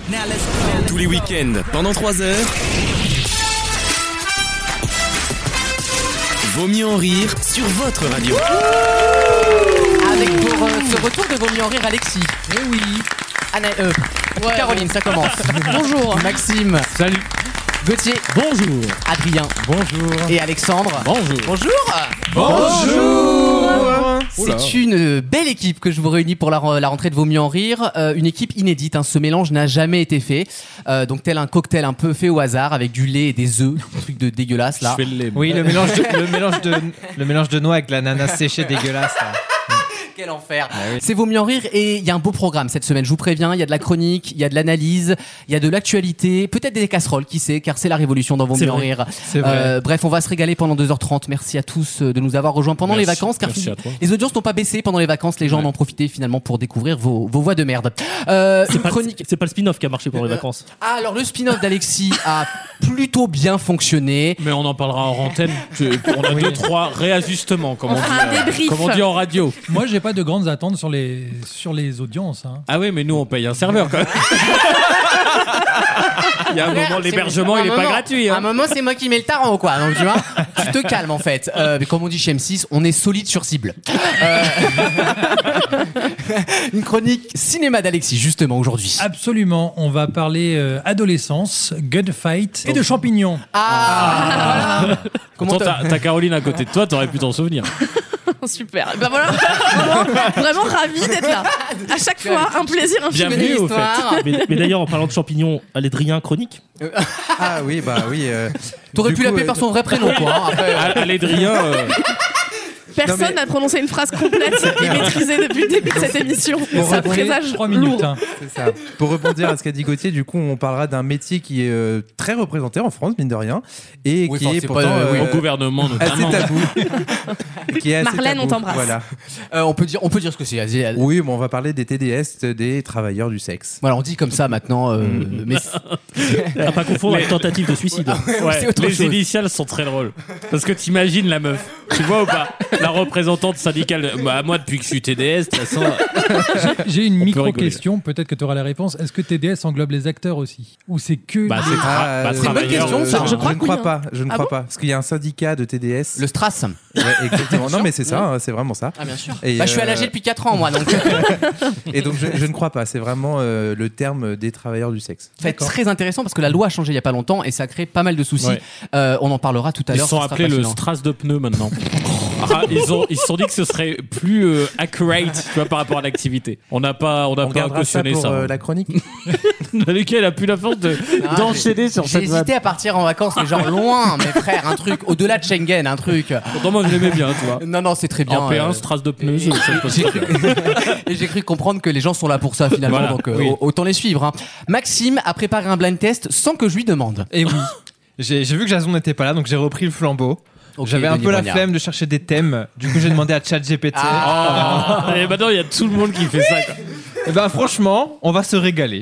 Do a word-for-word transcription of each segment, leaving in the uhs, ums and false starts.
Tous les week-ends, pendant trois heures. Vaut mieux en rire sur votre radio. Avec pour euh, ce retour de Vaut mieux en rire, Alexis. Eh oui. Anna, euh, ouais, Caroline, ça commence. Bonjour. Maxime. Salut. Gauthier. Bonjour. Adrien. Bonjour. Et Alexandre. Bonjour. Bonjour. Bonjour. C'est une belle équipe que je vous réunis pour la, la rentrée de Vaut mieux en rire. Euh, une équipe inédite, hein. Ce mélange n'a jamais été fait. Euh, donc tel un cocktail un peu fait au hasard avec du lait et des œufs, un truc de dégueulasse là. Je fais le lait. Oui, le mélange de, le mélange de, le mélange de noix avec l'ananas séché dégueulasse. Là. Quel enfer. Oui. C'est Vaut mieux en rire et il y a un beau programme cette semaine, je vous préviens, il y a de la chronique, il y a de l'analyse, il y a de l'actualité, peut-être des casseroles, qui sait, car c'est la révolution dans Vaut mieux en rire. C'est vrai. Euh, bref, on va se régaler pendant deux heures trente. Merci à tous de nous avoir rejoints pendant Merci. les vacances, car Merci les audiences n'ont pas baissé pendant les vacances, les gens ouais. en ont profité finalement pour découvrir vos, vos voix de merde. Euh, c'est, pas, chronique... c'est, c'est pas le spin-off qui a marché pendant les vacances. Ah, alors le spin-off d'Alexis a plutôt bien fonctionné. Mais on en parlera en antenne. On a oui. deux, trois réajustements, comme on, on, dit, comme on dit en radio. Moi, j'ai pas de grandes attentes sur les, sur les audiences. Hein. Ah oui, mais nous, on paye un serveur quand même. Il y a un moment, c'est l'hébergement, il est moment, pas gratuit. Hein. À un moment, c'est moi qui mets le tarot, quoi. Donc, tu vois, tu te calmes, en fait. Euh, mais comme on dit chez M six, on est solide sur cible. Euh... Une chronique cinéma d'Alexis, justement, aujourd'hui. Absolument. On va parler euh, adolescence, gunfight et de champignons. Ah, voilà. Comment t'as, t'as Caroline à côté de toi, t'aurais pu t'en souvenir. Super. Ben voilà, vraiment, vraiment ravi d'être là. À chaque fois, un plaisir infini. Bienvenue au fait. Mais, mais d'ailleurs, en parlant de champignons, Adrien chronique. Ah oui, bah oui. Euh, T'aurais pu coup, l'appeler euh... par son vrai prénom, quoi. Hein, après, Adrien. Euh... Personne n'a prononcé une phrase complète et maîtrisée depuis le début de cette émission. Pour ça présage trois minutes. Hein. C'est ça. Pour rebondir à ce qu'a dit Gauthier, du coup, on parlera d'un métier qui est euh, très représenté en France, mine de rien, et oui, qui est pourtant pas, euh, oui, au gouvernement notamment. Assez tabou. qui est assez Marlène, tabou. on t'embrasse. Voilà. Euh, on peut dire, on peut dire ce que c'est. Oui, mais on va parler des T D S, des travailleurs du sexe. Voilà, on dit comme ça maintenant. Euh, mmh. Mais à pas confondre avec tentative de suicide. Ouais, ouais, les chose. Initiales sont très drôles. Parce que t'imagines la meuf, tu vois ou pas, la représentante syndicale. Bah, moi, depuis que je suis T D S, de toute façon. J'ai, j'ai une micro-question, peut-être que tu auras la réponse. Est-ce que T D S englobe les acteurs aussi ? Ou c'est que. Bah, c'est, tra- ah, bah, c'est une bonne question, ça. Euh, je, je, je ne crois pas. Je ne ah crois bon pas. Parce qu'il y a un syndicat de T D S. Le Strass. Ouais, exactement. Non, mais c'est ça, hein, c'est vraiment ça. Ah, bien sûr. Et bah, euh... je suis à l'A G depuis quatre ans, moi. Donc... Et donc, je, je ne crois pas. C'est vraiment euh, le terme des travailleurs du sexe. C'est très intéressant parce que la loi a changé il n'y a pas longtemps et ça a créé pas mal de soucis. Ouais. Euh, on en parlera tout à ils l'heure. Ils sont appelés le strass de pneus maintenant. Ah, ils ont ils se sont dit que ce serait plus euh, accurate, tu vois, par rapport à l'activité. On n'a pas on n'a pas cautionné ça. Pour, ça euh, la chronique. Lequel a plus la force de non, d'enchaîner sur j'ai cette. J'ai hésité à partir en vacances, mais genre loin, mes frères, un truc au-delà de Schengen, un truc. Pourtant moi je l'aimais bien, tu vois. Non non, c'est très bien. En P un, euh... strass de pneus. Et, j'ai, cru... et j'ai cru comprendre que les gens sont là pour ça finalement, voilà, donc euh, oui. autant les suivre. Hein. Maxime a préparé un blind test sans que je lui demande. Et oui. j'ai, j'ai vu que Jason n'était pas là, donc j'ai repris le flambeau. Okay, J'avais un Denis peu Brognard. La flemme de chercher des thèmes. Du coup, j'ai demandé à ChatGPT. Ah. Oh. Et maintenant, il y a tout le monde qui fait ça. Quoi. Et ben, franchement, on va se régaler.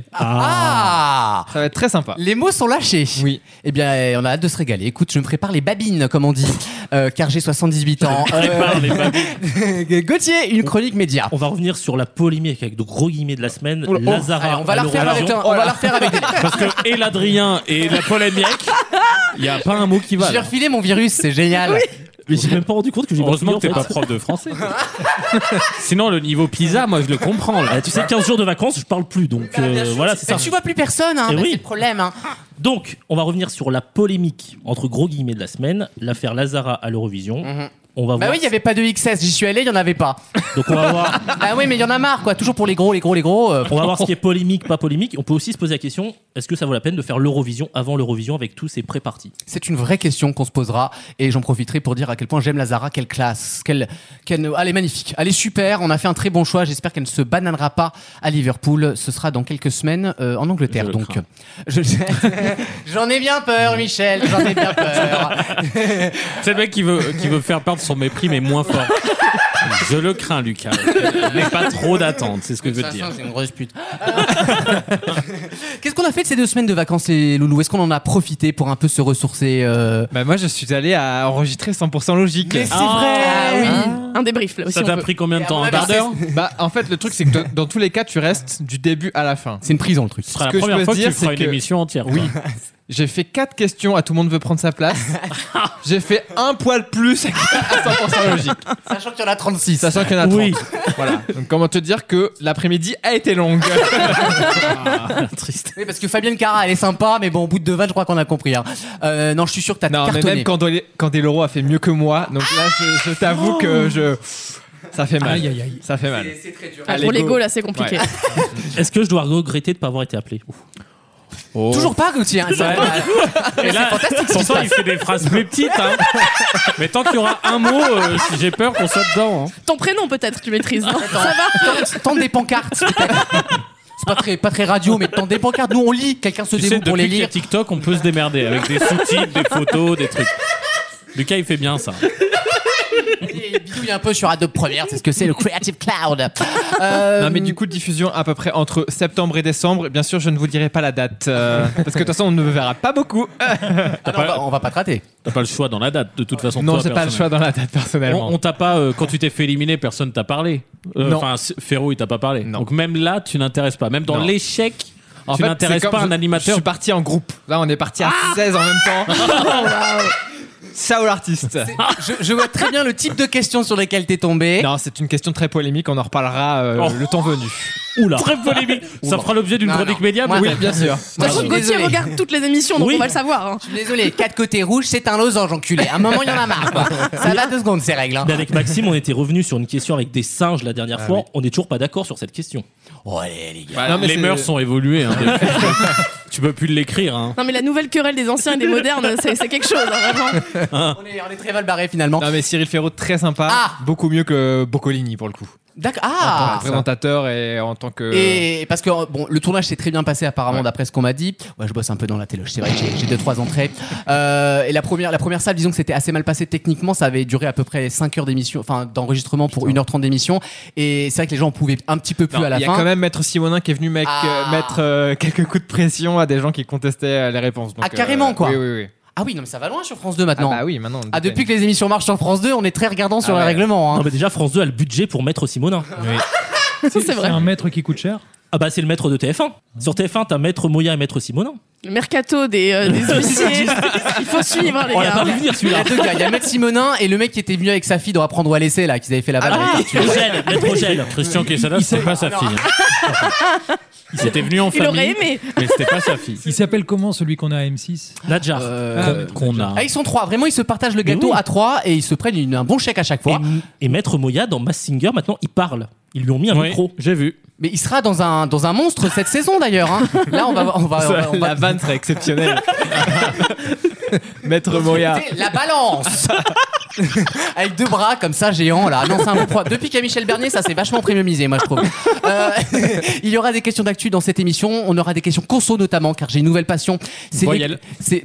Ah. Ça va être très sympa. Les mots sont lâchés. Oui. Eh bien, on a hâte de se régaler. Écoute, je me prépare les babines, comme on dit, euh, car j'ai soixante-dix-huit ans. Je prépare euh... les babines. Gauthier, une chronique média. On va revenir sur la polémique avec de gros guillemets de la semaine. Oh, Lazara. Allez, on va la refaire avec un, on va la refaire avec des... Parce que et l'Adrien et la polémique, il y a pas un mot qui va. J'ai refilé mon virus, c'est génial. Oui. Mais j'ai même pas rendu compte que j'ai heureusement que t'es en fait. pas prof de français. Sinon le niveau PISA, moi je le comprends là. Ah, tu sais, quinze jours de vacances, je parle plus, donc bah, euh, voilà, c'est ça. ça. Tu vois plus personne, hein, bah, oui. c'est le problème. Hein. Donc, on va revenir sur la polémique entre gros guillemets de la semaine, l'affaire Lazara à l'Eurovision. Mm-hmm. On va bah voir. oui, il y avait pas de X S, j'y suis allé, il y en avait pas. Donc on va voir. Ah oui, mais il y en a marre, quoi. Toujours pour les gros, les gros, les gros. Euh... On va voir ce qui est polémique, pas polémique. On peut aussi se poser la question, est-ce que ça vaut la peine de faire l'Eurovision avant l'Eurovision avec tous ces pré-parties ? C'est une vraie question qu'on se posera et j'en profiterai pour dire à quel point j'aime Lazara, quelle classe, quelle, quelle... Elle est magnifique, elle est super. On a fait un très bon choix. J'espère qu'elle ne se bananera pas à Liverpool. Ce sera dans quelques semaines euh, en Angleterre. Je donc, je... j'en ai bien peur, Michel. J'en ai bien peur. C'est le mec qui veut qui veut faire perdre son mépris, mais moins fort. Je le crains, Lucas. N'aie pas trop d'attente, c'est ce que je veux te dire. C'est une grosse pute. Qu'est-ce qu'on a fait fait de ces deux semaines de vacances, les loulous? Est-ce qu'on en a profité pour un peu se ressourcer euh... Bah moi je suis allé à enregistrer cent pour cent logique. Mais c'est Ah, vrai. Ah oui, Ah. un débrief là aussi. Ça on t'a peut. pris combien de Et à temps? mon Un avis, quart d'heure? Bah en fait le truc c'est que dans, dans tous les cas tu restes du début à la fin. C'est une prison le truc. Ce sera Ce la que je première peux fois que dire, tu feras c'est une que- émission entière. Oui. J'ai fait quatre questions à Tout le monde veut prendre sa place. J'ai fait un poil plus à cent pour cent logique. Sachant qu'il y en a trente-six. Sachant qu'il y en a trente. Oui. Voilà. Donc comment te dire que l'après-midi a été longue. Triste. Oui, parce que Fabienne Cara, elle est sympa, mais bon, au bout de deux vannes, je crois qu'on a compris. Hein. Euh, non, je suis sûr que t'as Non mais cartonné. même Candel- Candeloro a fait mieux que moi. Donc là je, je t'avoue que je... Ça fait mal. Aïe, aïe, aïe. Ça fait mal. C'est très dur. Ah, Allez, pour go. l'ego là, c'est compliqué. Ouais. Est-ce que je dois regretter de ne pas avoir été appelé? Ouf. Oh. Toujours pas, Gauthier. Hein, ça- Et là, pourtant, il fait des phrases plus petites. Hein. Mais tant qu'il y aura un mot, euh, j'ai peur qu'on soit dedans. Hein. Ton prénom peut-être, tu maîtrises. Non ça va. Tente- Tente des pancartes. peut-être. C'est pas très, pas très radio, mais tente des pancartes. Nous, on lit. Quelqu'un se Tu sais, débrouille pour les depuis qu'il y a lire. TikTok, on peut se démerder avec des sous-titres, des photos, des trucs. Lucas, il fait bien ça. Il bidouille un peu sur Adobe Premiere. C'est ce que c'est le Creative Cloud. Euh, Non mais du coup diffusion à peu près entre septembre et décembre. Bien sûr je ne vous dirai pas la date euh, parce que de toute façon on ne me verra pas beaucoup. ah non, on, va, on va pas te rater. T'as pas le choix dans la date, de toute façon. Non toi, j'ai pas le personnellement. choix dans la date personnellement. On, on t'a pas, euh, quand tu t'es fait éliminer, personne t'a parlé. Euh, Non. Enfin, C- Ferro, il t'a pas parlé. Non. Donc même là, tu n'intéresses pas. Même dans Non. l'échec, En tu fait, n'intéresses c'est pas comme un je- animateur. Je suis parti en groupe. Là on est parti à seize en même temps. Ciao l'artiste. Je, je vois très bien le type de questions sur lesquelles t'es tombé. Non c'est une question très polémique. On en reparlera euh, Oh. le temps venu. Oula. Très polémique. Ça fera l'objet d'une Non, chronique non. média. Moi, mais- oui, Bien sûr. De toute Moi, je façon, suis Gauthier désolé. regarde toutes les émissions, donc Oui. on va le savoir. Hein. Je suis désolé, quatre côtés rouges, c'est un losange, enculé. À un moment, il y en a marre, quoi. Ça va deux secondes, ces règles. Hein. Mais avec Maxime, on était revenu sur une question avec des singes la dernière fois. On n'est toujours pas d'accord sur cette question. Oh, allez, les gars. Ouais, non, mais les c'est- mœurs sont évoluées. Hein, depuis. Tu peux plus l'écrire. Hein. Non mais la nouvelle querelle des anciens et des modernes, c'est c'est quelque chose, hein, vraiment. On est, on est très mal barré finalement. Non mais Cyril Ferraud très sympa. Ah. Beaucoup mieux que Boccolini pour le coup. D'accord. En tant Ah que présentateur et en tant que. Et parce que bon, le tournage s'est très bien passé apparemment Ouais. d'après ce qu'on m'a dit. Ouais, je bosse un peu dans la télé, c'est vrai que j'ai- j'ai deux trois entrées. Euh, et la première, la première salle, disons que c'était assez mal passé techniquement. Ça avait duré à peu près cinq heures d'émission, enfin d'enregistrement pour une heure trente d'émission. Et c'est vrai que les gens en pouvaient un petit peu plus Non, à la il y a fin. quand même Maître Simonin qui est venu mec, Ah. euh, mettre euh, quelques coups de pression à des gens qui contestaient euh, les réponses. Donc, Ah, carrément, quoi. Oui, oui, oui. Ah oui, non mais ça va loin sur France deux Ah maintenant. bah oui, maintenant. on Ah, dit- depuis que les émissions marchent sur France deux, on est très regardant sur Ah le ouais. règlement. Hein. Non, mais déjà, France deux a le budget pour mettre Simonin. Ça, c'est C'est vrai. un maître qui coûte cher. Ah bah c'est le maître de T F un. Sur T F un, t'as Maître Moya et Maître Simonin. Le mercato des, euh, des huissiers. Il faut suivre, hein, les On l'a gars. pas vu venir Il y celui-là. a deux gars, il y a Maître Simonin et le mec qui était venu avec sa fille de reprendre ou à laisser là, qu'ils avaient fait la balle. Ah, avec Arthur. Ogel, Maître Ogel. Christian Quesada, c'était pas sa fille. hein. Il était venu en Il aurait famille, aimé. mais c'était pas sa fille. Il s'appelle comment celui qu'on a à M six? Nadjar. Euh, Qu'on qu'on a. Ah, ils sont trois. Vraiment, ils se partagent le gâteau oui. à trois et ils se prennent une- un bon chèque à chaque fois. Et, et Maître Moya, dans Mass Singer, maintenant, il parle. Ils lui ont mis un Oui, micro. j'ai vu. Mais il sera dans un, dans un monstre cette saison d'ailleurs. Hein. Là, on va, on va, on va, on va- La vanne serait exceptionnelle. Maître Moya. Écoutez, la balance avec deux bras comme ça géants là. Non, c'est un bon pro- Depuis qu'il y a Michel Bernier, ça c'est vachement premiumisé, moi je trouve. Euh, il y aura des questions d'actu dans cette émission. On aura des questions conso notamment, car j'ai une nouvelle passion. C'est les- Voyelle. C'est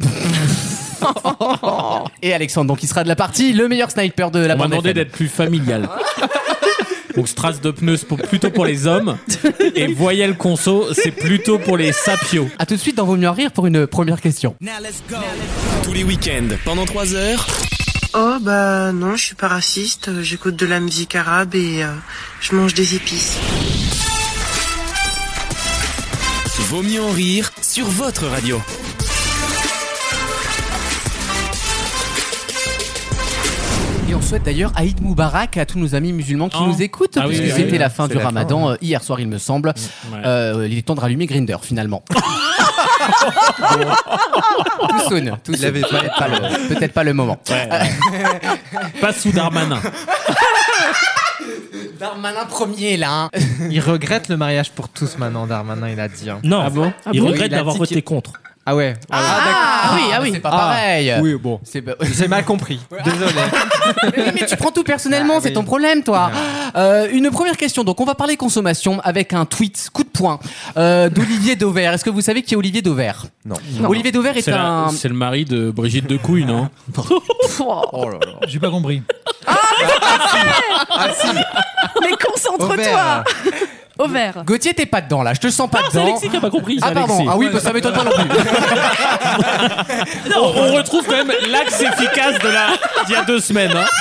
et Alexandre, donc il sera de la partie, le meilleur sniper de la On m'a bande demandé F M. d'être plus familial. Donc Strass de pneus, c'est pour- plutôt pour les hommes. Et Voyelle Conso, c'est plutôt pour les sapios. A tout de suite dans Vaut mieux en rire pour une première question. Tous les week-ends, pendant trois heures. Oh bah non, je suis pas raciste, euh, j'écoute de la musique arabe et euh, je mange des épices. Vaut mieux en rire sur votre radio. Et on souhaite d'ailleurs Aïd Moubarak à tous nos amis musulmans qui Oh. nous écoutent, Ah oui, puisque oui, c'était oui, la fin c'est du la fin, ramadan euh, hier soir, il me semble. Ouais. Euh, il est temps de rallumer Grindr finalement. Tout soon, tout soon. Peut-être pas, le- peut-être pas le moment. Ouais. Pas sous Darmanin. Darmanin premier là. hein. Il regrette le mariage pour tous maintenant, Darmanin, il a dit. hein. Non, Ah bon il bon regrette Il a d'avoir dit voté qu'il- contre. Ah ouais. Ah, oui, ah oui. C'est pas Ah, pareil. Oui, bon. C'est pas- J'ai mal compris. Désolé. mais, oui, mais tu prends tout personnellement, Ah, c'est oui. ton problème, toi. Euh, une première question. Donc, on va parler consommation avec un tweet coup de poing euh, d'Olivier Dauvert. Est-ce que vous savez qui est Olivier Dauvert? Non. Olivier Dauvert est, C'est la- un. c'est le mari de Brigitte de Couille, non? Oh là là. J'ai pas compris. Mais concentre-toi. Auvert. Au vert. Gauthier, t'es pas dedans là, je te sens pas Ah, c'est dedans. Alexis qui a pas compris. Ah c'est pardon, Alexis. ah oui, bah, ça m'étonne pas non plus. on, on retrouve quand même l'axe efficace de la d'il y a deux semaines. Hein.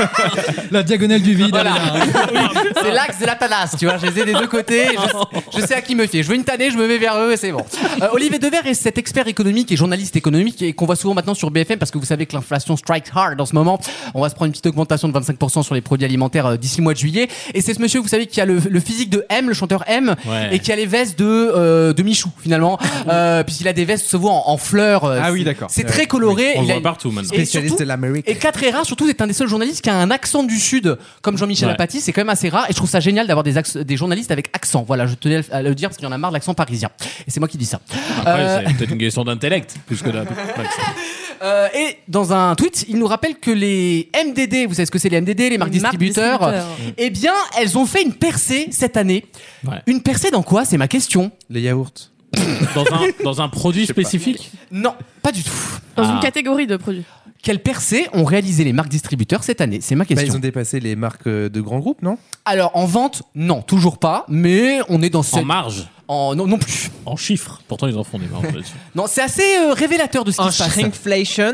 La diagonale du vide. Voilà. elle est là. C'est l'axe de la tanasse, tu vois, je les ai des deux côtés, je, je sais à qui me fier. Je veux une tannée, je me mets vers eux et c'est bon. Euh, Olivier Devers est cet expert économique et journaliste économique et qu'on voit souvent maintenant sur B F M parce que vous savez que l'inflation strike hard en ce moment. On va se prendre une petite augmentation de vingt-cinq pour cent sur les produits alimentaires euh, d'ici le mois de juillet. Et c'est ce monsieur, vous savez, qui a le, le physique de M, le chanteur M, Ouais. et qui a les vestes de, euh, de Michou finalement, euh, puisqu'il a des vestes, se voit en, en fleurs. euh, Ah oui, c'est- d'accord. C'est Ouais. très coloré. On le il a voit une- partout maintenant. Et Spécialiste surtout- de l'Amérique. Et cas très rare, surtout, c'est un des seuls journalistes qui a un accent du Sud, comme Jean-Michel Ouais. Apathy. C'est quand même assez rare. Et je trouve ça génial d'avoir des, axes- des journalistes avec accent. Voilà, je tenais à le dire parce qu'il y en a marre de l'accent parisien. Et c'est moi qui dis ça. Après, Euh, c'est peut-être une question d'intellect plus que d'accent. euh, et dans un tweet, il nous rappelle que les M D D, vous savez ce que c'est les M D D, les marques Les marques distributeurs, distributeurs. eh bien, elles ont fait une percée cette année. Ouais. Une percée dans quoi? C'est ma question. Les yaourts. Dans un, dans un produit spécifique. Non, pas du tout. Dans Ah. une catégorie de produits. Quelle percée ont réalisé les marques distributeurs cette année? C'est ma Bah, question. ils ont dépassé les marques euh, de grands groupes, non? Alors, en vente, non, toujours pas. Mais on est dans En cette... marge. En... Non, non plus. En chiffres. Pourtant, ils en font des marges là-dessus. Non, c'est assez euh, révélateur de ce qui En se passe. shrinkflation.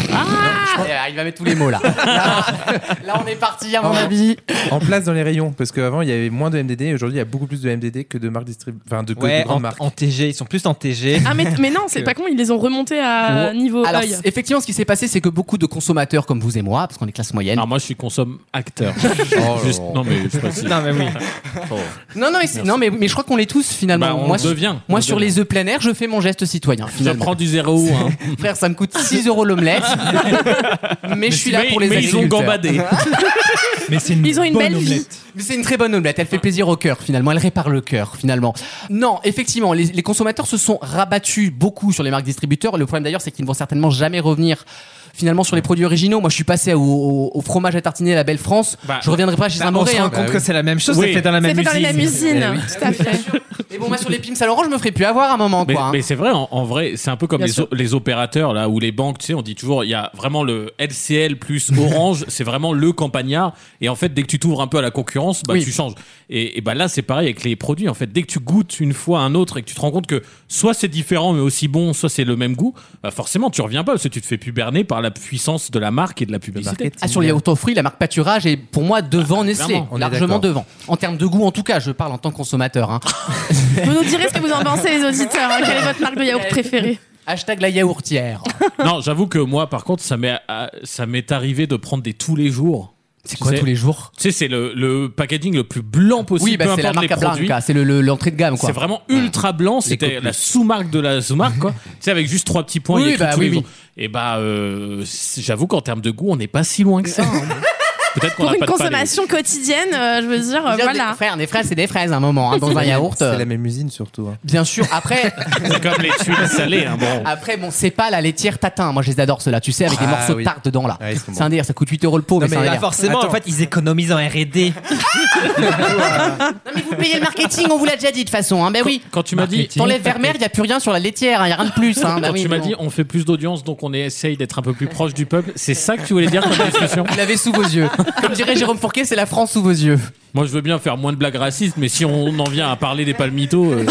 Ah, il va mettre tous les mots là. Là, là, on est parti à mon Ah. avis. En place dans les rayons, parce qu'avant il y avait moins de M D D, et aujourd'hui il y a beaucoup plus de M D D que de marques distrib... enfin de, que de Ouais, grandes en, marques. en T G. Ils sont plus en T G. Ah, mais, mais non, c'est pas con, ils les ont remontés à niveau Alors, œil. c- effectivement, ce qui s'est passé, c'est que beaucoup de consommateurs comme vous et moi, parce qu'on est classe moyenne. Alors moi, je suis consomme acteur. Oh, Juste, là. non mais je précise. Non, mais oui. Oh. Non, non, mais, c'est- non mais, mais je crois qu'on l'est tous finalement. Bah, on moi, le sur- devient. moi On sur devient. les œufs plein air, je fais mon geste citoyen. Je Finalement. prends du zéro. Hein. Frère, ça me coûte six euros l'omelette. mais je suis là mais, pour les mais ils ont agriculteurs. gambadé. Mais c'est une Ils ont une bonne belle vie. omelette. Mais c'est une très bonne omelette, elle fait plaisir au cœur finalement, elle répare le cœur finalement. Non, effectivement, les, les consommateurs se sont rabattus beaucoup sur les marques distributeurs. Le problème d'ailleurs, c'est qu'ils ne vont certainement jamais revenir finalement sur les produits originaux. Moi, je suis passé au, au- au fromage à tartiner La Belle France. Bah, je reviendrai pas chez Bah, on Saint-Mauré. se rend Hein. compte Bah que oui. c'est la même chose. Oui. C'est fait dans la même C'est fait dans la même usine. usine. Eh oui. Tout à fait. Mais bon, moi sur les Pim Saint-Laurent, je me ferai plus avoir à un moment Mais, quoi. hein. mais c'est vrai, en, en vrai, c'est un peu comme Bien les, sûr. o- les opérateurs là, ou les banques. Tu sais, on dit toujours, il y a vraiment le L C L plus Orange, c'est vraiment le campagnard. Et en fait, dès que tu t'ouvres un peu à la concurrence, bah Oui. tu changes. Et, et bah là, c'est pareil avec les produits. En fait, dès que tu goûtes une fois un autre et que tu te rends compte que soit c'est différent mais aussi bon, soit c'est le même goût, bah forcément, tu reviens pas parce que tu te fais plus berner par la puissance de la marque et de la publicité. marketing. Ah, sur les yaourts aux fruits, la marque Pâturage est pour moi devant Nestlé, clairement, on est largement d'accord. devant. En termes de goût, en tout cas, je parle en tant que consommateur. Hein. Vous nous direz ce que vous en pensez, les auditeurs. hein. Quelle est votre marque de yaourt préférée? Hashtag la yaourtière. Non, j'avoue que moi, par contre, ça m'est euh, ça m'est arrivé de prendre des tous les jours. C'est Tu quoi sais- tous les jours? Tu sais, c'est le, le packaging le plus blanc possible. Oui, bah, peu c'est la importe marque les produits. Blanca, c'est le- le- l'entrée de gamme quoi. C'est vraiment ultra blanc. C'était copies. la sous-marque de la sous-marque, quoi. Tu sais, avec juste trois petits points. Oui, il y a écrit bah tous oui, les oui. jours. Et bah, euh, c'est- j'avoue qu'en termes de goût, on n'est pas si loin que ça. hein. Peut-être qu'on Pour n'a une pas de palais. consommation quotidienne, euh, je veux dire, euh, Dire voilà. Des frères, des fraises, c'est des fraises à un moment hein, dans un yaourt. C'est euh, la même usine surtout. hein. Bien sûr. Après, C'est comme les tuiles salées. Hein, bon. après bon, c'est pas la laitière tatin. Moi, je les adore ceux-là. Tu sais, avec des Ah, morceaux oui. de tarte dedans là. Ah, ils sont C'est bons. un délire. Ça coûte huit euros le pot, mais, mais c'est un là, Bah, délire. forcément, Attends. en fait, ils économisent en R et D. Non, mais vous payez le marketing. On vous l'a déjà dit de toute façon. Hein. Ben oui. Quand tu m'as dit, Marketing. T'enlèves Vermeer, il y a plus rien sur la laitière. Il y a rien de plus. Hein. Bah quand oui, tu m'as bon. dit, on fait plus d'audience, donc on essaye d'être un peu plus proche du peuple. C'est ça que tu voulais dire comme discussion? Vous l'avez sous vos yeux. Comme dirait Jérôme Fourquet, c'est la France sous vos yeux. Moi, je veux bien faire moins de blagues racistes, mais si on en vient à parler des palmitos, euh...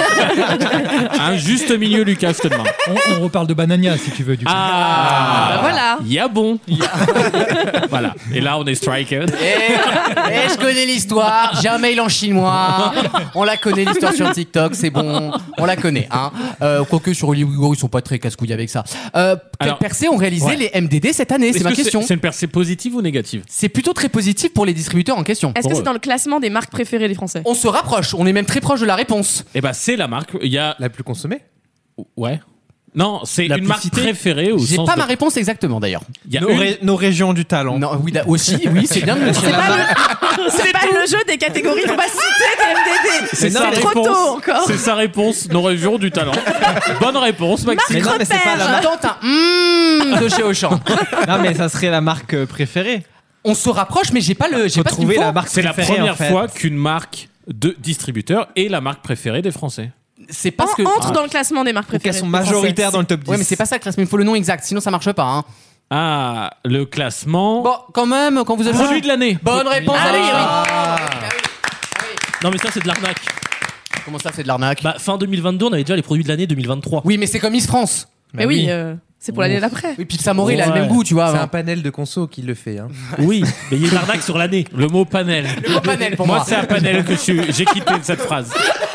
un juste milieu, Lucas, je te demande. On, on reparle de Banania si tu veux. Du coup. Ah, Bah voilà. Il y a bon. Voilà. Et là, on est striker. Et, et je connais l'histoire. J'ai un mail en chinois. On la connaît l'histoire sur TikTok. C'est bon. On la connaît. Hein. Euh, quoique sur Hollywood, ils sont pas très casse-couilles avec ça. Euh, quelles Alors, percées ont réalisé ouais. les M D D cette année? C'est Est-ce ma que question. C'est une percée positive ou négative? C'est plutôt très positif pour les distributeurs en question. Est-ce Pour que c'est eux. dans le classement des marques préférées des Français? On se rapproche. On est même très proche de la réponse. Eh ben, c'est la marque. Il y a. La plus consommée. Ouais. Non, c'est La une plus marque citée. préférée au J'ai sens pas de- ma réponse exactement d'ailleurs. Il y a Nos, une- ré- nos régions du talent. Non, oui, là, aussi, oui, c'est bien de le dire. C'est pas, le... c'est pas le jeu des catégories, faut pas citer des M D D. C'est sa trop réponse. tôt encore. C'est sa réponse. Nos régions du talent. Bonne réponse, Maxime. Mais non, mais c'est pas la Je tente un mm de chez Auchan. Non, mais ça serait la marque euh, préférée. On se rapproche, mais j'ai pas le, j'ai Faut pas ce qu'il me trouver faut. la marque C'est la préférée, première en fait. fois qu'une marque de distributeur est la marque préférée des Français. C'est parce que. En- entre Ah. dans le classement des marques Ou qu'elles préférées. sont majoritaires dans le top dix. Ouais, mais c'est pas ça que classe, mais il faut le nom exact, sinon ça marche pas. Hein. Ah, le classement. Bon, quand même, quand vous avez. Produit de l'année. Bonne réponse, Ah. allez, oui. Ah. Non, mais ça, c'est de l'arnaque. Comment ça, c'est de l'arnaque? Bah, fin deux mille vingt-deux, on avait déjà les produits de l'année deux mille vingt-trois. Oui, mais c'est comme Miss France. Mais Bah oui, oui. euh, c'est pour l'année d'après. Oui, puis le Samori, il a le Ouais. même goût, tu vois. C'est avant. un panel de conso qui le fait. Hein. Oui, mais il y a une arnaque sur l'année. Le mot panel. Le mot panel pour Moi, moi. c'est un panel que je suis- j'ai quitté de cette phrase.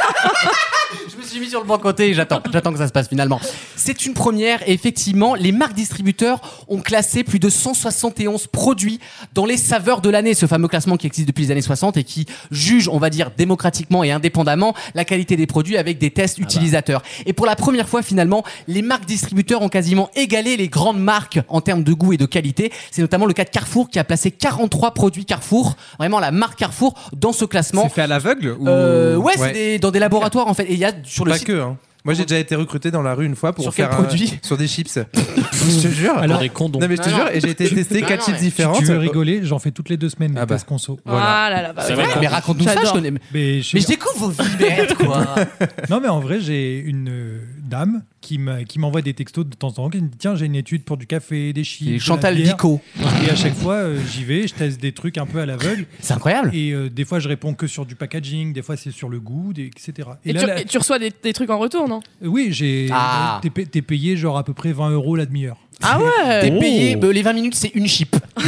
Je me suis mis sur le bon côté et j'attends, j'attends que ça se passe finalement. C'est une première et effectivement, les marques distributeurs ont classé plus de cent soixante et onze produits dans les saveurs de l'année, ce fameux classement qui existe depuis les années soixante et qui juge, on va dire, démocratiquement et indépendamment la qualité des produits avec des tests utilisateurs. Et pour la première fois finalement, les marques distributeurs ont quasiment égalé les grandes marques en termes de goût et de qualité. C'est notamment le cas de Carrefour qui a placé quarante-trois produits Carrefour, vraiment la marque Carrefour, dans ce classement. C'est fait à l'aveugle ou... Euh, ouais, Ouais. c'est des- dans des laboratoires en fait. Et il y a sur le Pas site. que. Hein. Moi, j'ai déjà été recruté dans la rue une fois pour Sur faire quel un- produit sur des chips. Je te jure. Alors, des condoms. Non mais je te Non, jure, non. et j'ai été testé Non, quatre non, chips mais- différentes. Si tu veux rigoler, j'en fais toutes les deux semaines, Ah des bah. tests conso. Ah là là, bah, C'est ouais. vrai. Mais raconte-nous ça, je J'adore. connais. Mais je, Mais je découvre vos vies bêtes, quoi. Non, mais en vrai, j'ai une euh, dame qui m'a- qui m'envoie des textos de temps en temps, qui me dit tiens, j'ai une étude pour du café, des chips. C'est de Chantal la bière. Vico. Et à chaque fois, euh, j'y vais, je teste des trucs un peu à l'aveugle. C'est incroyable. Et euh, des fois, je réponds que sur du packaging, des fois, c'est sur le goût, des- et cetera. Et, là, tu, là- et tu reçois des, des trucs en retour, non? euh, oui, j'ai. Ah. euh, T'es pa- t'es payé genre à peu près vingt euros la demi-heure. Ah ouais. T'es Oh. payé, bah, les vingt minutes, c'est une chip. Et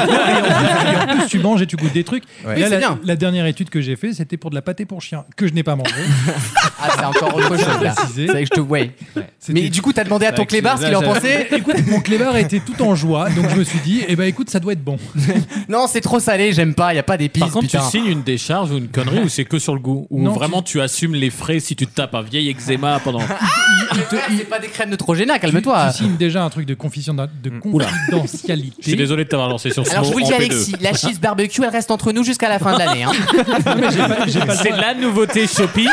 en plus, tu manges et tu goûtes des trucs. Ouais. Et Oui, là, c'est la, bien. la dernière étude que j'ai fait, c'était pour de la pâtée pour chien, que je n'ai pas mangé. Ah, c'est encore autre chose, là. Préciser. C'est vrai que je te. Ouais. C'était- Mais du coup, t'as demandé à ton Avec clébard ce là, qu'il en j'avais- pensait. Écoute, mon clébard était tout en joie, donc je me suis dit, eh ben écoute, ça doit être bon. Non, c'est trop salé, j'aime pas, y a pas d'épices. Par contre, putain. tu signes une décharge ou une connerie ou c'est que sur le goût? Ou Non, vraiment tu... assumes les frais si tu te tapes un vieil eczéma pendant. Il te- il- C'est pas des crèmes Neutrogena, calme-toi. Tu, tu signes déjà un truc de, confision- de Oula. confidentialité. Je suis désolé de t'avoir lancé sur ce Alors, je mot vous le en dis, P deux. Alexis, la cheese barbecue, elle reste entre nous jusqu'à la fin de l'année. Hein. Mais j'ai pas, j'ai pas le C'est droit. la nouveauté Shopee.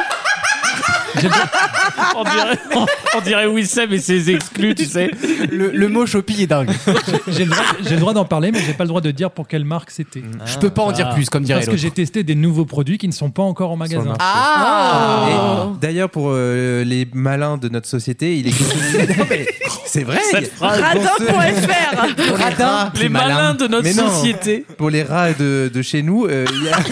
on, dirait, on, on dirait Wissem et ses exclus, tu sais. Le, le mot Shopee est dingue. J'ai le droit, j'ai le droit d'en parler, mais j'ai pas le droit de dire pour quelle marque c'était. Je peux pas en dire plus, comme dirait Parce que l'autre. j'ai testé des nouveaux produits qui ne sont pas encore en magasin. marché. Ah Et D'ailleurs, pour euh, les malins de notre société, il existe. Non, mais c'est vrai. Cette phrase. radin point F R. Pour les rats, Les malins de notre Mais non. société. pour les rats de, de chez nous, euh, il y a-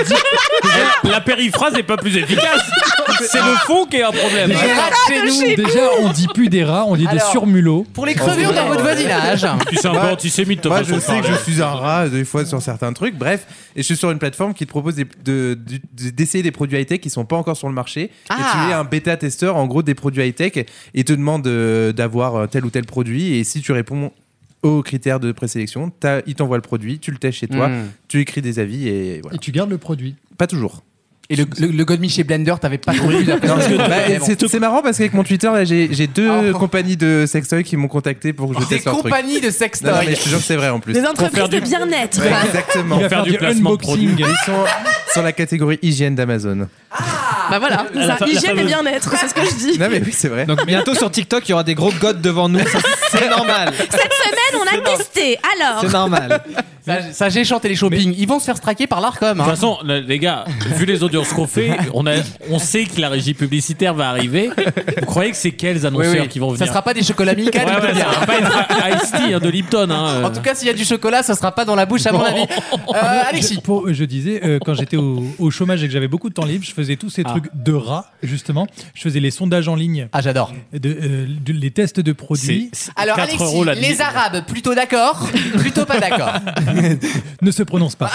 La périphrase est pas plus efficace. C'est le fond qui est un problème. Les rats de chez nous. Déjà, on dit plus des rats, on dit des Alors, surmulots. Pour les crevures dans votre voisinage. Puis c'est un peu Moi- antisémite, ta moi, façon je de sais que parler. je suis un rat des fois sur certains trucs. Bref, et je suis sur une plateforme qui te propose des- de- de- d'essayer des produits high-tech qui sont pas encore sur le marché. Et Ah. tu es un bêta-testeur en gros des produits high-tech et te demande euh, d'avoir tel ou tel produit. Et si tu réponds aux critères de présélection, t'as- il t'envoie le produit, tu le testes chez toi, Mm. tu écris des avis et voilà. Et tu gardes le produit. Pas toujours. Et le, le, le Godmi chez Blender, t'avais pas compris la Non, parce que- bah, Mais bon. c'est c'est marrant parce qu'avec mon Twitter, là, j'ai j'ai deux Oh. compagnies de sextoy qui m'ont contacté pour que je Des teste leur truc. compagnies de Non, non, sextoy. mais je te jure que c'est vrai en plus. Des entreprises faire de du- bien-être. Ouais, exactement. Il va faire faire du du placement de unboxing. Ils sont sur la catégorie hygiène d'Amazon. Bah voilà, la ça, fa- la hygiène et fameuse- bien-être, c'est ce que je dis. Non mais oui, c'est vrai. Donc bientôt sur TikTok, il y aura des gros godes devant nous. Ça, C'est normal. Cette semaine, on a testé. Alors, C'est normal. Ça, ça j'ai chanté les shopping. Ils vont se faire straquer par l'Arcom. De Hein. toute façon, le- les gars, vu les audiences qu'on fait, on, a, on sait que la régie publicitaire va arriver. Vous croyez que c'est quels Oui, annonceurs oui. qui vont Ça venir sera pas des chocolats Milka, Ouais, je peux ouais, te ça dire. va pas être Ice Tea hein, de Lipton. Hein, En tout cas, s'il y a du chocolat, ça sera pas dans la bouche, à mon avis. Euh, Alexis. Pour- je disais, euh, quand j'étais au, au chômage et que j'avais beaucoup de temps libre, je faisais tous ces Ah. trucs de rats, justement. Je faisais les sondages en ligne, Ah, j'adore. de, euh, de- les tests de produits. c'est Alors, quatre Alexis, euros la les demi- Arabes, plutôt d'accord, plutôt pas d'accord. Ne se prononce pas.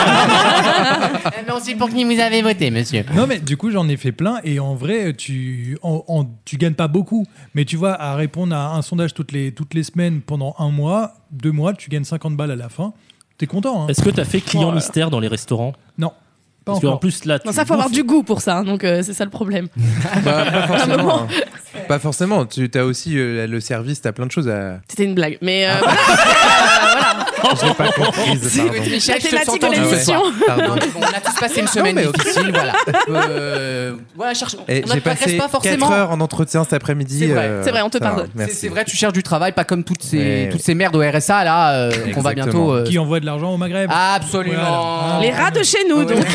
Mais on sait pour qui vous avez voté, monsieur. Non, mais du coup, j'en ai fait plein et en vrai, tu, en, en- tu gagnes pas beaucoup. Mais tu vois, à répondre à un sondage toutes les, toutes les semaines pendant un mois, deux mois, tu gagnes cinquante balles à la fin. T'es content, hein? Est-ce que t'as fait client Oh, mystère dans les restaurants? Non, pas Parce qu'en encore. plus, là, tu non, ça faut avoir du goût pour ça, hein, donc euh, c'est ça le problème. Bah, pas Un forcément. moment. hein. Pas forcément. Tu as aussi euh, le service, t'as plein de choses à. C'était une blague, mais euh, voilà. Euh, voilà. J'ai pas comprise. Pardon. Écoute, Michel, La je te thématique sens de tendu ce l'émission. soir. Pardon. Non, mais bon, on a tous passé une semaine Non, mais ok. difficile, voilà. Euh, voilà, cherche. Et on j'ai ne progresse passé pas quatre forcément. heures en entretien cet après-midi. C'est vrai, euh, c'est vrai, on te ça va, pardonne. merci. C'est c'est vrai, tu cherches du travail, pas comme toutes ces, Ouais. toutes ces merdes au R S A là, euh, qu'on va Exactement. bientôt. euh, Qui envoie de l'argent au Maghreb. Absolument. Voilà. Les rats de chez nous, Ouais. donc.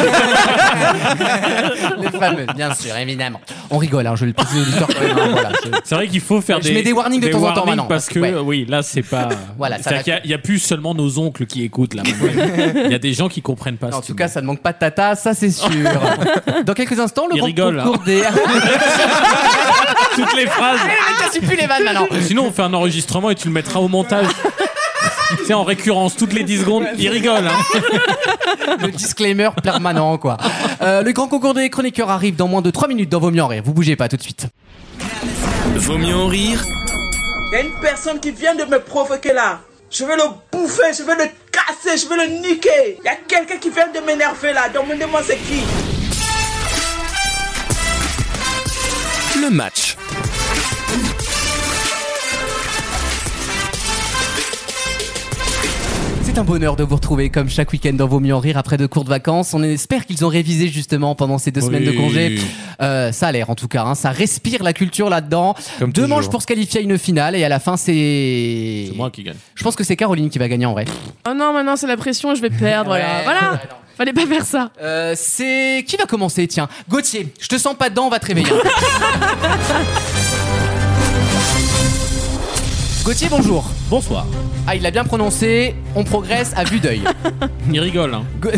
Les fameux, bien sûr, évidemment. On rigole, hein, je le précise aux auditeurs quand même. hein, voilà, je- C'est vrai qu'il faut faire Je des. mets des warnings de temps en temps warnings maintenant, parce parce que, que, ouais. oui, là, c'est pas. Voilà, ça C'est-à-dire va- qu'il y a- il y a plus seulement sûrement nos oncles qui écoutent là. Il y a des gens qui comprennent pas. En ce tout que- cas, ça ne manque pas de tata, ça c'est sûr. Dans quelques instants, le Il grand rigole, concours hein. des... toutes les phrases. Le mec a su plus les vannes maintenant. Sinon, on fait un enregistrement et tu le mettras au montage. C'est en récurrence, toutes les dix secondes. Il rigole. Hein. Le disclaimer permanent, quoi. Euh, le grand concours des chroniqueurs arrive dans moins de trois minutes dans Vaut mieux en rire. Vous bougez pas tout de suite. Vaut mieux en rire. Il y a une personne qui vient de me provoquer là. Je vais le bouffer, je vais le casser, je vais le niquer. Il y a quelqu'un qui vient de m'énerver là. Demandez-moi c'est qui. Le match. C'est un bonheur de vous retrouver comme chaque week-end dans Vaut mieux en rire après de courtes vacances. On espère qu'ils ont révisé justement pendant ces deux Oui. semaines de congé. Euh, ça a l'air en tout cas, hein. Ça respire la culture là-dedans. Comme Deux toujours. manches pour se qualifier à une finale et à la fin c'est... C'est moi qui gagne. Je pense que c'est Caroline qui va gagner en vrai. Oh non, maintenant c'est la pression, je vais perdre. Voilà. Ouais. voilà. Fallait pas faire ça. Euh, c'est... Qui va commencer? Tiens, Gauthier, je te sens pas dedans, on va te réveiller. Gauthier, bonjour. Bonsoir. Ah, il l'a bien prononcé, on progresse à vue d'œil. Il rigole. Hein. Go-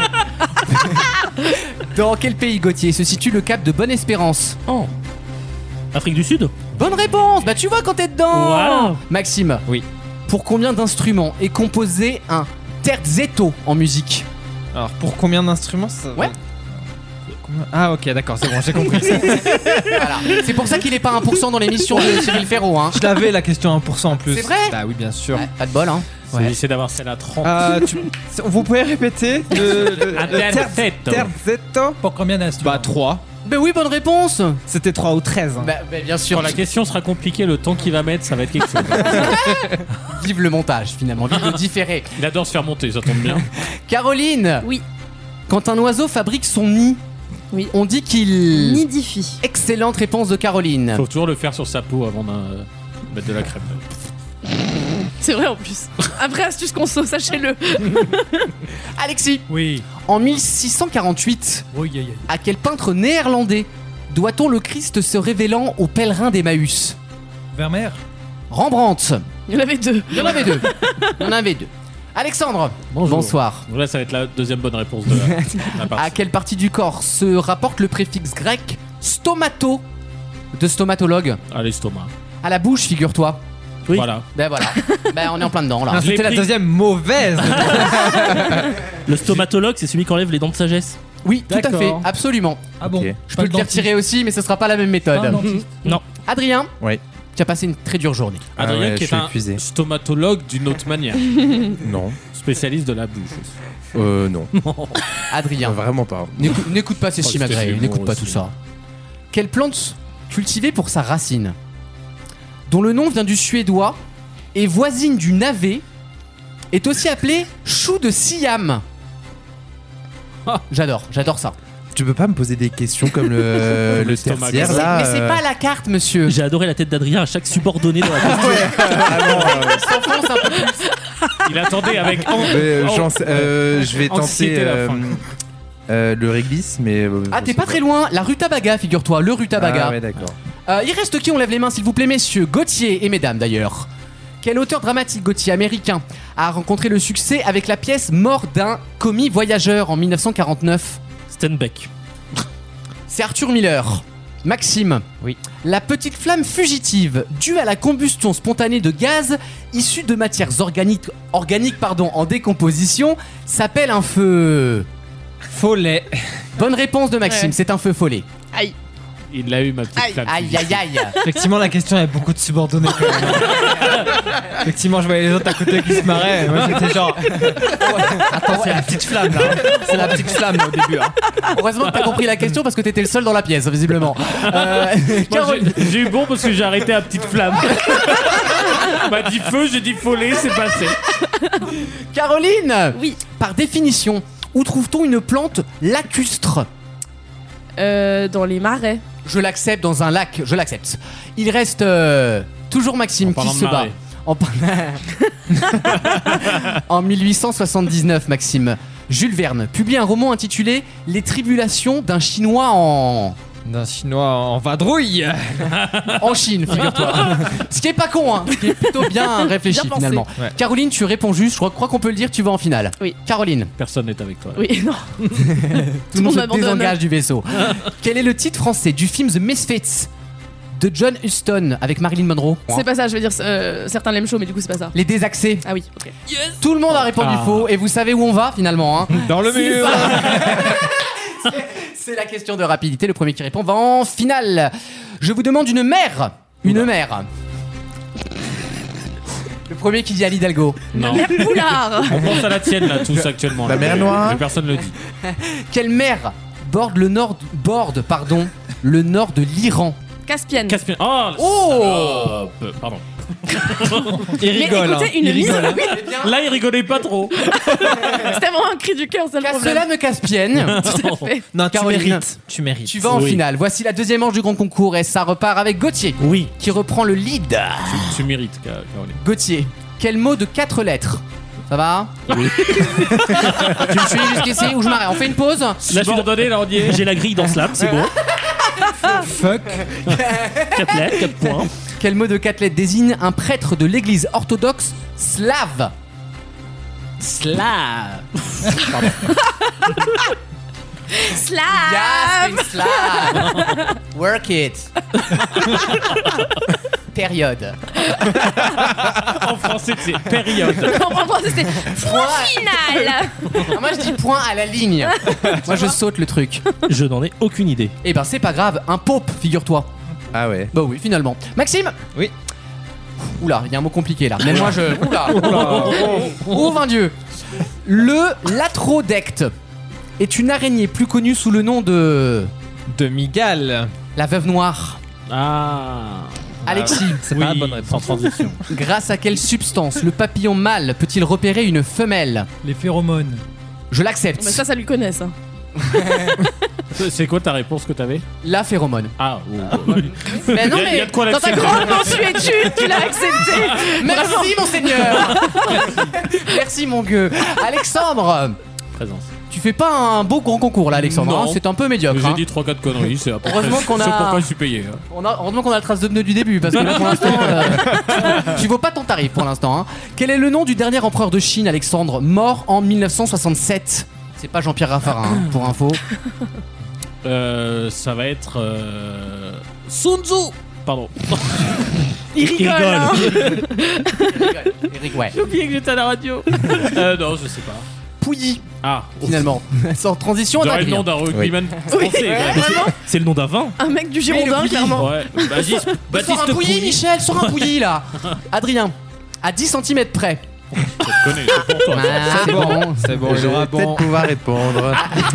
Dans quel pays, Gauthier, se situe le cap de Bonne-Espérance? Oh. Afrique du Sud. Bonne réponse. Bah tu vois quand t'es dedans. Voilà. Maxime. Oui. Pour combien d'instruments est composé un terzetto en musique? Alors, pour combien d'instruments ça... Ouais. Combien- Ah, ok, d'accord, c'est bon, j'ai compris. Voilà. C'est pour ça qu'il est pas un pour cent dans l'émission de Cyril Ferro, hein. Je l'avais la question un pour cent en plus. C'est vrai? Bah oui, bien sûr. Ouais, pas de bol, hein. C'est Ouais. J'essaie d'avoir celle à trente. Euh, tu- Vous pouvez répéter le, le, Un le ter- terzetto. terzetto? Pour combien d'instruments? Bah trois. Ben oui, bonne réponse. C'était trois ou treize. hein. Bah, bah, bien sûr. Quand la question sera compliquée, le temps qu'il va mettre, ça va être quelque chose. Vive le montage finalement, vive le différé. Il adore se faire monter, ça tombe bien. Caroline. Oui. Quand un oiseau fabrique son nid, Oui. on dit qu'il... Nidifie. Excellente réponse de Caroline. Faut toujours le faire sur sa peau avant de euh, mettre de la crème. C'est vrai en plus. Un vrai astuce conso, sachez-le. Alexis. Oui. En mille six cent quarante-huit, Oui, aïe, aïe. à quel peintre néerlandais doit-on le Christ se révélant aux pèlerins d'Emmaüs? Vermeer. Rembrandt. Il y en avait deux. Il y en avait deux. Il y en avait deux. Alexandre. Bonjour. Bonsoir. Donc là, ça va être la deuxième bonne réponse de la, la partie. À quelle partie du corps se rapporte le préfixe grec stomato de stomatologue? À l'estomac. À la bouche, figure-toi. Oui. Voilà. Ben voilà. Ben on est en plein dedans Non, là. je l'ai C'était la pris. deuxième mauvaise. Le stomatologue, c'est celui qui enlève les dents de sagesse. Oui, tout à D'accord. fait, absolument. Ah bon? Ok. Je peux te les retirer aussi, mais ce sera pas la même méthode. Pas un dentiste. Non. Adrien. Oui. Tu as passé une très dure journée. Ah Adrien, ouais, qui je est suis un épuisé. stomatologue d'une autre manière. Non. Spécialiste de la bouche. Euh, non. Adrien. Vraiment pas. N'écoute n'écoute pas ces Oh, chimagrées, c'était n'écoute bon pas aussi. tout ça. Quelle plante cultivée pour sa racine, dont le nom vient du suédois, et voisine du navet, est aussi appelée chou de Siam? J'adore, j'adore ça. Tu peux pas me poser des questions comme le, le L'estomac. tertiaire Mais là c'est- mais c'est euh, pas la carte, monsieur. J'ai adoré la tête d'Adrien à chaque subordonné dans la question. vraiment, euh, S'enfonce un peu plus. Il attendait avec. en- euh, en- j'en sais- euh, je vais Anxiété tenter à la euh, fin. euh, le réglisse, mais. euh, Ah, je t'es sais pas très loin. La rutabaga, figure-toi, le rutabaga. Ah ouais, d'accord. Euh, il reste qui? On lève les mains, s'il vous plaît, messieurs. Gauthier et mesdames, d'ailleurs. Quel auteur dramatique, Gauthier, américain, a rencontré le succès avec la pièce Mort d'un commis voyageur en mille neuf cent quarante-neuf? Stenbeck. C'est Arthur Miller. Maxime. Oui. La petite flamme fugitive due à la combustion spontanée de gaz issus de matières organiques, organiques pardon, en décomposition s'appelle un feu. Follet. Bonne réponse de Maxime, Ouais. c'est un feu follet. Aïe. Il l'a eu, ma petite Aïe. flamme. Aïe aïe aïe. Effectivement, la question avait beaucoup de subordonnés quand même. Effectivement, je voyais les autres à côté qui se marraient. Moi, j'étais genre. Attends, c'est la petite flamme là. C'est la petite flamme là, au début. hein. Heureusement que t'as compris la question parce que t'étais le seul dans la pièce, visiblement. Euh, Moi, Caroline. j'ai- j'ai eu bon parce que j'ai arrêté à petite flamme. m'a dit feu, j'ai dit follet, c'est passé. Caroline. Oui. Par définition, où trouve-t-on une plante lacustre? Euh, dans les marais. Je l'accepte dans un lac, je l'accepte. Il reste euh, toujours Maxime En qui parlant se de bat. marée. En, par- en mille huit cent soixante-dix-neuf, Maxime, Jules Verne publie un roman intitulé Les tribulations d'un Chinois en... D'un chinois en vadrouille. En Chine, figure-toi. Ce qui est pas con, hein. Ce qui est plutôt bien réfléchi Bien pensé. finalement. Ouais. Caroline, tu réponds juste. Je crois, crois qu'on peut le dire. Tu vas en finale. Oui. Caroline, Personne n'est avec toi. Oui, non. tout le monde se m'abandonne. désengage du vaisseau. Quel est le titre français du film The Misfits de John Huston avec Marilyn Monroe? C'est pas ça, je veux dire, euh, certains l'aiment chaud, mais du coup, c'est pas ça. Les Désaxés. Ah oui, ok. Tout le monde a répondu Ah. faux et vous savez où on va finalement, hein. Dans le mur. C'est la question de rapidité. Le premier qui répond va en finale. Je vous demande une mère. Une mère. Le premier qui dit Anne Hidalgo. Non. Mère Poulard. On pense à la tienne là, tous actuellement. La là. mer Noire. Mais personne le dit. Quelle mer borde le nord, borde, pardon, le nord de l'Iran? Caspienne. Caspian. Oh, le Oh salope. Pardon. Il Mais rigole. écoutez, hein. une Il mise. rigole. hein. Eh bien, Là, il rigolait pas trop. C'était vraiment un cri du cœur, c'est le qu'à problème. cela ne caspienne. Tout à fait. Non, tu Caroline. mérites. Tu mérites. Tu vas en Oui. finale. Voici la deuxième manche du grand concours et ça repart avec Gauthier Oui. qui reprend le lead. tu, tu mérites, Ca- Caroline. Gauthier, quel mot de quatre lettres? Ça va? Oui. Tu me suis jusqu'ici ou je m'arrête? On fait une pause? Là, je suis Subordonné, là, on y est. J'ai la grille dans Slam, c'est bon. Fuck. quatre lettres, quatre points. Quel mot de quatre lettres désigne un prêtre de l'église orthodoxe slave? Slave. Slave. Yasmin slave. Work it. Période. En français, c'est période. En français, c'était point final. Ah, moi je dis point à la ligne. Moi je saute le truc. Je n'en ai aucune idée. Eh ben c'est pas grave, un pope, figure-toi. Ah ouais. Bah oui, finalement. Maxime? Oui. Oula, il y a un mot compliqué là. Même moi je. Oula, oula. Oh vain Dieu. Le latrodecte est une araignée plus connue sous le nom de. De Migale. La veuve noire. Ah. Alexis, C'est Oui, pas la bonne réponse. sans transition. grâce à quelle substance le papillon mâle peut-il repérer une femelle? Les phéromones. Je l'accepte. Mais ça, ça lui connaît, ça. C'est quoi ta réponse que t'avais? La phéromone. Ah, oh. Mais non, Il y a- il y a mais de quoi Dans ta l'accepter. grande mensuétude, tu l'as accepté. merci monseigneur. Merci mon gueux. Alexandre, Présence. tu fais pas un beau grand concours là, Alexandre. Non. hein, c'est un peu médiocre. J'ai hein. dit trois quatre conneries, c'est à peu Heureusement près qu'on a- ce pourquoi je suis payé. hein. On a, heureusement qu'on a la trace de pneu du début parce que là pour l'instant, euh, tu vaux pas ton tarif pour l'instant. hein. Quel est le nom du dernier empereur de Chine, Alexandre, mort en mille neuf cent soixante-sept? C'est pas Jean-Pierre Raffarin, hein, pour info. Euh, ça va être euh... Sun Tzu. Pardon. Il rigole. rigole. hein. Eric, ouais. J'ai oublié que j'étais à la radio. euh, non, je sais pas. Pouilly, Ah, finalement. Sans transition, J'aurais le d'Adrien. nom d'un rugbyman français. quand même. C'est le nom d'un vin. Un mec du Oui, le Girondin, Pouilly. clairement. Ouais. Baptiste, Sors Baptiste un pouilly, Pouilly. Michel, sors un pouilly là. Adrien, à dix centimètres près. Je te connais, c'est pour toi. Ah, c'est bon. C'est bon, Je il aura vais peut-être bon. pouvoir répondre.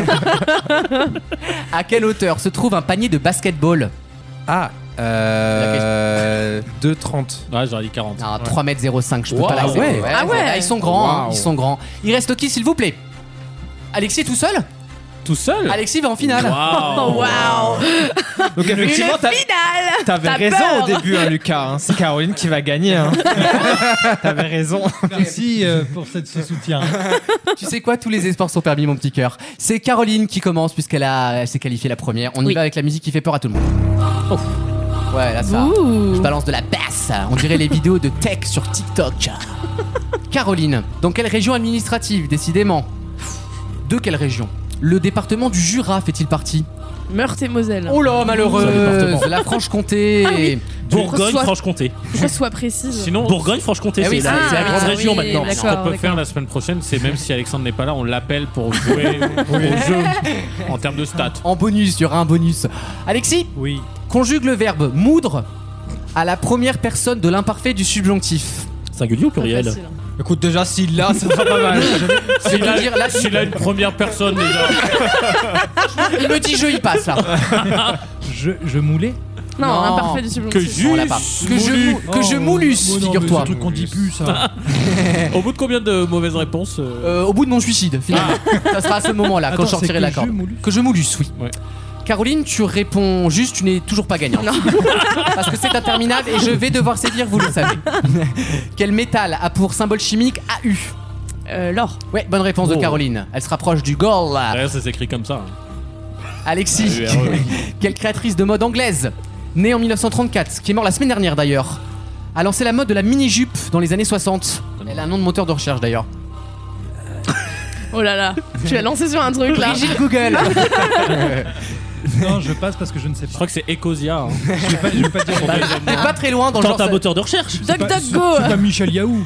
À quelle hauteur se trouve un panier de basketball? Ah, euh, deux trente. Ouais, j'aurais dit quarante. Ah, trois mètres zéro cinq, je peux Wow. pas l'accepter. Ouais. Ah ouais. Ah, ils sont grands, hein, Wow. ils sont grands. Il reste qui, s'il vous plaît? Alexis tout seul? Tout seul. Alexis va en finale. Oh, Waouh. waouh. Donc effectivement, Une t'as- finale. t'avais T'as raison peur. au début, hein, Lucas. hein. C'est Caroline qui va gagner. hein. T'avais raison. Merci euh, pour cette, ce soutien. Tu sais quoi, tous les espoirs sont permis, mon petit cœur. C'est Caroline qui commence puisqu'elle a, elle s'est qualifiée la première. On y Oui. va avec la musique qui fait peur à tout le monde. Ouais, là ça. Ouh. Je balance de la basse. On dirait les vidéos de tech sur TikTok. Caroline, dans quelle région administrative, décidément? De quelle région? Le département du Jura fait-il partie? Meurthe et Moselle. Oh là, C'est un malheureuse. département. La Franche-Comté. Ah oui. Bourgogne, Soit- Franche-Comté. Je sois précise. Sinon, Bourgogne-Franche-Comté, Eh oui, c'est la, ça- c'est la ah, grande oui, région maintenant. d'accord. ce qu'on peut d'accord. faire la semaine prochaine, c'est même si Alexandre n'est pas là, on l'appelle pour jouer au jeu en termes de stats. En bonus, il y aura un bonus. Alexis, Oui. conjugue le verbe moudre à la première personne de l'imparfait du subjonctif. Singulier ou Pas pluriel? facile, hein. Écoute, déjà, s'il l'a, ça sera pas mal. S'il a, dire, là, s'il a une première personne déjà. Il me dit je, il passe là. Je, je moulais. Non, Non. imparfait du Que subjonctif. jus On l'a pas. Que je, moulu. mou- que je Oh, moulus, oh non, mais figure-toi. C'est un truc qu'on dit plus, ça. Au bout de combien de mauvaises réponses euh, Euh, au bout de mon suicide, finalement. Ça sera à ce moment-là, quand Attends, je sortirai c'est la que corde. je moulus Que je moulus, oui. Ouais. Caroline, tu réponds juste, tu n'es toujours pas gagnante. Parce que c'est interminable et je vais devoir sévir, vous le savez. Quel métal a pour symbole chimique A U? Euh, L'or. Ouais, bonne réponse de Oh. Caroline. Elle se rapproche du goal. là. D'ailleurs, ça s'écrit comme ça. hein. Alexis, Ah, oui, oui. quelle créatrice de mode anglaise, née en mille neuf cent trente-quatre, qui est morte la semaine dernière d'ailleurs, a lancé la mode de la mini-jupe dans les années soixante. Elle a un nom de moteur de recherche d'ailleurs. Oh là là, tu l'as lancé sur un truc là. Brigitte Google. Non, je passe parce que je ne sais Je pas. crois que c'est Ecosia. hein. Je vais pas, je vais pas dire. T'es pas très loin dans le genre. Tente un ça- moteur de recherche. C'est pas- DuckDuckGo. C'est pas Michel Yahoo.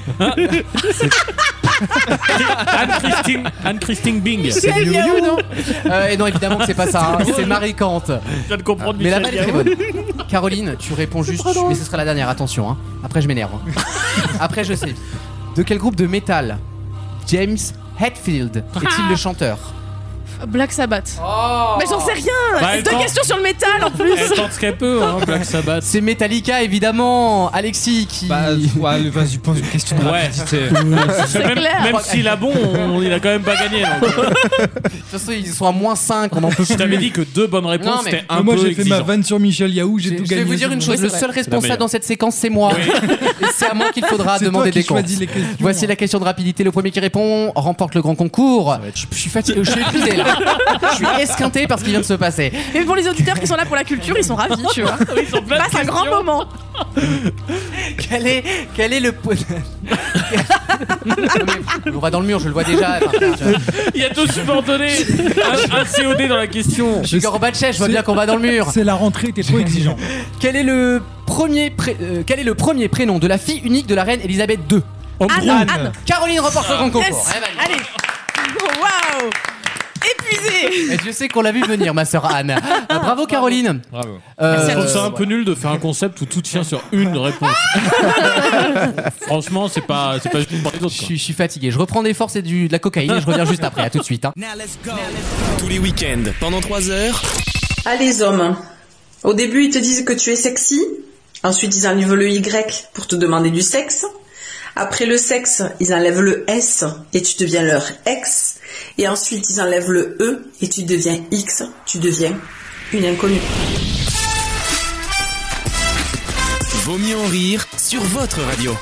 Anne-Christine Anne-Christine Bing. C'est Miu Miu, non euh, Et non, évidemment que c'est pas ça. hein. C'est Marie Kant. Je viens de comprendre Mais la Michel balle est très Yahoo. bonne. Caroline, tu réponds juste, mais ce sera la dernière, attention. Hein. Après, je m'énerve. hein. Après, je sais. De quel groupe de métal James Hetfield est-il le chanteur? Black Sabbath. Oh Mais j'en sais rien. Bah, elle Deux tente- questions sur le métal en plus. Elle tente ce qu'elle peut, hein, Black Sabbath. C'est Metallica, évidemment. Alexis qui. Bah, ouais, vas-y, pose une question de Ouais. rapidité. C'est Même, clair. même s'il a bon, on- il a quand même pas gagné. donc. De toute façon, ils sont à moins cinq. On en peut Je t'avais plus. dit que deux bonnes réponses, Non, mais- c'était un Moi, peu j'ai fait ma exigeant. vanne sur Michel Yahoo, j'ai Je tout je gagné. vais vous dire une c'est chose, bon. le seul responsable meilleure. dans cette séquence, c'est moi. Et c'est à moi qu'il faudra C'est demander toi des qui comptes. choisis les questions. Voici la question de rapidité. Le premier qui répond remporte le grand concours. Je, je suis fatigué, je suis épuisé là. Je suis esquinté par ce qui vient de se passer. Mais pour les auditeurs qui sont là pour la culture, ils sont ravis, tu vois. Ils sont plein de Passe un grand questions. moment. Quel est, quel est le. po- Non, mais on va dans le mur, je le vois déjà. Enfin, je- Il y a deux subordonnés. Un, un C O D dans la question. je suis Gorbatchev, je vois bien qu'on va dans le mur. C'est la rentrée, t'es trop exigeant. Quel est le premier, pré- euh, quel est le premier prénom de la fille unique de la reine Elisabeth deux? Anne, Anne. Caroline remporte le grand concours. Yes. Eh ben, Allez. Waouh. Épuisé. et Dieu sait qu'on l'a vu venir, ma sœur Anne. Euh, bravo Caroline. Bravo. Euh, Je trouve ça un peu nul de faire un concept où tout tient sur une réponse. Franchement, c'est pas, c'est pas juste pour les autres. Je quoi. suis, je suis fatigué. Je reprends des forces et du, de la cocaïne et je reviens juste après. À tout de suite. hein. Tous les week-ends, pendant trois heures, Ah, les hommes. Au début, ils te disent que tu es sexy. Ensuite, ils enlèvent le Y pour te demander du sexe. Après le sexe, ils enlèvent le S et tu deviens leur ex. Et ensuite, ils enlèvent le E et tu deviens X. Tu deviens une inconnue. Vaut mieux en rire sur votre radio.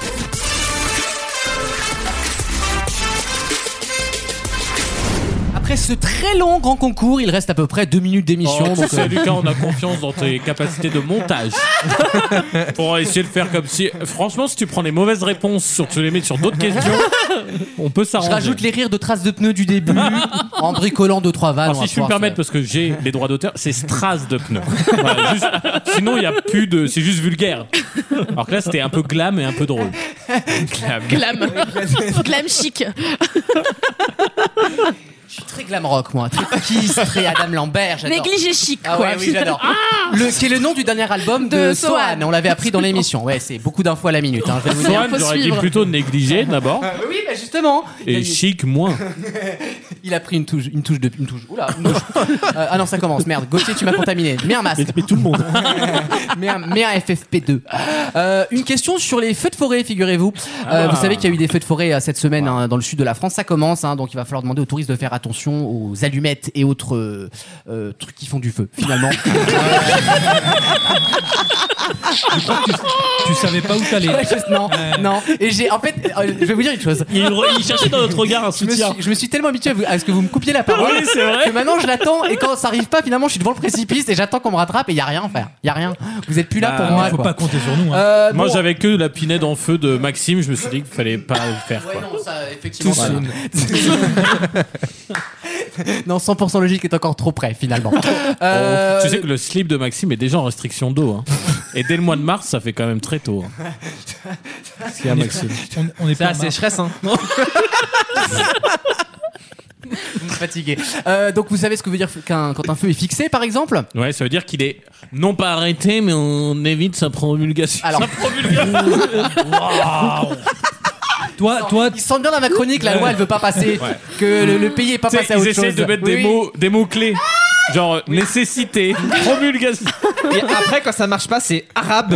Après ce très long grand concours, il reste à peu près deux minutes d'émission. Oh, tu donc, sais, euh, Lucas, on a confiance dans tes capacités de montage. Pour essayer de faire comme si. Franchement, si tu prends les mauvaises réponses, sur, tu les mets sur d'autres questions, on peut je s'arranger. rajoute les rires de traces de pneus du début en bricolant deux trois vannes. Alors, on va si je peux me pouvoir permettre, se- parce que j'ai les droits d'auteur, c'est strass de pneus. Voilà, juste- sinon, il y a plus de. C'est juste vulgaire. Alors que là, c'était un peu glam et un peu drôle. Glam. Glam chic. Je suis très glam rock, moi. Très Kiss, très Adam Lambert. J'adore. Négligé chic, Ah quoi. ouais, oui, j'adore. Le, qui est le nom du dernier album de, De Sohan. Sohan. On l'avait appris dans l'émission. Ouais, c'est beaucoup d'infos à la minute. Hein, je vais vous dire. Sohan, faut j'aurais dit suivre. plutôt négligé d'abord. Euh, oui, bah justement. Et il, chic, moins. il a pris une touche, une touche de, une touche. Oula. Une touche. Euh, ah non, ça commence. Merde. Gauthier, tu m'as contaminé. Mets un masque. Mais tout le monde. mets, un, mets un F F P deux. Euh, une question sur les feux de forêt, figurez-vous. Euh, Ah. Vous savez qu'il y a eu des feux de forêt euh, cette semaine hein, dans le sud de la France. Ça commence, hein, donc il va falloir demander aux touristes de faire attention aux allumettes et autres euh, euh, trucs qui font du feu, finalement. Tu savais pas où t'allais. Ouais, je- non, non. Et j'ai, en fait, euh, je vais vous dire une chose. Il, il cherchait dans notre regard un Je me, soutien. suis, je me suis tellement habitué à, vous- à ce que vous me coupiez la parole Oui, c'est vrai. que maintenant je l'attends et quand ça arrive pas, finalement, je suis devant le précipice et j'attends qu'on me rattrape et il y a rien, frère. Il y a rien. Vous êtes plus là Bah, pour mais moi. Faut quoi. pas compter sur nous. Hein. Euh, Moi, bon. j'avais que la pinède en feu de Maxime. Je me suis dit qu'il fallait pas le faire. Ouais, Quoi. non, ça, effectivement. Tout voilà. Non, cent pour cent logique est encore trop près, finalement. Euh, Oh, tu sais que le slip de Maxime est déjà en restriction d'eau. Hein. Et dès le mois de mars, ça fait quand même très tôt. Hein. Qu'est-ce qu'il y a, Maxime On, on est C'est pas la sécheresse, hein. Vous me fatiguez. Euh, donc, vous savez ce que veut dire qu'un, quand un feu est fixé, par exemple? Ouais, ça veut dire qu'il est non pas arrêté, mais on évite sa promulgation. Alors- Sa promulgation. Toi, toi, Ils sentent bien dans ma chronique, la loi elle veut pas passer, que le, le pays est pas Tu sais, passé à ils autre essaient chose. de mettre Oui, des oui. mots, des mots clés. Genre euh, nécessité, promulgation. Et après, quand ça marche pas, c'est arabe.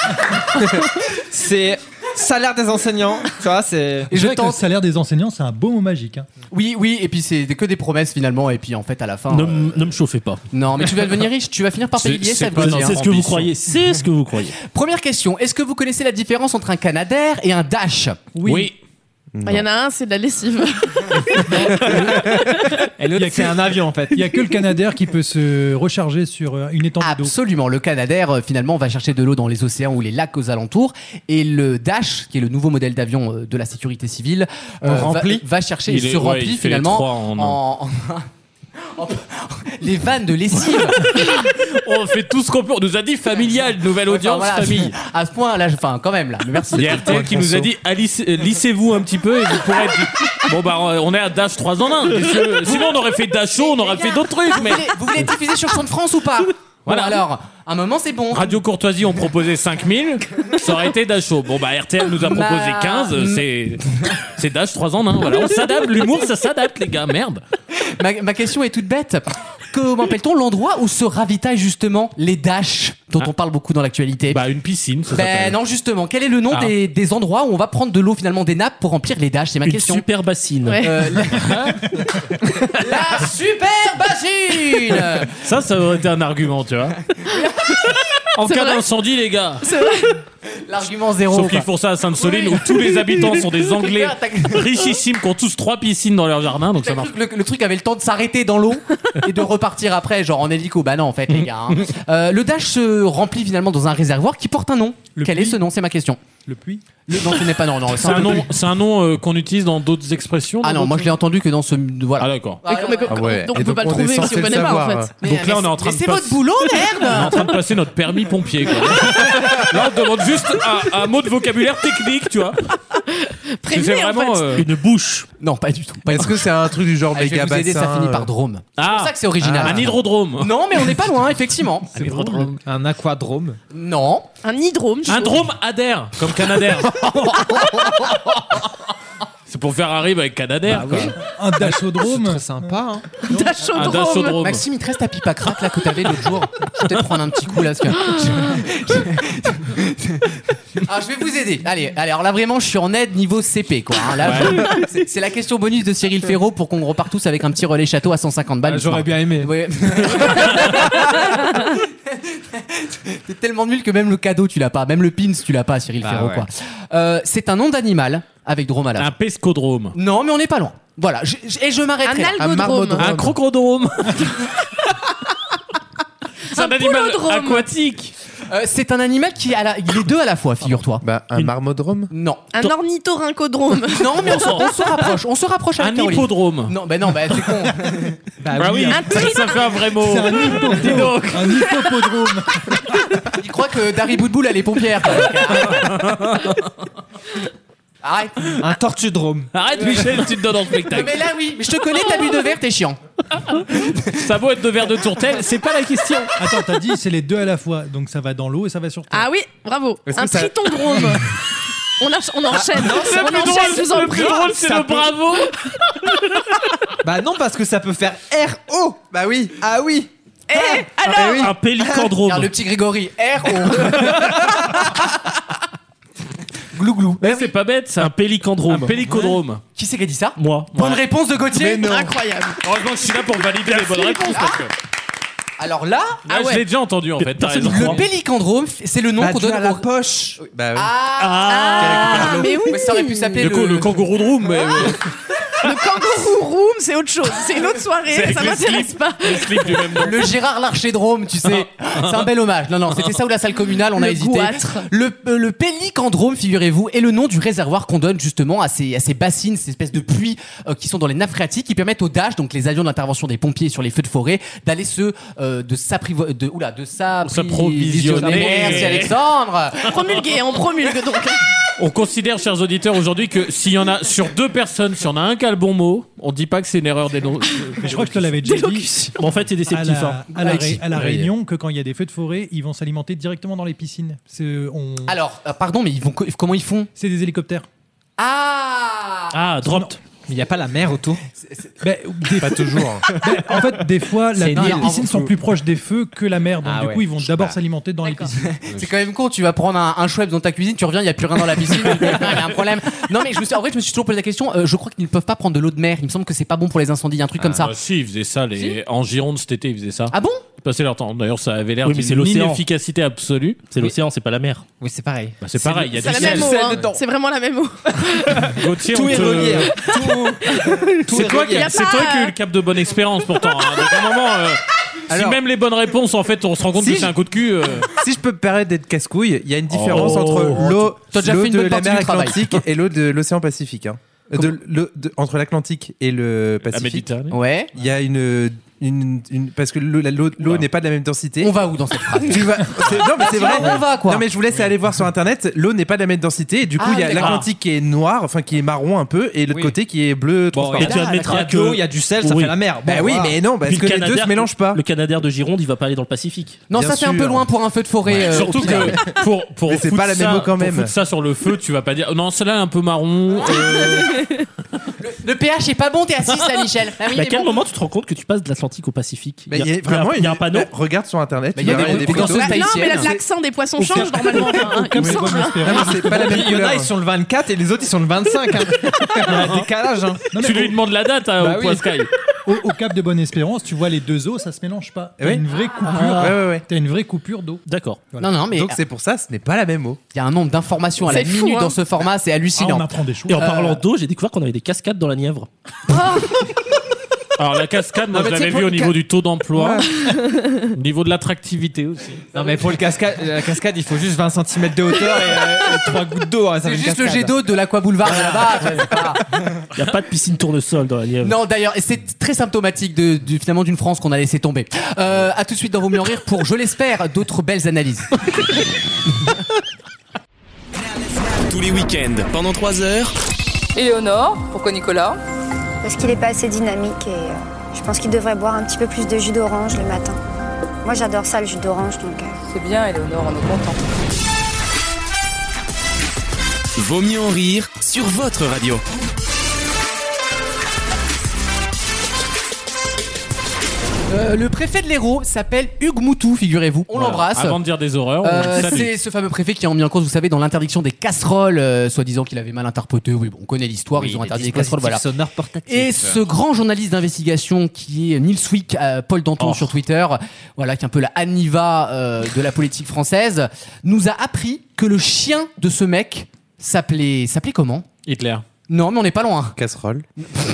C'est salaire des enseignants. Tu vois, c'est. Et je je que le tente. salaire des enseignants, c'est un beau mot magique. Hein. Oui, oui, et puis c'est que des promesses finalement, et puis en fait à la fin. Ne, euh, m- ne me chauffez pas. Non, mais tu vas devenir riche, tu vas finir par payer C'est- c'est l'I S F. pas Gauthier, dans- hein. C'est ce que vous ambition. croyez. C'est ce que vous croyez. Première question, est-ce que vous connaissez la différence entre un Canadair et un Dash? Oui. Il y en a un, c'est de la lessive. Et l'autre, c'est un avion en fait. Il n'y a que le Canadair qui peut se recharger sur euh, une étendue d'eau. Absolument. Le Canadair, euh, finalement, va chercher de l'eau dans les océans ou les lacs aux alentours. Et le Dash, qui est le nouveau modèle d'avion euh, de la sécurité civile, euh, va, rempli. va chercher et Il est- se ouais, remplit il fait les finalement trois en un. en, en- les vannes de lessive. On fait tout ce qu'on peut. On nous a dit familial, nouvelle Enfin, audience, voilà, famille. À ce point, là, je- enfin, quand même, là. Mais merci. Il y a R T L qui nous a dit ah, lissez- euh, lissez-vous un petit peu et vous pourrez être. Bon, bah, on est à Dash trois en un. Sinon, on aurait fait Dash Show, on aurait fait d'autres trucs. Vous Mais voulez, vous voulez diffuser sur Champ de France ou pas? Voilà. Bon, alors, un moment, c'est bon. Radio Courtoisie ont proposé cinq mille, ça aurait été Dash Show. Bon, bah, R T L nous a proposé Ma- quinze, c'est, c'est Dash trois en un. Voilà, on s'adapte. L'humour, ça s'adapte, les gars. Merde. Ma, ma question est toute bête. Comment appelle-t-on l'endroit où se ravitaillent justement les Dash dont Ah. on parle beaucoup dans l'actualité? Bah, une piscine, ça Ben s'appelle. non, justement. Quel est le nom Ah. des, des endroits où on va prendre de l'eau, finalement, des nappes pour remplir les Dash? C'est ma Une question. super bassine. Ouais. Euh, la... la super bassine. Ça, ça aurait été un argument, tu vois. En C'est cas vrai d'incendie, les gars. C'est vrai. L'argument zéro. Sauf qu'ils quoi. font ça à Sainte-Soline où tous les habitants sont des Anglais richissimes qui ont tous trois piscines dans leur jardin, donc ça T'as marche. cru que Le, le truc avait le temps de s'arrêter dans l'eau et de repartir après, genre en hélico. Bah non, en fait, les gars. hein. Euh, le Dash se remplit finalement dans un réservoir qui porte un nom. Le Quel puits. est ce nom? C'est ma question. Le puits. Le, non, ce n'est pas non, non. C'est un nom, c'est un nom euh, qu'on utilise dans d'autres expressions. Ah dans non, moi je l'ai entendu que dans ce. Voilà. Ah d'accord. Mais, mais- Ah ouais. Donc Et on peut donc pas le on est trouver si censé on le connaît pas en savoir. fait. Mais- Donc là, on est en mais train de c'est passer- votre boulot, On est merde. en train de passer notre permis pompier. Quoi. Là, on demande juste un, un mot de vocabulaire technique, tu vois. Prévenez, c'est vraiment. en fait. euh, Une bouche. Non, pas du tout. Pas du Est-ce tout. que c'est un truc du genre Allez, je vais méga vous aider, ça bassin, finit par euh, drôme. C'est Ah, pour ça que c'est original. un hydrodrome. Non, mais on n'est pas loin, effectivement. C'est drôle. Un aquadrome. Non. Un hydrome. Un drome adhère, comme Canadair. C'est pour faire un rime avec Canadair. quoi. Un dashodrome. Très sympa. Hein. Un Dashodrome. dashodrome. Maxime, il te reste ta pipe à crack là que t'avais l'autre jour. Je vais peut-être prendre un petit coup là. Parce que... Alors, je vais vous aider. Allez, allez, alors là vraiment, je suis en aide niveau C P quoi. hein. Là, je- c'est- c'est la question bonus de Cyril Ferraud pour qu'on repart tous avec un petit relais château à cent cinquante balles. Ah, J'aurais bien aimé. Ouais. T'es tellement nul que même le cadeau tu l'as pas, même le pins tu l'as pas, Cyril Bah Ferraud ouais. quoi. Euh, c'est un nom d'animal avec drôme à la fin. Un pescodrome. Non, mais on n'est pas loin. Voilà, je- je- et je Un m'arrêterai. là. algodrome. marmodrome. Un crocodrome. C'est un, Un animal poulodrome. aquatique. Euh, c'est un animal qui a la... il est deux à la fois, figure-toi. Bah, un marmodrome. Non. Un ornithorynchodrome. Non, mais on se, on se rapproche. On se rapproche avec Un Caroline. hippodrome. Non, bah non, bah c'est con. Bah Ah oui, hein. Un tri- ça fait un vrai mot. C'est un hippodrome. Un hippopodrome. Il croit que Dari Boudboul elle est pompière. quoi. Arrête. Un tortudrome. Arrête, Michel, tu te donnes en spectacle. Mais là oui, mais je te connais, t'as bu de verre, t'es chiant. Ça vaut être de verre de tourtelle, c'est pas la question. Attends, t'as dit c'est les deux à la fois, donc ça va dans l'eau et ça va sur terre. Ah oui, bravo. Est-ce Un que ça- tritondrome. On, ach- on enchaîne. C'est on plus enchaîne, drôle, je vous en le prie. plus drôle, c'est Ça le peut- bravo. Bah non, parce que ça peut faire R O. Bah oui. Ah oui. Eh, alors Un pélicandrome. Regarde le petit Grégory. R O. Glou glou. Mais c'est pas bête, c'est un pélicandrome. Un pélicodrome. Qui c'est qui a dit ça? Moi. Bonne réponse de Gauthier. Incroyable. Heureusement que je suis là pour valider les bonnes réponses. Parce que... Alors là, Ah, je l'ai déjà entendu en fait, t'as raison. le pélicandrome, c'est le nom Bah, qu'on tu donne as la au... poche. Bah oui. Ah, Ah, mais oui. mais ça aurait pu s'appeler Le, le... co- le kangourou de room, mais. Le kangourou room, c'est autre chose. C'est une autre C'est soirée. avec Ça les m'intéresse slips. pas. Le slip du même nom. Le Gérard Larchédrome, tu sais. C'est un bel hommage. Non, non, c'était ça ou la salle communale, on a Le hésité. goitre. Le, euh, le pélicandrome, figurez-vous, est le nom du réservoir qu'on donne justement à ces, à ces bassines, ces espèces de puits euh, qui sont dans les nappes phréatiques, qui permettent aux Dash, donc les avions d'intervention des pompiers sur les feux de forêt, d'aller se euh, de s'apprivo- de oula de S'approvisionner. Merci Alexandre. Promulgué, on promulgue donc. On considère, chers auditeurs, aujourd'hui que s'il y en a sur deux personnes, s'il y en a un qui a le bon mot, on dit pas que c'est une erreur des noms. Mais je crois que je te l'avais déjà dit D'élocution. Bon, en fait, c'est à déceptif. la, hein. à la, ré- à la Oui. Réunion que quand il y a des feux de forêt, ils vont s'alimenter directement dans les piscines. C'est on... Alors, euh, pardon, mais ils vont co- comment ils font? c'est des hélicoptères. Ah. Ah, dropped. Mais il n'y a pas la mer autour. Ben, des- Pas toujours. ben, en fait, des fois, la- C'est les énorme. piscines sont plus proches des feux que la mer. Donc, Ah du ouais. coup, ils vont d'abord s'alimenter dans les D'accord. piscines. C'est quand même con, tu vas prendre un, un Schweppes dans ta cuisine, tu reviens, il n'y a plus rien dans la piscine, il y a un problème. Non mais je me suis, en vrai je me suis toujours posé la question, euh, je crois qu'ils ne peuvent pas prendre de l'eau de mer, il me semble que c'est pas bon pour les incendies, il y a un truc comme ça. Ah, si, ils faisaient ça. Les... En Gironde cet été, ils faisaient ça. Ah bon? passer leur temps. D'ailleurs, ça avait l'air Oui, mais c'est d'une l'océan. inefficacité absolue. C'est l'océan, c'est pas la mer. Oui, c'est pareil. Bah, c'est pareil, il y a C'est du la même sel. eau, hein. C'est vraiment la même eau. Gauthier, Tout on est te- relié. Tout, tout C'est est toi, qui, relié. c'est pas, toi qui as eu euh, le cap de bonne expérience pourtant. Hein. Donc à un moment, euh, Alors- si même les bonnes réponses, en fait, on se rend compte Si que c'est je- un coup de cul. euh, Si je peux me permettre d'être casse-couille, il y a une différence Oh. entre l'eau, T'as déjà l'eau fait une de bonne la partie mer du travail. Atlantique et l'eau de l'océan Pacifique. Hein. De, l'eau de- entre l'Atlantique et le La Pacifique, Méditerranée. Ouais. il y a une, une, une- parce que l'eau, la- l'eau, l'eau n'est pas de la même densité. On va où dans cette phrase Tu vas, c'est- non mais c'est vrai. On va quoi Non mais je vous laisse aller voir sur internet. L'eau n'est pas de la même densité. Et du coup, Ah, il y a d'accord. l'Atlantique qui est noir, enfin qui est marron un peu, et l'autre Oui. côté qui est bleu Bon, transparent. Et tu il y admettras a que. de l'eau, il y a du sel, ça Oui. fait la mer. Bah Bon, oui, voilà. mais non, parce Puis que le les deux Canadair- se mélangent pas. Le Canadair de Gironde, il va pas aller dans le Pacifique. Non, Bien ça c'est un sûr. peu loin pour un feu de forêt. euh, au Surtout final. que pour, pour Mais c'est foutre pas la même ça- eau quand pour même. foutre ça sur le feu, tu vas pas dire non, celle-là est un peu marron. euh, Le pH est pas bon, t'es à six là, Michel. Ah oui, Mais à mais quel bon. moment tu te rends compte que tu passes de l'Atlantique au Pacifique Mais il y a vraiment il y a un une- panneau. bah, regarde sur internet. Bah, il il y y a aura des- des des photos. danseuses Bah, non, mais tahitiennes. l'accent des poissons change normalement. Enfin, il me Comme semble. bonne espérance. Non, mais c'est pas la même Il y en a, couleur. ils sont le vingt-quatre et les autres, ils sont le vingt-cinq. Hein. Il y a un décalage. Hein. Non, mais tu lui au- demandes la date hein, Bah au oui. point Sky. Au, au Cap de Bonne-Espérance, tu vois les deux eaux, ça se mélange pas. T'as Oui. une vraie coupure. Ouais, ouais, ouais. T'as une vraie coupure d'eau. D'accord. Non, non, mais Donc c'est pour ça, ce n'est pas la même eau. il y a un nombre d'informations à la C'est fou, minute hein. dans ce format, c'est Ah, hallucinant. on apprend des choses. Et en parlant d'eau, j'ai découvert qu'on avait des cascades dans la Nièvre. Alors la cascade, moi Non, mais je tu sais, l'avais pour vu au le niveau ca- du taux d'emploi, au niveau de l'attractivité aussi. Non, mais pour le cascade, la cascade, il faut juste vingt centimètres de hauteur et, euh, et trois gouttes d'eau. hein, ça C'est fait une juste le cascade. jet d'eau de l'Aqua Boulevard de là-bas. c'est pas- Il n'y a pas de piscine tournesol dans la Nièvre. Non, d'ailleurs, et c'est très symptomatique de, du- finalement d'une France qu'on a laissé tomber. Euh, à tout de suite dans Vaut mieux en rire pour, je l'espère, d'autres belles analyses. Tous les week-ends, pendant trois heures. Éléonore, pourquoi Nicolas? Parce qu'il n'est pas assez dynamique et euh, je pense qu'il devrait boire un petit peu plus de jus d'orange le matin. Moi j'adore ça le jus d'orange donc... euh, C'est bien, Éléonore, on est content. Vaut mieux en rire sur votre radio. Euh, le préfet de l'Hérault s'appelle Hugues Moutou, figurez-vous. On Voilà. l'embrasse. Avant de dire des horreurs, on Euh, le salue. c'est ce fameux préfet qui a mis en cause, vous savez, dans l'interdiction des casseroles, euh, soi-disant qu'il avait mal interprété. Oui, bon, on connaît l'histoire, ils ont interdit les casseroles, voilà. Sonore portatif. Et ce grand journaliste d'investigation qui est Nils Wick, euh, Paul Danton Oh. sur Twitter, voilà, qui est un peu la Haniva euh, de la politique française, nous a appris que le chien de ce mec s'appelait, s'appelait comment? Hitler. Non, mais on n'est pas loin. Casserole.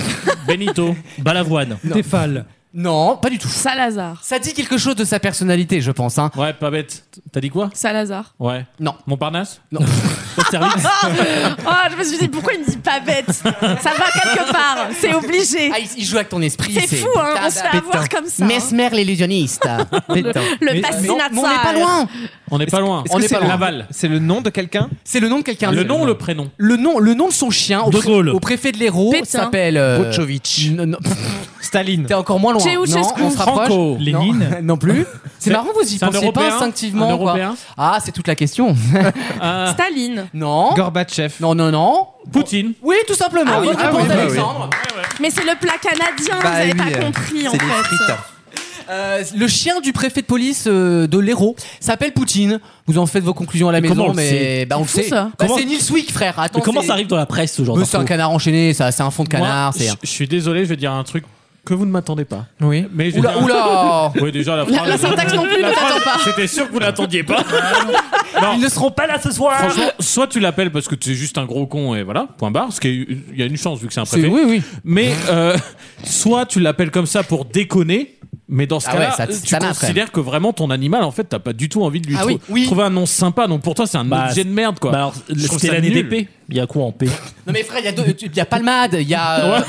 Benito. Balavoine. Stéphane. Non, pas du tout. Salazar. Ça dit quelque chose de sa personnalité, je pense. Hein. Ouais, pas bête. T'as dit quoi? Salazar. Ouais. Non. Montparnasse? Non. Austerlitz. Oh, je me suis dit, pourquoi il me dit pas bête? Ça va quelque part, c'est obligé. Ah, il, il joue avec ton esprit. C'est fou, hein, on se fait avoir comme ça. hein. Mesmer l'illusionniste. Pétain. Le Mais- fascinateur. Non, mais on n'est pas loin. On n'est pas loin. Est-ce On que n'est c'est pas loin. Laval. C'est le nom de quelqu'un? C'est le nom de quelqu'un. Le nom ou le prénom? Le nom, le nom de son chien au, De pré- Gaulle. au préfet de l'Hérault Pétain. s'appelle. Euh, Boutchovitch. non, non, Staline. T'es encore moins loin. Ceausescu. Non, on se rapproche. Franco. Lénine. Non, non plus. C'est C'est- marrant, vous y c'est un pensiez pas Européen instinctivement. Un quoi. Européen Ah, c'est toute la question. Ah, Staline. non. Gorbatchev. Non, non, non. Poutine. Oui, tout simplement. Ah oui, Bonne ah réponse oui, bah oui. d'Alexandre. Mais c'est le plat canadien, Bah vous avez oui, pas euh, compris en C'est des fait. frites. Euh, le chien du préfet de police euh, de l'Hérault s'appelle Poutine. Vous en faites vos conclusions à la Mais maison, comment on le mais sait bah, on le C'est fou, sait. ça. Bah, Comment- c'est Nils Wick, frère. Attends, Mais comment c'est- ça arrive dans la presse ce genre Mais c'est un d'infos? canard enchaîné, ça, c'est un fond de canard. Moi, c'est je, un- je suis désolé, je vais dire un truc que vous ne m'attendez pas. Oui. Mais je vais Oula, dire un- oula. Oui, déjà la La, phrase. la syntaxe non plus, La ne t'attends phrase, pas. C'était sûr que vous l'attendiez pas. Non. Ils ne seront pas là ce soir. Franchement, soit tu l'appelles parce que tu es juste un gros con et voilà, point barre, parce qu'il y a une chance vu que c'est un C'est- préfet. oui, oui. Mais euh, soit tu l'appelles comme ça pour déconner. Mais dans ce Ah cas-là, ouais, ça- tu ça marche, considères que vraiment ton animal, en fait, t'as pas du tout envie de lui Ah trou- oui, oui. trouver un nom sympa. Donc pour toi, c'est un Bah, objet de merde, quoi. Bah alors, Je trouve c'était ça l'année nul. d'épée. Il y a quoi en paix? Non mais frère, il y a deux- il y a Palmade, il y a euh,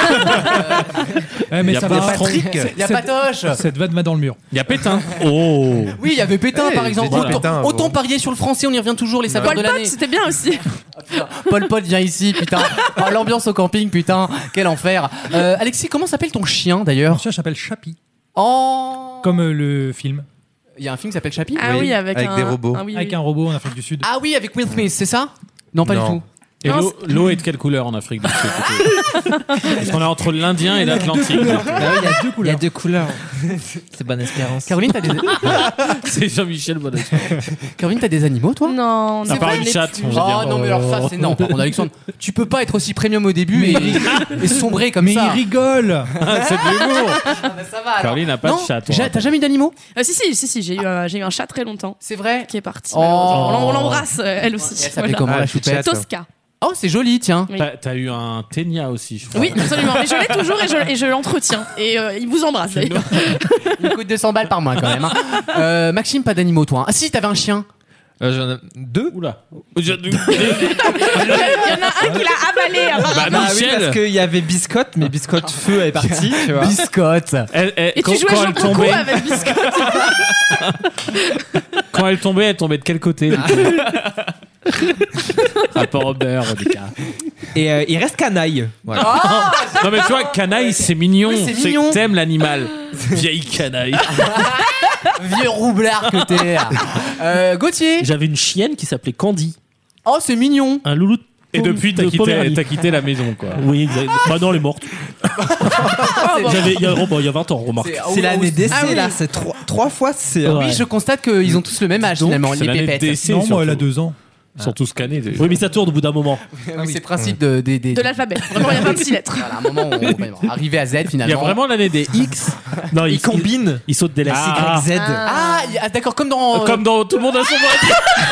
Ouais, mais Il y a ça pas va. Patrick. il y a Patoche. Cette vanne va dans le mur. Il y a Pétain. Oh. Oui, il y avait Pétain Ouais, par exemple. j'ai dit Autant, Pétain, autant bon. parier sur le français, on y revient toujours les saveurs Pol de Pot, l'année. c'était bien aussi. Pol Pot vient ici, putain. Oh, l'ambiance au camping, putain. Quel enfer. Euh, Alexis, comment s'appelle ton chien Mon d'ailleurs? chien s'appelle Chappie, Oh. comme euh, le film. Il y a un film qui s'appelle Chappie. Ah oui, avec, avec un, des robots. un oui, Avec oui. un robot en Afrique du Sud. Ah oui, avec Will Smith, c'est ça? Non, pas Non. du tout. Et Non, l'eau, l'eau est de quelle couleur en Afrique du Sud? Parce qu'on est entre l'Indien et l'Atlantique. Ah oui, il y a deux couleurs. Il y a deux couleurs. C'est Bonne Espérance. Caroline, t'as des... C'est Jean-Michel Bonne Espérance. Caroline, t'as des animaux, toi? Non, À part une chatte. on va Oh dire. non, mais alors ça, c'est non. Par contre, Alexandre, tu peux pas être aussi premium au début et, et sombrer comme Mais ça. il rigole. C'est de l'humour. Ah, bah, ça va, alors. Caroline n'a pas Non, de chatte. j'ai- T'as jamais eu d'animaux? Euh, si, si, si, si, j'ai eu, un- j'ai eu un chat très longtemps. C'est vrai? Qui est parti. Oh. malheureusement. On l'embrasse, euh, elle aussi. Elle s'appelait Voilà. comment, Ah, la petite choupette? chatte. Tosca. Oh, c'est joli, tiens. Oui. T'as, t'as eu un ténia aussi, je crois. Oui, absolument. Et je l'ai toujours et je, et je l'entretiens. Et euh, il vous embrasse d'ailleurs. Il me coûte deux cents balles par mois quand même. hein. Euh, Maxime, pas d'animaux, toi. hein. Ah si, t'avais un chien. Euh, J'en ai deux. Oula. Il y en a un qui l'a avalé. apparemment. Bah, Ah oui, Michel. parce qu'il y avait Biscotte, mais Biscotte Feu est parti, tu vois. Biscotte. Elle- elle- Et quand, tu jouais quand Jean elle Coco tombait, avec Biscotte. quand elle tombait, elle tombait de quel côté du coup Rapport au beurre, des cas. Et euh, il reste Canaille. Voilà. Non mais tu vois, canaille, c'est mignon. Oui, c'est c'est mignon. que t'aimes l'animal. Vieille canaille. Vieux roublard que t'es. Euh, Gauthier. J'avais une chienne qui s'appelait Candy. Oh, c'est mignon. Un loulou de Et depuis, t'as de quitté, Poméranie. t'as quitté la maison, quoi. Oui, exact. Bah non, elle est morte. J'avais, il y a, oh, bah, il y a vingt ans, remarque. C'est- C'est l'année d'essai, Ah oui. là. C'est trois, trois fois. C'est. Ouais. Oui, je constate qu'ils ont tous le même âge Donc, finalement, c'est les l'année de pépettes. décès, Non, moi, elle a surtout. deux ans. Ils sont tous scannés. déjà. Oui, mais ça tourne au bout d'un moment. Oui, c'est le principe de, des- des- De l'alphabet. Vraiment, il y a vingt-six lettres. Voilà, à un moment, on va arriver à Z Il y a finalement. vraiment l'année des X. Non, Il combine. Il saute des lettres. Ah. Z. Ah, il y a- d'accord, comme dans. Comme dans Tout le monde a son mot.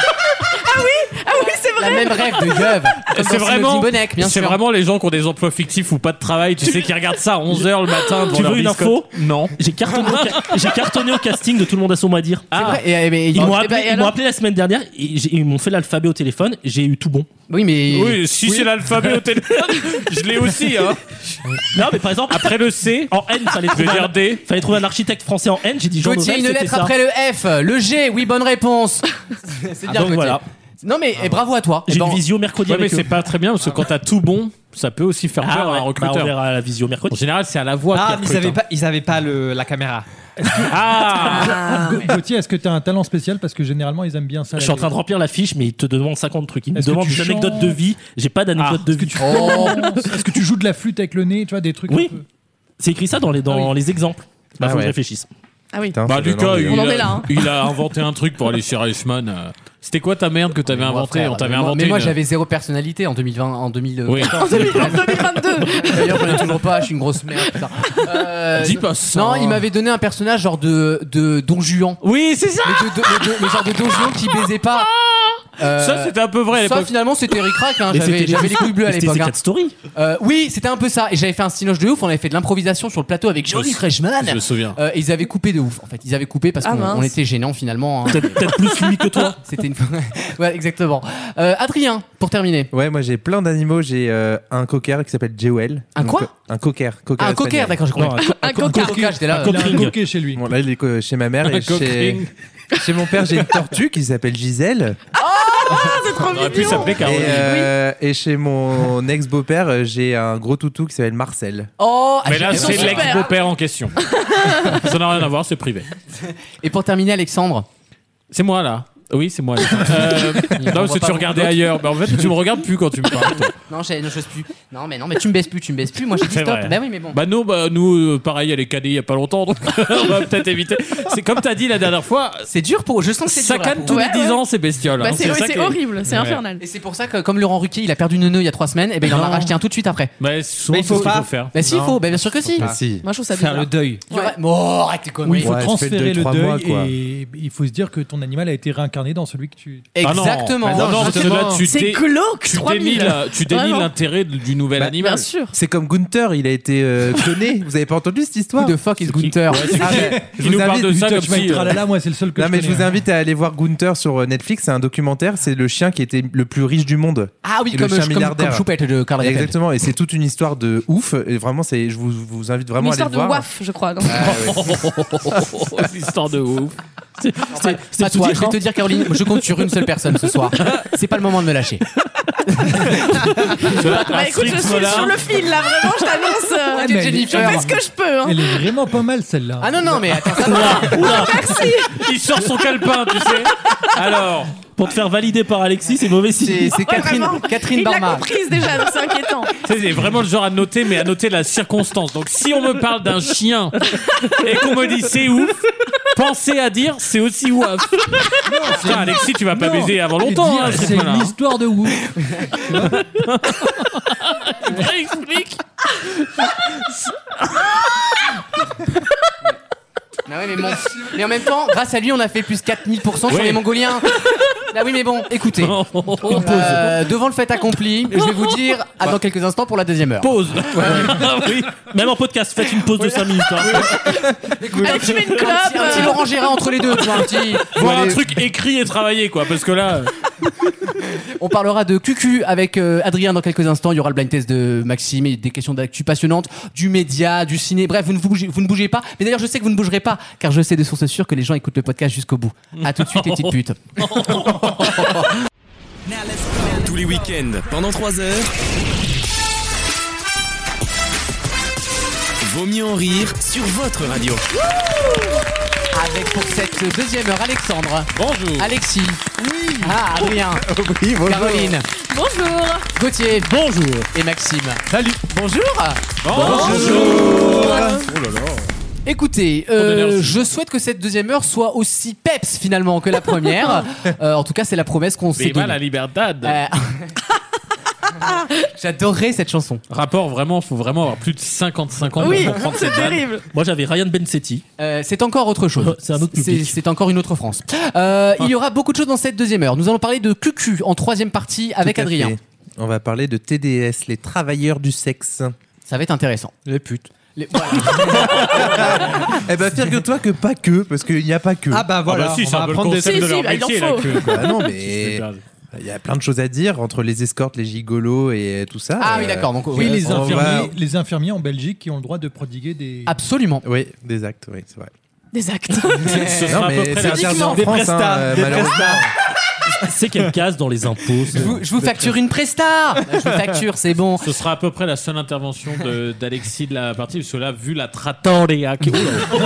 Ah oui, c'est La vrai. même rêve de Yeuve. Comme C'est dans vraiment, Simone Bonnet, bien c'est sûr. vraiment les gens qui ont des emplois fictifs ou pas de travail, tu sais, qui regardent ça à onze heures le matin devant Tu leur veux une biscotte. info Non. J'ai cartonné, au ca- j'ai cartonné au casting de Tout le monde a son mot à dire. C'est vrai. Et, mais- Ils m'ont Eh ben, appelé, et ils m'ont alors appelé la semaine dernière et j'ai- ils m'ont fait l'alphabet au téléphone. J'ai eu tout bon. Oui, mais. Oui, si c'est l'alphabet au téléphone, je l'ai aussi. Hein. Non, mais par exemple, Après le C, en N, fallait je vais trouver, dire un, D. fallait trouver un architecte français en N. J'ai dit Jean Gauthier, Nouvel, une c'était lettre ça. après le F. Le G, oui, bonne réponse. C'est bien, Donc Gauthier. voilà. Non, mais et bravo à toi. J'ai Eh ben, une visio mercredi Ouais, mais avec eux. c'est pas très bien parce que quand t'as tout bon, ça peut aussi faire Ah peur à ouais, un bah, recruteur. on verra à la visio En mercredi. général, c'est à la voix Ah, qu'ils mais ils avaient recrutent, pas, ils avaient pas le, la caméra. hein. Ah Ah, Ga- Gauthier, est-ce que tu as un talent spécial? Parce que généralement, ils aiment bien ça. Je suis en train de remplir la fiche, mais il te demande cinquante trucs. Il me Est-ce que demande tu une anecdote chantes de vie. J'ai pas d'anecdote Ah. de vie. Oh. Est-ce que tu joues de la flûte avec le nez? Tu vois, des trucs. Oui. un peu- C'est écrit ça dans les, dans Ah oui. les exemples. Bah, Ah faut que ouais. je réfléchisse. Ah oui. Putain, Bah ça donne Lucas, envie, il, hein. On en a, est là, hein. il a inventé un truc pour aller chez Reichmann. euh. C'était quoi ta merde que t'avais Moi, inventé frère, On t'avait mais moi- inventé. Mais moi, une- j'avais zéro personnalité en deux mille vingt, en deux mille Oui. quatorze. En deux mille vingt-deux. D'ailleurs, je l'ai toujours pas, je suis une grosse merde. putain. Euh, Dis pas ça. Non, il m'avait donné un personnage genre de, de Don Juan. Oui, c'est ça. Mais, de, de- mais de- mais genre de Don Juan qui baisait pas. Euh, Ça, c'était un peu vrai à ça, l'époque. finalement, c'était ric-rac. Hein. Mais J'avais c'était j'avais les couilles bleues à mais c'était l'époque. hein. Secret Story. Euh, oui, c'était un peu ça. Et j'avais fait un cinoche de ouf. On avait fait de l'improvisation sur le plateau avec Johnny Freshman. Je me souviens. Euh, et ils avaient coupé de ouf. En fait, ils avaient coupé parce Ah, qu'on mince. on était gênants finalement. hein. Peut-être peut-être plus lui que toi. C'était une. Ouais, exactement. Euh, Adrien, pour terminer. Ouais, moi j'ai plein d'animaux. J'ai euh, un cocker qui s'appelle Jewel. Un Donc, quoi euh, Un cocker. cocker Ah, un cocker, espagnol. d'accord, je crois. Non, Un coca. coca, j'étais là. Un Il a un Cockring. coquet chez lui. Bon, là, il est co- chez ma mère et Un chez, cockring. chez mon père, j'ai une tortue qui s'appelle Gisèle. C'est trop On aurait pu mignon. s'appeler Et, Caroline. euh, et chez mon ex-beau-père, euh, j'ai un gros toutou qui s'appelle Marcel. Oh, Mais là, ah, c'est super. l'ex-beau-père en question. Ça n'a rien à voir, c'est privé. Et pour terminer, Alexandre. C'est moi là. Oui, c'est moi. Euh, non, parce que tu regardais ailleurs. Bah, en fait, tu me regardes plus quand tu me parles. toi. Non, j'ai- non, j'ose plus. Non, mais non, mais tu me baisses plus, tu me baisses plus. Moi, j'ai dit C'est stop. vrai. Bah oui, mais bon. Bah nous, bah, nous euh, pareil, elle est cadée il y a pas longtemps, donc on va peut-être éviter. C'est comme t'as dit la dernière fois, C'est dur pour. Je sens que c'est ça dur. là, canne pour tous vous. les Ouais, dix ouais. ans, ces bestioles. Bah, hein. c'est oui, ça c'est qui est- horrible, c'est Ouais. infernal. Et c'est pour ça que, comme Laurent Ruquier, il a perdu une nœud il y a trois semaines, et ben il en a Non. racheté un tout de suite après. Bah, souvent, Mais il c'est faut ce qu'il pas. faut faire. Bah si, il Non. faut. Bah bien sûr que si. Ah si. Moi, je trouve ça Faire bizarre. le deuil. Il y aurait- Oh, arrête tes Oui, conneries. il faut Ouais, je fais transférer deux, le trois deuil mois, quoi. et il faut se dire que ton animal a été réincarné dans celui que tu. Ah non. Exactement. Bah non, non, parce que là, tu C'est dé- glauque, tu trois dénies mille. la- tu dénies Vraiment. l'intérêt du nouvel Bah, animal. Bien sûr. C'est comme Gunther, il a été euh, cloné. Vous avez pas entendu cette histoire? Who the fuck is Gunther? Ouais, c'est Ah, qui- mais qui je nous vous parle invite- de ça Putain, comme tu vas si. être euh, tralala, moi, c'est le seul que Non je mais je connais, vous hein. invite à aller voir Gunther sur euh, Netflix, c'est un documentaire, c'est le chien qui était le plus riche du monde. Ah oui, Et comme, le chien comme, milliardaire. comme Choupette de Karl Lagerfeld. Exactement, et c'est toute une histoire de ouf, et vraiment c'est, je vous, vous invite Une vraiment à aller histoire le de voir. waf, je crois. non Ah, ouais. Histoire de ouf. C'était Pas c'était toi, tout je vais te dire, Caroline, je compte sur une seule personne ce soir. C'est pas le moment de me lâcher. Bah écoute, je suis sur le fil là, vraiment, je t'annonce. euh, Ouais, mais elle est- Je fais ce que je peux. hein. Elle est vraiment pas mal celle-là. Ah non, non, mais attends, ça va. Il sort son calepin, tu sais. Alors, Pour te faire valider par Alexis, c'est mauvais signe. C'est, c'est Catherine, vraiment. Catherine Il l'a Barma. comprise déjà, donc c'est inquiétant. C'est c'est vraiment le genre à noter, mais à noter la circonstance. Donc si on me parle d'un chien et qu'on me dit c'est ouf, pensez à dire c'est aussi ouf. Putain, Alexis, tu vas pas Non. baiser avant longtemps. Hein, C'est voilà. l'histoire de Wu. Explique. Ah ouais, mais, bon. mais en même temps, grâce à lui, on a fait plus quatre mille pour cent sur Oui. les Mongoliens. Ah oui, mais bon, écoutez. Euh, devant le fait accompli, je vais vous dire à dans quelques instants pour la deuxième heure. Pause. Ah oui. Même en podcast, faites une pause de cinq minutes. Hein. Écoute, Allez, fumer une clope. un petit, un petit Laurent Gérard entre les deux, tu vois, un petit. Voir un truc écrit et travaillé, quoi, parce que là. On parlera de Q Q avec euh, Adrien dans quelques instants. Il y aura le blind test de Maxime et des questions d'actu passionnantes, du média, du ciné. Bref, vous ne bougez, vous ne bougez pas. Mais d'ailleurs, je sais que vous ne bougerez pas, car je sais de source sûre que les gens écoutent le podcast jusqu'au bout. À tout de suite, les petites putes. Tous les week-ends, pendant trois heures. Vaut mieux en rire sur votre radio. Avec pour cette deuxième heure, Alexandre. Bonjour. Alexis. Oui. Ah, Adrien. Oui, bonjour. Caroline. Bonjour. Gauthier. Bonjour. Et Maxime. Salut. Bonjour. Bonjour. Bonjour. Oh là là. Écoutez, Trop euh, d'énergie. je souhaite que cette deuxième heure soit aussi peps finalement que la première. Euh, en tout cas, c'est la promesse qu'on s'est Viva donnée. la libertad. Euh, J'adorerais cette chanson. Rapport, vraiment, faut vraiment avoir plus de cinquante-cinq ans Oui, pour comprendre c'est cette vanne. terrible. Moi, j'avais Ryan Bensetti. Euh, c'est encore autre chose. C'est un autre C'est, public. c'est encore une autre France. Euh, il y aura beaucoup de choses dans cette deuxième heure. Nous allons parler de Q Q en troisième partie avec Tout à Adrien. fait. On va parler de T D S, les travailleurs du sexe. Ça va être intéressant. Les putes. Les- voilà. Eh ben, figure-toi que pas que, parce qu'il n'y a pas que. Ah bah voilà, Ah bah si, on c'est va un peu le apprendre des concept Si, de si, leur bah, il en métier, là, faut. que- Bah non, Si je mais peux permettre. il y a plein de choses à dire entre les escortes, les gigolos et tout ça. Ah Euh, oui, d'accord. Donc, Oui, oui, les on infirmiers, va- les infirmiers en Belgique qui ont le droit de prodiguer des. absolument. Oui, des actes, oui, c'est vrai. Des actes. Ce sera Non, à peu mais près c'est la- interdit en Des France, prestats, hein, euh, des malheureusement. C'est qu'elle casse dans les impôts. Je vous, je vous facture une presta. Je vous facture, c'est bon. Ce sera à peu près la seule intervention de- d'Alexis de la partie, parce que là, vu la trattoria. qui-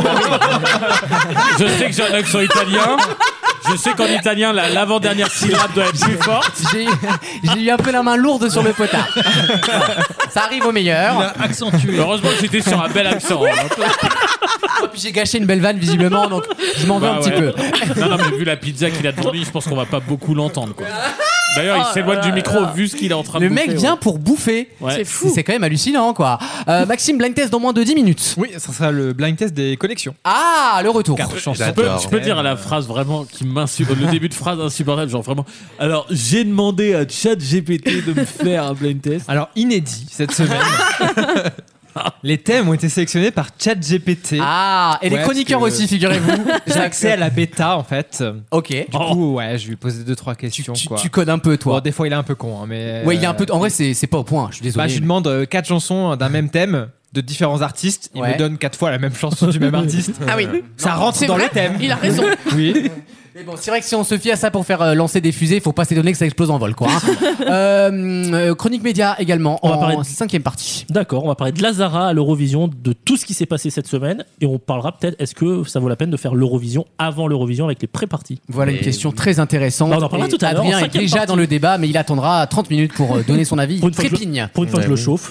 Je sais que j'ai un accent italien. Je sais qu'en italien, la- l'avant-dernière syllabe doit être plus forte. J'ai, j'ai eu un peu la main lourde sur le potard. Ça arrive au Il meilleur. a accentué. Heureusement que j'étais sur un bel accent. hein. Et puis j'ai gâché une belle vanne visiblement, donc je m'en veux Bah un petit ouais. peu. Non, non, mais vu la pizza qu'il a devant lui, je pense qu'on va pas beaucoup l'entendre. Quoi. D'ailleurs, il s'éloigne du micro vu ce qu'il est en train de Le bouffer. mec vient pour bouffer. Ouais. C'est fou. C'est quand même hallucinant, quoi. Euh, Maxime, blind test dans moins de dix minutes. Oui, ça sera le blind test des connexions. Ah, le retour. Quatre chansons. Je peux, J'adore. je peux dire à la phrase vraiment qui m'insupporte, le début de phrase insupportable, genre vraiment. Alors, j'ai demandé à ChatGPT de me faire un blind test. Alors, inédit cette semaine. Les thèmes ont été sélectionnés par ChatGPT. Ah, et les Ouais, chroniqueurs parce que- aussi, figurez-vous. J'ai accès à la bêta en fait. Ok. Du coup, ouais, je lui ai posé deux trois questions. Tu, quoi. tu codes un peu, toi. Bon, des fois, il est un peu con, hein, mais. Ouais, il est un peu. euh, En vrai, c'est, c'est pas au point. Je suis désolé. Bah, je lui demande euh, quatre chansons d'un même thème de différents artistes. Il Ouais. me donne quatre fois la même chanson du même artiste. Ah oui. Ça rentre C'est dans vrai, le thème. il a raison. Oui. Mais bon, c'est vrai que si on se fie à ça pour faire euh, lancer des fusées, il faut pas s'étonner que ça explose en vol, quoi. hein. euh, euh, chronique média également On va en parler de- cinquième partie. D'accord, on va parler de Lazara à l'Eurovision, de tout ce qui s'est passé cette semaine, et on parlera peut-être, est-ce que ça vaut la peine de faire l'Eurovision avant l'Eurovision avec les pré-parties. Voilà une question très intéressante. Bah, on en parlera Et tout à l'heure, en Adrien est cinquième déjà partie. dans le débat, mais il attendra trente minutes pour euh, donner son avis. Pour une fois que je- Trépigne. Pour une fois, je le chauffe.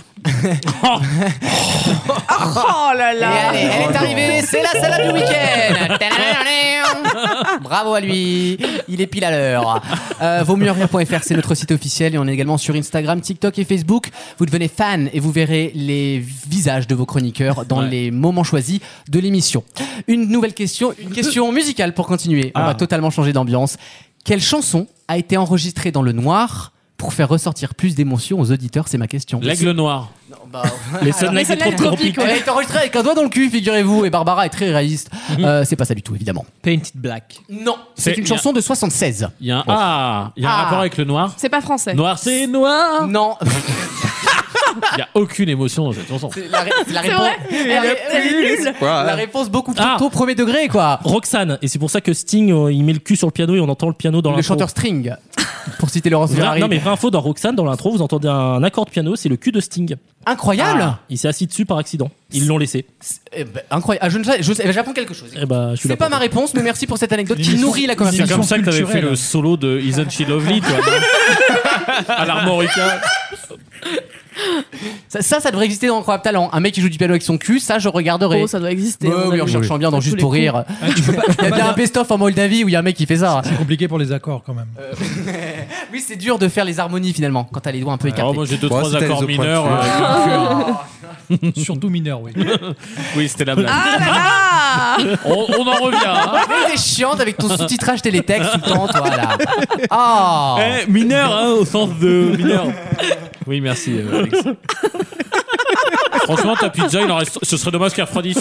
Oh là Et là. allez, elle est arrivée, c'est la salade du week-end. Bravo à lui, il est pile à l'heure. Euh, vaut mieux en rire point f r, c'est notre site officiel et on est également sur Instagram, TikTok et Facebook. Vous devenez fan et vous verrez les visages de vos chroniqueurs dans Ouais. les moments choisis de l'émission. Une nouvelle question, une question musicale pour continuer. On Ah. va totalement changer d'ambiance. Quelle chanson a été enregistrée dans le noir pour faire ressortir plus d'émotions aux auditeurs? C'est ma question. L'aigle noir. Non, bah, Les Sunlight les Sunlight Tropiques. Tropiques, ouais. elle a été enregistrée avec un doigt dans le cul, figurez-vous, et Barbara est très réaliste. Euh, c'est pas ça du tout, évidemment. Painted Black. Non, c'est C'est- une chanson de soixante-seize. Il y a un, ah, il y a un Ah. rapport avec le noir. C'est pas français. Noir, c'est noir. Non, Il y a aucune émotion dans cette chanson. c'est la, ré- c'est la C'est réponse. vrai. Elle est- Elle est nulle. La réponse beaucoup plus Ah. tôt, premier degré, quoi. Roxane, et c'est pour ça que Sting, euh, il met le cul sur le piano et on entend le piano dans Le l'intro. chanteur string. Pour citer Laurence Vraie- Ferrari. non mais vraie info, dans Roxane, dans l'intro, vous entendez un accord de piano, c'est le cul de Sting. Incroyable. Ah, il s'est assis dessus par accident. Ils l'ont laissé. Eh ben, incroyable. Ah, je ne sais, je sais- j'apprends quelque chose. Eh ben, je suis C'est là pas pour ma ça. réponse, mais merci pour cette anecdote qui Une nourrit la C'est conversation. comme ça que t'avais fait culturelle. le solo de Isn't She Lovely, toi, non à l'harmonica. Ça, ça, ça devrait exister dans Incroyable Talent. Un mec qui joue du piano avec son cul, ça, je regarderai. Oh, ça doit exister. Ouais, à mon oui, en avis. cherchant bien dans À Juste tous pour les rire. Ah, tu peux pas- tu peux Il y a pas bien un dire- best-of en Moldavie où il y a un mec qui fait ça. C'est compliqué pour les accords quand même. Oui, c'est dur de faire les harmonies finalement quand t'as les doigts un peu écartés. Alors moi j'ai deux Ouais, trois c'était accords les mineurs. pointures. euh, avec une Surtout mineur, oui. cure. Oui, c'était la blague. Ah là là On, on en revient. Hein. Mais t'es chiante avec ton sous-titrage télétexte tout le temps, toi là. Ah. Eh, mineur, hein, au sens de mineur. Oui, merci, euh, Alex. Franchement, ta pizza, il en reste. Ce serait dommage qu'elle refroidisse.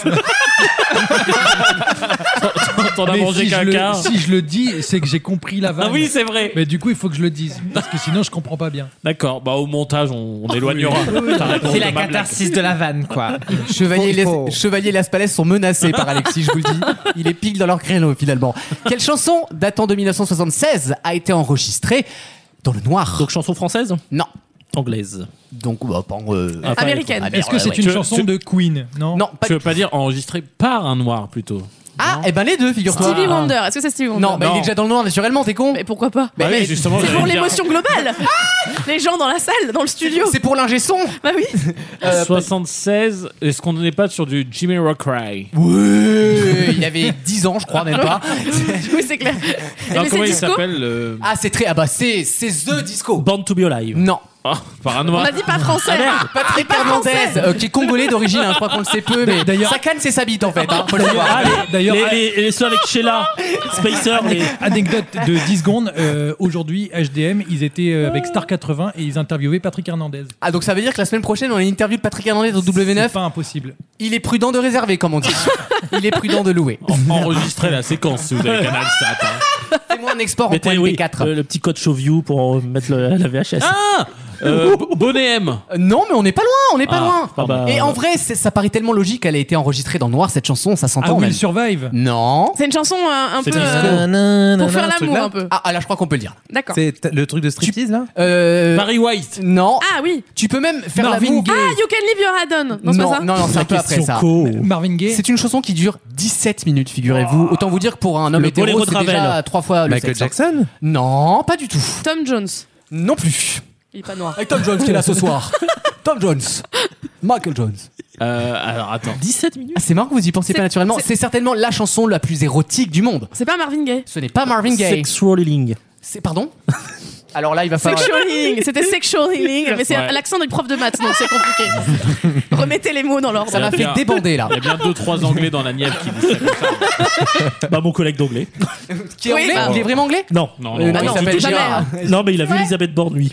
T'en as Mais mangé si, je qu'un le, quart. si je le dis, c'est que j'ai compris la vanne. Ah oui, c'est vrai. Mais du coup, il faut que je le dise. Parce que sinon, je comprends pas bien. D'accord, bah au montage, on, on éloignera. Ta réponse C'est de la ma blague. catharsis de la vanne, quoi. Chevalier, Faut- Les, faut- Chevalier et Las Palais sont menacés par Alexis, je vous le dis. Il est pile dans leur créneau finalement. Quelle chanson datant de mille neuf cent soixante-seize a été enregistrée dans le noir? Donc chanson française? Non. Anglaise. Donc, bah, pas, euh, Enfin, Américaine. Améri- Est-ce que c'est ouais, une ouais. chanson Tu- de Queen? Non. Non, pas Tu veux pas dire enregistré par un noir plutôt? Ah, et ben les deux, figure-toi. Stevie Wonder. Est-ce que c'est Stevie Wonder? Non, bah, il Non. est déjà dans le noir naturellement, t'es con. Mais pourquoi pas? Mais- Bah oui, mais- justement, C'est j'allais pour dire. l'émotion globale. Les gens dans la salle, dans le studio. C'est pour l'ingé son. Bah oui. Euh, soixante-seize, est-ce qu'on n'est pas sur du Jimmy Rockray? Ouais, il avait dix ans, je crois, même pas. Oui, c'est clair. Non, Mais comment c'est il disco. s'appelle le... Ah, c'est très. Ah, bah, c'est c'est The Disco. Born to be alive. Non. Ah, par un On noir. a dit pas français. Patrick Pas Hernandez, français. euh, qui est congolais d'origine, hein, je crois qu'on le sait peu, mais D'ailleurs- sa canne, c'est sa bite en fait. Hein, faut le savoir. Ah, les, D'ailleurs, les, les- les ceux avec Sheila, Spacer, les... Anecdote de dix secondes. euh, Aujourd'hui, H D M, ils étaient euh, avec Star quatre-vingts et ils interviewaient Patrick Hernandez. Ah, donc ça veut dire que la semaine prochaine, on a une interview de Patrick Hernandez au W C'est neuf. pas impossible. Il est prudent de réserver, comme on dit. Il est prudent de louer. Enregistrer la séquence si vous avez Canal Sat. Hein. Fais-moi un export en Mettez, point oui, M P quatre. le, le petit code Showview pour mettre le- la V H S. Ah euh, B- Bonnet M. Euh, Non, mais on n'est pas loin, on n'est pas Ah, loin. ah bah, Et en vrai, c'est- ça paraît tellement logique qu'elle a été enregistrée dans le noir, cette chanson, ça Ah, s'entend même. Will Survive. Non. C'est une chanson euh, un peu C'est disco. euh, pour faire ce l'amour truc-là. un peu. Ah, ah, là, je crois qu'on peut le dire. D'accord. C'est t- le truc de striptease là Euh, Barry White. non. Ah oui. Tu peux même faire Marvin l'amour. Gaye. Ah, You Can Leave Your Head On. Non, c'est non, pas ça. non, non, c'est un peu après ça. co. Marvin Gaye. C'est une chanson qui dure dix-sept minutes, figurez-vous. Autant vous dire que pour un homme Le hétéro, boléro de c'est déjà Ravel. trois fois le Michael sexe, hein. Jackson Non, pas du tout. Tom Jones. Non plus. Il est pas noir. Avec Tom Jones qui est là ce soir. Tom Jones. Michael Jones. Euh, alors attends. dix-sept minutes. Ah, c'est marrant que vous y pensez C'est- pas naturellement. c'est- C'est certainement la chanson la plus érotique du monde. C'est pas Marvin Gaye. Ce n'est pas Marvin Gaye. Sexual Healing. C'est pardon. Alors là, il va falloir. Sexual Healing. C'était Sexual Healing, mais c'est Ouais. l'accent du prof de maths, donc c'est compliqué. Remettez les mots dans l'ordre. Ça m'a fait bien. débander là. Il y a bien deux trois anglais dans la Nièvre qui disent ça comme ça. Bah, mon collègue d'anglais. Qui est Oui, anglais bah. Il est vraiment anglais Non. Non, Euh, non, non, il non, s'appelle ma Gérard. Non, mais il a vu Ouais. Elisabeth Borne, lui.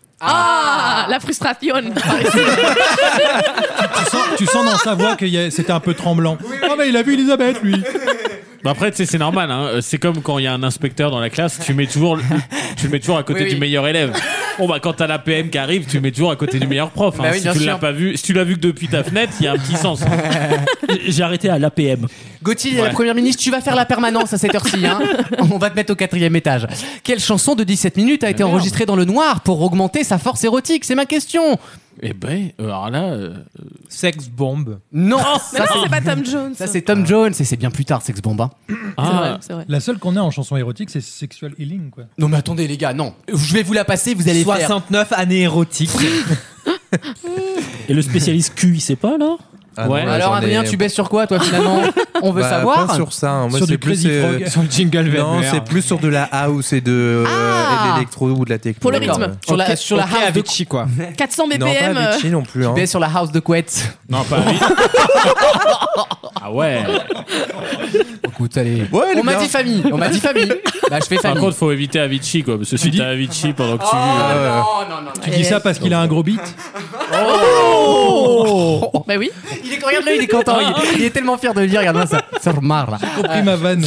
Ah, la frustration. Tu sens, tu sens dans sa voix que y a- c'était un peu tremblant. Ah, mais il a vu Elisabeth, lui. Bah après, tu sais, c'est normal. Hein. C'est comme quand il y a un inspecteur dans la classe, tu mets toujours, le- tu le mets toujours à côté Oui, oui. du meilleur élève. Bon bah quand t'as la P M qui arrive, tu le mets toujours à côté du meilleur prof. Hein. Bah oui, si bien tu sûr. l'as pas vu, si tu l'as vu que depuis ta fenêtre, il y a un petit sens. J'ai arrêté à l'A P M. Gauthier, la Ouais. première ministre, tu vas faire la permanence à cette heure-ci. Hein. On va te mettre au quatrième étage. Quelle chanson de dix-sept minutes a été merde. enregistrée dans le noir pour augmenter sa force érotique? C'est ma question. Eh ben, euh, alors là, euh, Sex bomb. Non, Mais non, c'est pas Tom Jones. ça c'est Tom Jones et c'est bien plus tard, Sex Bomba. C'est ah, vrai, c'est vrai. La seule qu'on a en chanson érotique, c'est Sexual Healing, quoi. Non mais attendez les gars, non. Je vais vous la passer, vous allez faire. soixante-neuf années érotiques. Et le spécialiste Q, il sait pas, là Ah Ouais. non, Alors j'en ai- Adrien, tu baisses sur quoi toi finalement? On veut Bah, savoir. Pas sur ça. hein. Moi, Sur c'est du plus Crazy euh, Frog. Sur le jingle Non, Weber. c'est plus sur de la house et de, euh, Ah. et de l'électro ou de la techno. Pour le D'accord. rythme. Sur la, sur la Ok, house de Avicii, quoi. quatre cents B P M. Non, pas euh, Avicii non plus. Hein. Tu baisses sur la house de couette. non pas vite. Ah ouais. Écoute, allez. Ouais, elle est On m'a bien. dit famille. On m'a dit famille. Bah je fais Par famille. contre, faut éviter Avicii quoi, parce que si dis- t'as Avicii pendant que tu. Oh, euh, non, non, non. Tu dis ça parce qu'il a un gros beat. Bah oui. Il est regarde là, il est content. Il, il est tellement fier de le dire. Regarde-moi ça. Ça remarre là. Compris ma vanne.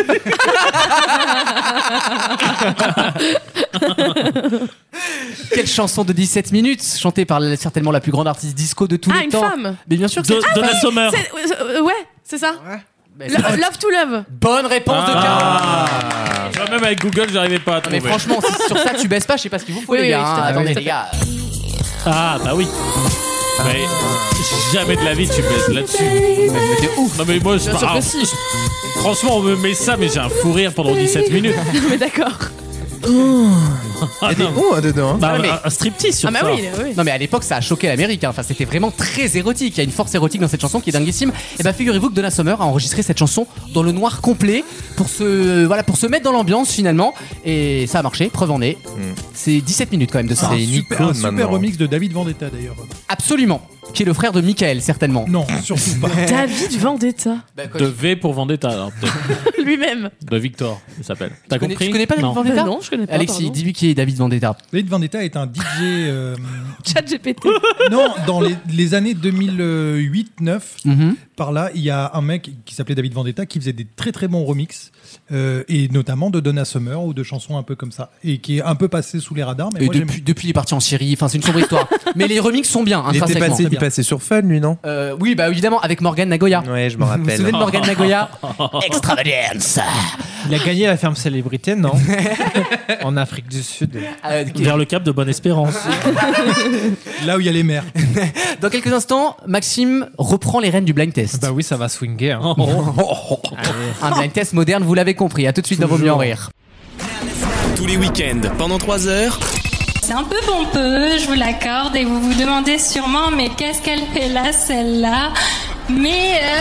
Quelle chanson de dix-sept minutes chantée par la- certainement la plus grande artiste disco de tous Ah, les une temps. femme. Mais bien sûr que De- c'est Donna Summer. C'est- euh, euh, ouais, c'est ça. Bah, Lo- Love to Love. Bonne réponse de Ah. Caro. Tu vois, même avec Google, j'arrivais pas à Non, trouver. mais franchement, si sur ça tu baisses pas, je sais pas ce qu'il vous faut Oui, les oui, gars. oui, hein. tout à fait, Attendez tout à les gars. Ah, bah oui. Mais jamais de la vie tu baisses là-dessus. Mais t'es ouf. Non mais moi je Bien sûr ah, que si. franchement on me met ça mais j'ai un fou rire pendant dix-sept minutes. Mais d'accord. Il y a des ondes dedans. hein. Bah, mais- un, un striptease sur Ah, bah ça. oui, oui. Non mais à l'époque ça a choqué l'Amérique, hein. Enfin c'était vraiment très érotique, il y a une force érotique dans cette chanson qui est dinguissime. Et bah figurez-vous que Donna Summer a enregistré cette chanson dans le noir complet pour se, voilà, pour se mettre dans l'ambiance finalement. Et ça a marché, preuve en est. C'est dix-sept minutes quand même de ça. C'est Un une super, icône un super maintenant. remix de David Vendetta d'ailleurs. Absolument. Qui est le frère de Michael certainement. Non, surtout pas. David Vendetta. Bah, quoi, De V pour Vendetta alors peut-être. Lui-même. De Victor, il s'appelle. T'as tu, connais, compris tu connais pas David Non. Vendetta Bah non, je connais pas. Alexis, pardon. dis-lui qui est David Vendetta. David Vendetta est un D J. euh, Chat G P T. non, dans les, les années deux mille huit neuf, Mhm. par là, il y a un mec qui s'appelait David Vendetta qui faisait des très très bons remixes, euh, et notamment de Donna Summer ou de chansons un peu comme ça, et qui est un peu passé sous les radars. Mais Et moi, j'aime- depuis, depuis il est parti en Syrie, enfin c'est une sombre histoire. Mais les remixes sont bien, Il était intrinsèquement. passé, il passait sur Fun, lui, non? Euh, oui, bah évidemment, avec Morgan Nagoya. Ouais, je me Vous vous rappelle. souvenez de Morgan Nagoya? Extravagance. Il a gagné la ferme célébrité, non? En Afrique du Sud. Euh, qui- Vers le cap de Bonne-Espérance. Là où il y a les mers. Dans quelques instants, Maxime reprend les rênes du blind test. Bah oui, ça va swinger. hein. Un blind test moderne, vous l'avez compris. À tout de suite dans Vaut mieux en rire. Tous les week-ends, pendant trois heures, C'est un peu pompeux, je vous l'accorde, et vous vous demandez sûrement, mais qu'est-ce qu'elle fait là, celle-là? Mais... euh,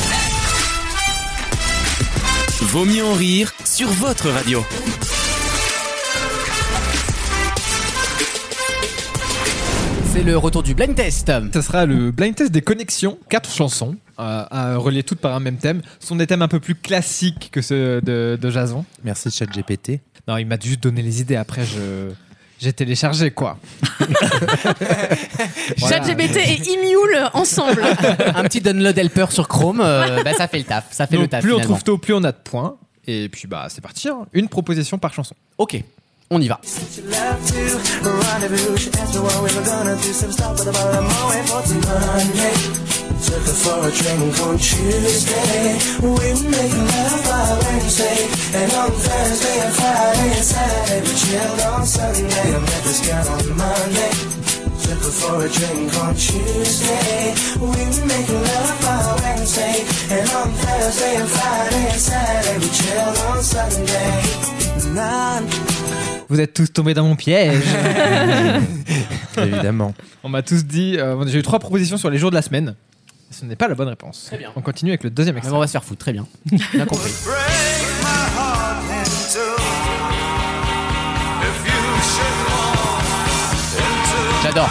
Vaut mieux en rire sur votre radio. C'est le retour du blind test. Ça sera le blind test des connexions, quatre chansons, euh, à relier toutes par un même thème. Ce sont des thèmes un peu plus classiques que ceux de, de Jason. Merci ChatGPT. Non, il m'a juste donné les idées. Après, je j'ai téléchargé quoi. Voilà. Chat G P T et Imule ensemble. Un petit download helper sur Chrome, euh, bah, ça fait le taf. Ça fait Donc, le taf. plus on finalement. trouve tôt, plus on a de points. Et puis bah c'est parti. hein. Une proposition par chanson. Ok, on y va. Took her for a drink on Tuesday. We make love by Wednesday. And on Thursday and Friday and Saturday we chilled on Sunday. I met this girl on Monday. Took her for a drink on Tuesday. We make love by Wednesday. And on Thursday and Friday and Saturday we chilled on Sunday. Nine. Vous êtes tous tombés dans mon piège. Évidemment. On m'a tous dit. euh, j'ai eu trois propositions sur les jours de la semaine. Ce n'est pas la bonne réponse. Très bien. On continue avec le deuxième extrait. On va se faire foutre, très bien. Bien compris. J'adore.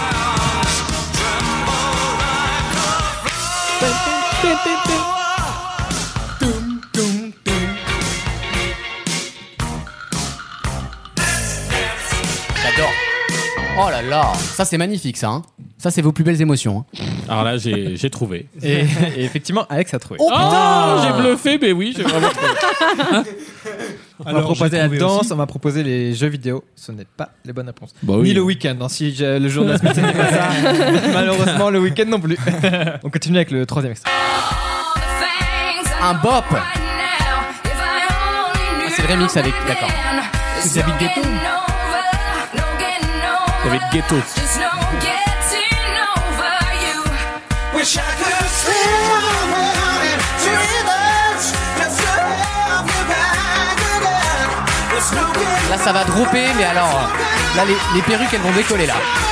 J'adore. Oh là là, ça c'est magnifique ça. Hein. Ça c'est vos plus belles émotions. Hein. Alors là j'ai j'ai trouvé. Et, et effectivement, Alex a trouvé. Oh, Oh, putain j'ai bluffé, mais oui, j'ai vraiment trouvé. On m'a Alors, proposé j'ai la trouvé danse, aussi. on m'a proposé les jeux vidéo. Ce n'est pas les bonnes réponses. Bah oui. Ni le week-end. hein. Si j'ai- le jour de la semaine, ce n'est pas ça. Malheureusement, le week-end non plus. On continue avec le troisième extrait. Un bop. Ah, c'est le remix avec. D'accord. C'est David Guetta. David Ghetto. Wish I could swim in two rivers just to have you back again. There's no getting Là ça va dropper, mais alors. Là les, les perruques elles vont décoller là.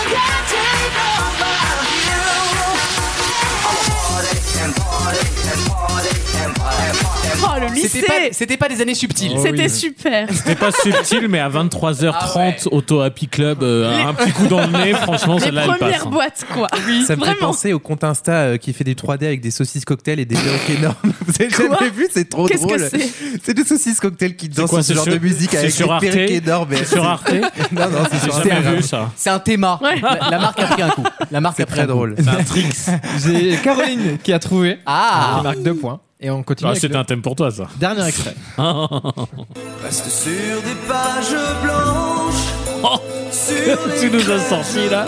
Oh, le lycée. C'était pas, c'était pas des années subtiles. C'était super. C'était pas subtil, mais à vingt-trois heures trente, Ah ouais. Auto Happy Club, euh, un petit coup dans le nez, franchement, Les celle-là, elle premières passe. hein. boîtes, quoi. Ça me fait Vraiment. penser au compte Insta euh, qui fait des trois D avec des saucisses cocktails et des perruques énormes. Vous avez Quoi jamais vu? C'est trop Qu'est-ce drôle. que c'est C'est des saucisses cocktails qui dansent quoi, sur ce c'est genre de sur- musique c'est avec sur des Arte perruques énormes. C'est sur Arte Non, non, c'est J'ai sur jamais Instagram. vu ça. C'est un théma. Ouais. La, la marque a pris un coup. La marque a C'est pris très un coup. drôle. C'est un trick. J'ai Caroline qui a trouvé. Ah. Qui marque deux points. Et on continue Ah, avec C'était le un thème pour toi, ça. dernier extrait. Reste sur des pages blanches. Oh, Sur tu nous as sorti là.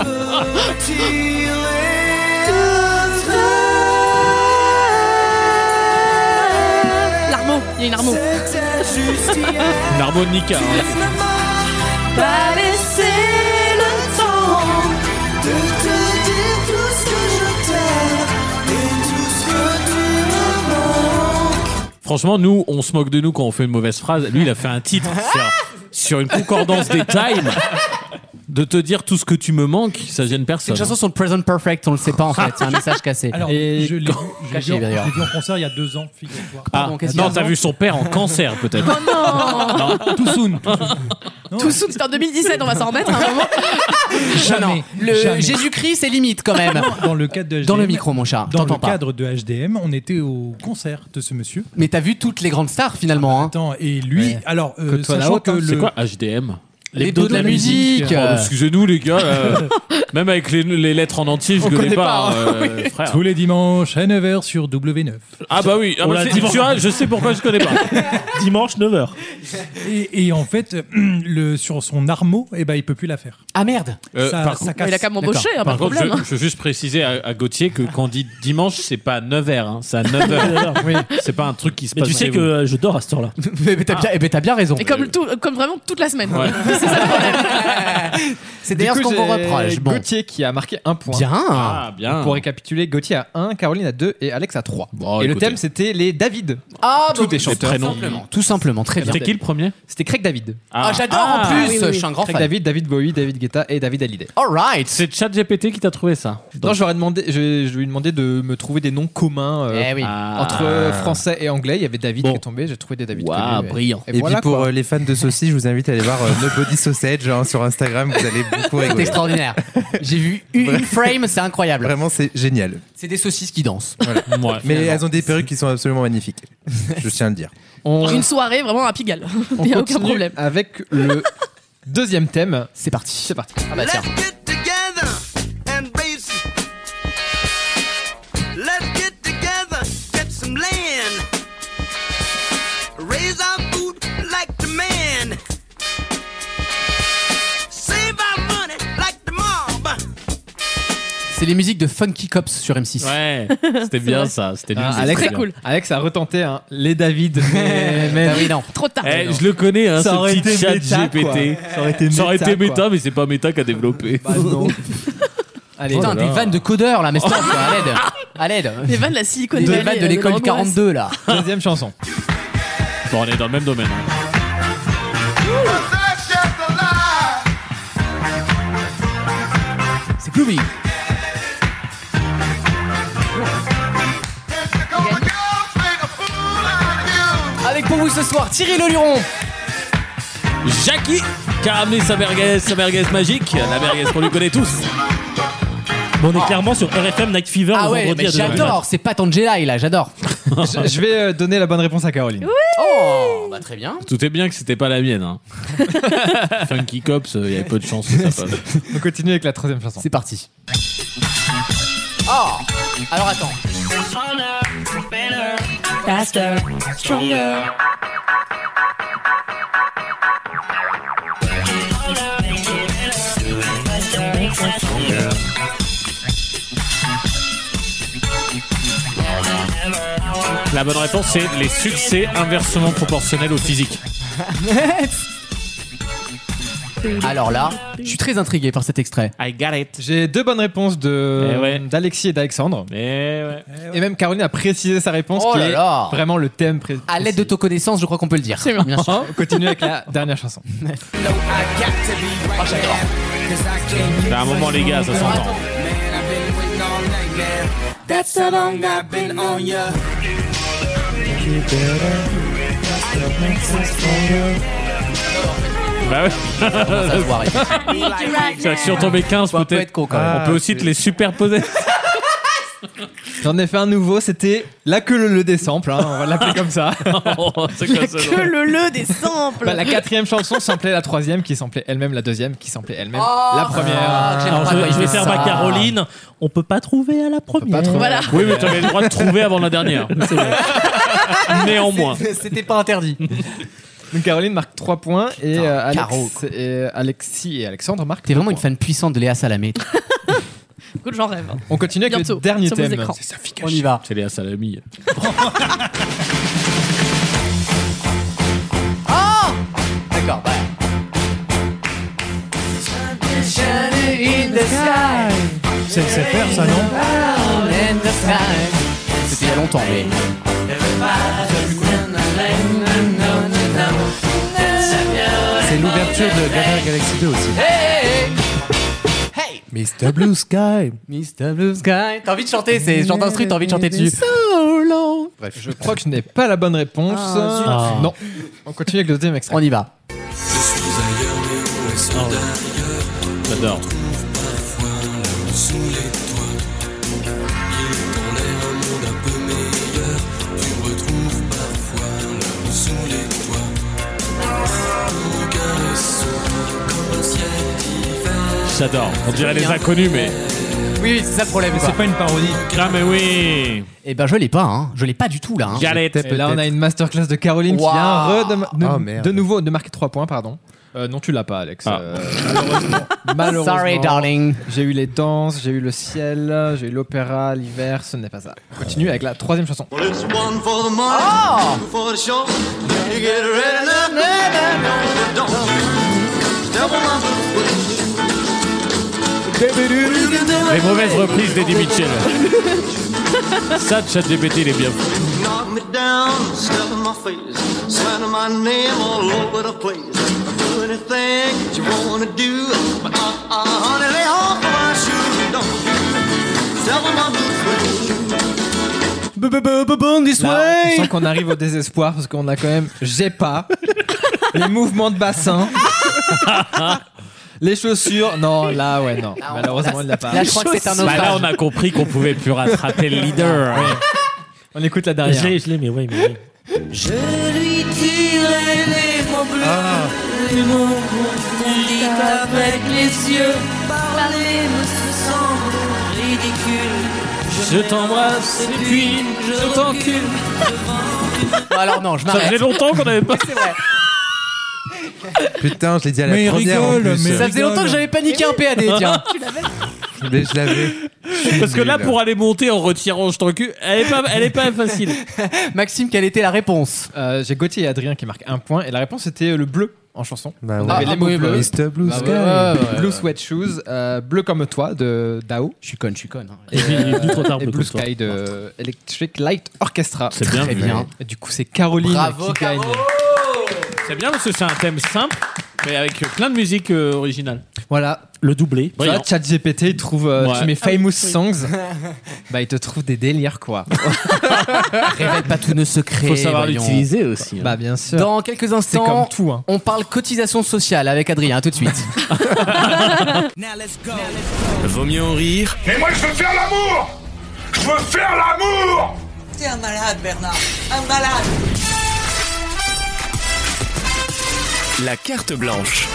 Caroline Arnaud. Une harmonica. Hein. Pas laisser le temps de te dire tout ce que je t'aime et tout ce que tu me manques. Franchement, nous, on se moque de nous quand on fait une mauvaise phrase. Lui, il a fait un titre sur, sur une concordance des times. De te dire tout ce que tu me manques, ça gêne C'est personne. une chanson sur le present perfect, on le sait pas en fait, c'est un message cassé. Alors, Et je l'ai vu, je l'ai caché, vu en- d'ailleurs. je l'ai vu en concert il y a deux ans, figure-toi. Ah, Pardon, qu'est-ce qu'il y non, a t'as vu son père en cancer, peut-être. Oh non, Non, tout soon. Tout soon. Non, Tout soon, c'était en deux mille dix-sept, on va s'en remettre à un moment. Jamais. Non, non, le jamais. Jésus-Christ, c'est limite quand même. Dans le cadre de H D M, Dans le micro, mon chat, Dans le t'entends pas. cadre de H D M, on était au concert de ce monsieur. Mais t'as vu toutes les grandes stars finalement. Hein. Attends, et lui, Ouais. alors, euh, Côte-toi sachant la-haut, que hein. le... C'est quoi H D M? L'hebdo de la musique. Oh, euh, excusez-nous, les gars. euh, même avec les, les lettres en entier, je On connais connaît pas. pas, hein, euh, frère. Tous les dimanches à neuf heures sur W neuf. Ah bah oui, ah On bah l'a c'est- dit. tu vois, je sais pourquoi je connais pas. Dimanche, neuf heures. Et, et en fait, le, sur son armeau, eh ben, il peut plus la faire. Ah merde. Euh, Ça- par ça contre- casse. Il a qu'à m'embaucher, hein, pas Par de contre, problème. je, je veux juste préciser à, à Gauthier que quand on dit dimanche, c'est pas neuf heures, hein, c'est à neuf heures. Oui. C'est pas un truc qui se Mais passe tu sais chez que vous. euh, je dors à cette heure-là. Mais t'as bien, eh ben, t'as bien raison. Et comme, tout, comme vraiment toute la semaine. Ouais. C'est Du d'ailleurs coup, ce qu'on vous j'ai reproche. Bon. Gauthier qui a marqué un point. Bien. Ah, bien. Pour récapituler, Gauthier a un, Caroline a deux et Alex a trois. Bon, et le écoutez. thème c'était les David. Ah, Tous bah, des chanteurs. Tout simplement. Tout simplement. Très bien. C'était qui le premier? C'était Craig David. Ah, j'adore Ah, en plus. oui, oui, oui. Je suis un grand Craig fan. David, David Bowie, David Guetta et David Hallyday. All right. C'est ChatGPT qui t'a trouvé ça. Non, je leur ai demandé, je, je lui ai demandé de me trouver des noms communs euh, Eh oui. Ah. entre euh, français et anglais. Il y avait David Bon. qui est tombé, j'ai trouvé des David. Waouh, connus, et- brillant. Et, Et voilà, puis pour quoi. euh, les fans de saucisses, je vous invite à aller voir euh, Nobody Sausage hein, sur Instagram, vous allez beaucoup C'est rigoler. extraordinaire. J'ai vu une frame, c'est incroyable. Vraiment, c'est génial. C'est des saucisses qui dansent. Ouais, Mais finalement. elles ont des perruques qui sont absolument magnifiques. Je tiens à le dire. On, Une soirée vraiment à Pigalle. on Il n'y a aucun continue problème. avec le deuxième thème. C'est parti. C'est parti. Ah bah tiens. Let's get together and raise. Let's get together, get some land. Raise our food like the man. Save our money like the mob. C'est les musiques de Funky Cops sur M six. Ouais, c'était bien ça. C'était Ah, bien. Alex, très cool. Alex a retenté hein, les David. Mais, mais- Bah oui, non. Trop tard. Eh, je le connais, hein, Ça ce aurait petit été chat méta, G P T. quoi. Ça aurait été Ça aurait méta, été méta, quoi. mais c'est pas méta qui a développé. Bah non. Allez, Putain, Oh là des là. vannes de codeurs là, mais stop quoi, à l'aide. À l'aide. Les vannes de la Silicon Des Valley. vannes de euh, l'école du l'angoisse. quarante-deux là. deuxième chanson. Bon, on est dans le même domaine. hein. C'est Gloomy. Avec pour vous ce soir, Thierry Leluron. Jackie qui a ramené sa merguez, sa merguez magique. La merguez qu'on lui connaît tous. Bon, on est clairement sur R F M Night Fever Ah le ouais, vendredi mais à deux heures du mat. j'adore. C'est pas Tangela là, j'adore. je, je vais euh, donner la bonne réponse à Caroline. Oh, bah très bien. Tout est bien que c'était pas la mienne. Hein. Funky Cops, il y avait peu de chance que ça passe. On continue avec la troisième chanson. C'est parti. Oh, alors attends. Faster, stronger. La bonne réponse, c'est les succès inversement proportionnels au physique. Alors là, je suis très intrigué par cet extrait. I got it. J'ai deux bonnes réponses de Eh ouais. d'Alexis et d'Alexandre. Et ouais. Et même Caroline a précisé sa réponse Oh qui là est là. vraiment le thème précis. À l'aide de tes connaissances, je crois qu'on peut le dire. C'est bien. Bien sûr. On continue avec la dernière chanson. Oh, j'adore. C'est un moment, les gars, ça s'entend. That's how long I've been on ya. Bah ouais. Ça se voit, effectivement. C'est vrai que si on tombait quinze, Faut un peu peut-être. être con, quand même. On peut aussi te les superposer. J'en ai fait un nouveau, c'était la queue le le des samples, hein, on va l'appeler comme ça. Oh, c'est quoi ça, Que le le des samples. Bah, la quatrième chanson samplait la troisième, qui samplait elle-même la deuxième, qui samplait elle-même Oh, la première. ah, j'aime Alors, pas je, quand vais- il je vais fait faire ça. ma Caroline. On peut pas trouver à la première. trouver. Voilà. Oui, mais t'avais le droit de trouver avant la dernière. Néanmoins. C'était pas interdit. Donc Caroline marque trois points et, Putain, euh, Alex, Caro. et Alexis et Alexandre marquent T'es deux vraiment une points. fan puissante de Léa Salamé. Écoute, j'en rêve. hein. On continue avec Bientôt, le dernier sur vos thème. écrans. On y va. C'est Léa Salami. the sky. C'est c'est faire ça, non? Down in the sky. C'était il y a longtemps, mais. C'est l'ouverture de Guardians of the Galaxy deux aussi. Hey, hey, mister Blue Sky. mister Blue Sky. T'as envie de chanter, c'est genre d'instru, t'as envie de chanter dessus. Bref, Je crois que je n'ai pas la bonne réponse. Ah, zut. Ah. Non. On continue avec le deuxième extrait. On y va. J'adore. J'adore. On dirait les inconnus, mais. Oui, oui, c'est ça le problème. Mais quoi. c'est pas une parodie. Ah, mais oui. Eh ben, je l'ai pas, hein. Je l'ai pas du tout là. Hein. Galette. Et là, on a une masterclass de Caroline qui Wow. vient re de, de- Oh, merde. de nouveau de marquer trois points, pardon. Euh, non, tu l'as pas, Alex. Ah. Euh, malheureusement. Malheureusement. Sorry, darling. J'ai eu les danses, j'ai eu le ciel, j'ai eu l'opéra, l'hiver, ce n'est pas ça. On continue avec la troisième chanson. Oh Les mauvaises reprises d'Eddie Mitchell. Ça, ChatGPT, il est bien fou. Knock me down, step in my face, slander my name all over the place. Do anything that you wanna do, but uh, uh, honey, lay off of my shoes, don't you? Step on my boots, This Là, on way. sent qu'on arrive au désespoir parce qu'on a quand même j'ai pas les mouvements de bassin. Les chaussures, non, là, ouais, non. Là, on- Malheureusement, là, il l'a pas. là, je crois que c'est un Bah naufrage. là, on a compris qu'on pouvait plus rattraper le leader. On écoute la Je dernière. l'ai, je l'ai, mais oui, mais oui. je lui tirerai les mots bleus, les mots confondis avec les yeux. Parler me semble ridicule. Je t'embrasse et puis je t'encule. Bon, alors non, je Ça m'arrête. faisait longtemps qu'on avait pas. C'est vrai. Putain, je l'ai dit à la Mais il première en rigole, plus. mais- Ça faisait longtemps que j'avais paniqué un P A D, tiens. Mais je l'avais. Parce que là, nul. pour aller monter en retirant je t'encule, elle est pas, elle est pas facile. Maxime, quelle était la réponse? Euh, j'ai Gauthier et Adrien qui marquent un point et la réponse était le bleu en chanson. Bah On ouais. avait Ah, les mots oui, bleus. bah oui. mister Blue Bah Sky. ouais, ouais, ouais. Blue Sweat Shoes, euh, bleu comme toi de Dao Je suis conne, je suis conne. hein. Et puis, il est trop tard, et bleu Blue comme toi. Sky de Electric Light Orchestra. C'est bien. Très bien. Et du coup, c'est Caroline Bravo, qui gagne. Caro. C'est bien parce que c'est un thème simple, mais avec plein de musique euh, originale. Voilà. Le doublé. Tu vois, Brillant. ChatGPT, il trouve, euh, Ouais. tu mets famous songs, bah il te trouve des délires quoi. Révèle pas tous nos secrets. Faut savoir voyons. l'utiliser aussi. hein. Bah bien sûr. Dans quelques C'est instants, comme tout hein. on parle cotisation sociale avec Adrien. À tout de suite. Vaut mieux en rire Mais moi, je veux faire l'amour. Je veux faire l'amour. T'es un malade, Bernard. Un malade. la carte blanche.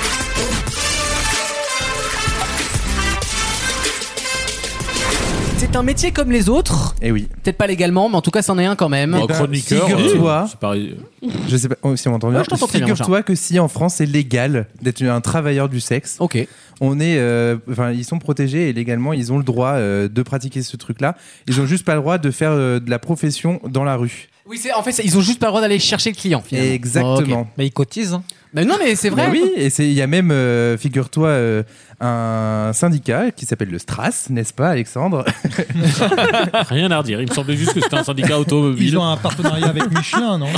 C'est un métier comme les autres. Eh oui. Peut-être pas légalement, mais en tout cas, c'en est un quand même. Bon, chroniqueur, figure-toi. euh, c'est pareil. Je sais pas oh, si on m'entend bien. Ouais, je t'entends très bien, mon Figure-toi que si en France c'est légal d'être un travailleur du sexe, Ok. on est, euh, enfin ils sont protégés et légalement ils ont le droit euh, de pratiquer ce truc-là. Ils ont juste pas le droit de faire euh, de la profession dans la rue. Oui, c'est en fait, c'est- ils ont juste pas le droit d'aller chercher le client. Finalement. Exactement. Ok. Mais ils cotisent. Hein. Mais non, mais c'est vrai. Mais oui, et c'est il y a même, euh, figure-toi, euh, un syndicat qui s'appelle le Stras, n'est-ce pas, Alexandre? Rien à redire. Il me semblait juste que c'était un syndicat automobile. Ils ont un partenariat avec Michelin, non?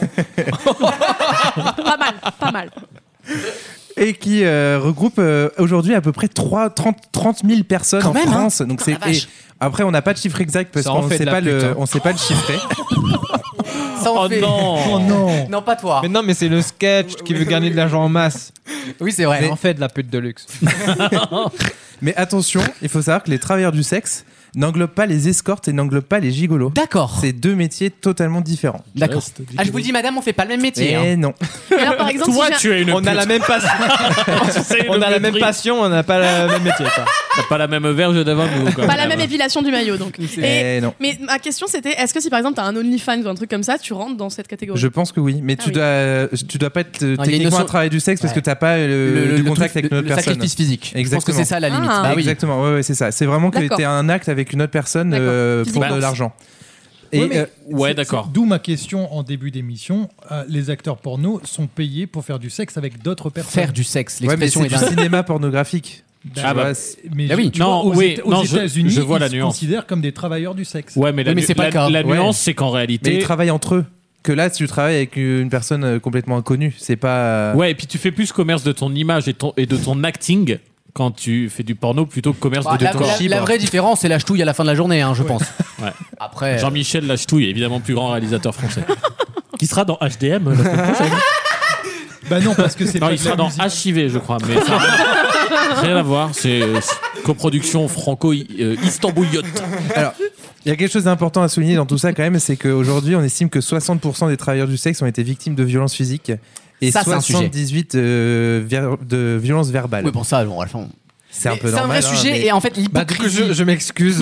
Pas mal, pas mal. Et qui euh, regroupe euh, aujourd'hui à peu près trois, trente mille personnes Quand en même, hein. France. Donc c'est la vache. et après on n'a pas de chiffre exact parce Ça en qu'on fait sait de la pas pute, le hein. on sait pas le chiffrer. Ça en Oh fait. non. Oh non. Non, pas toi. Mais non, mais c'est le sketch qui veut gagner de l'argent en masse. Oui, c'est vrai. Ça en fait de la pute de luxe. Mais attention, il faut savoir que les travailleurs du sexe n'englobent pas les escortes et n'englobent pas les gigolos. D'accord. C'est deux métiers totalement différents. D'accord. Ah, je vous dis, madame, on fait pas le même métier. Et hein. non. Et alors, par exemple, Toi, si j'ai- tu es une On a la même passion. On a la même passion, on n'a pas le même métier. Quoi. T'as pas la même verge d'avant nous. quand pas la même. même épilation du maillot, donc. Et- Eh non. mais ma question, c'était, est-ce que si par exemple t'as un OnlyFans ou un truc comme ça, tu rentres dans cette catégorie? Je pense que oui, mais Ah tu oui. dois tu dois pas être euh, il y a une techniquement notion- un travail du sexe parce Ouais. que t'as pas euh, Le, le, le- du le contact truc- avec une le- autre le personne. sacrifice physique. Je pense que Exactement. c'est ça la limite. Ah. Bah oui. Exactement, ouais, ouais, c'est ça. C'est vraiment que D'accord. tu as un acte avec une autre personne D'accord. euh, pour Physiquement. de l'argent. Et Ouais, mais euh, Ouais, c'est- d'accord. c'est- D'où ma question en début d'émission. Euh, les acteurs porno sont payés pour faire du sexe avec d'autres personnes. Faire du sexe. ouais, mais L'expression c'est est du dingue. cinéma pornographique. Ah bah, mais bah oui. tu Non, vois, aux, oui, Éta- aux non, je- États-Unis, je vois ils la se nuance. considèrent comme des travailleurs du sexe. Ouais, mais la, Oui, mais nu- c'est pas la- le cas. la Ouais. nuance, c'est qu'en réalité. Mais ils travaillent entre eux. Que là, si tu travailles avec une personne euh, complètement inconnue, c'est pas. Ouais, et puis tu fais plus commerce de ton image et, ton, et de ton acting quand tu fais du porno plutôt que commerce Bah, de la, ton la- chibre. la vraie différence, c'est la ch'touille à la fin de la journée, hein, je pense. Ouais. Après. euh, Jean-Michel Lachetouille, évidemment plus grand réalisateur français. Qui sera dans H D M la semaine prochaine. Bah non, parce que c'est Non, pas il de sera la dans musique. H I V, je crois, mais ça n'a rien, rien à voir. C'est euh, coproduction franco-istanbuliote. Alors, il y a quelque chose d'important à souligner dans tout ça quand même, c'est qu'aujourd'hui, on estime que soixante pour cent des travailleurs du sexe ont été victimes de violences physiques et Ça, c'est un sujet. soixante-dix-huit euh, ver- de violences verbales. Oui, pour ça, bon, enfin, C'est un peu c'est un normal. vrai hein, sujet mais- et en fait Bah, du coup, l'hypocrisie. je, je m'excuse.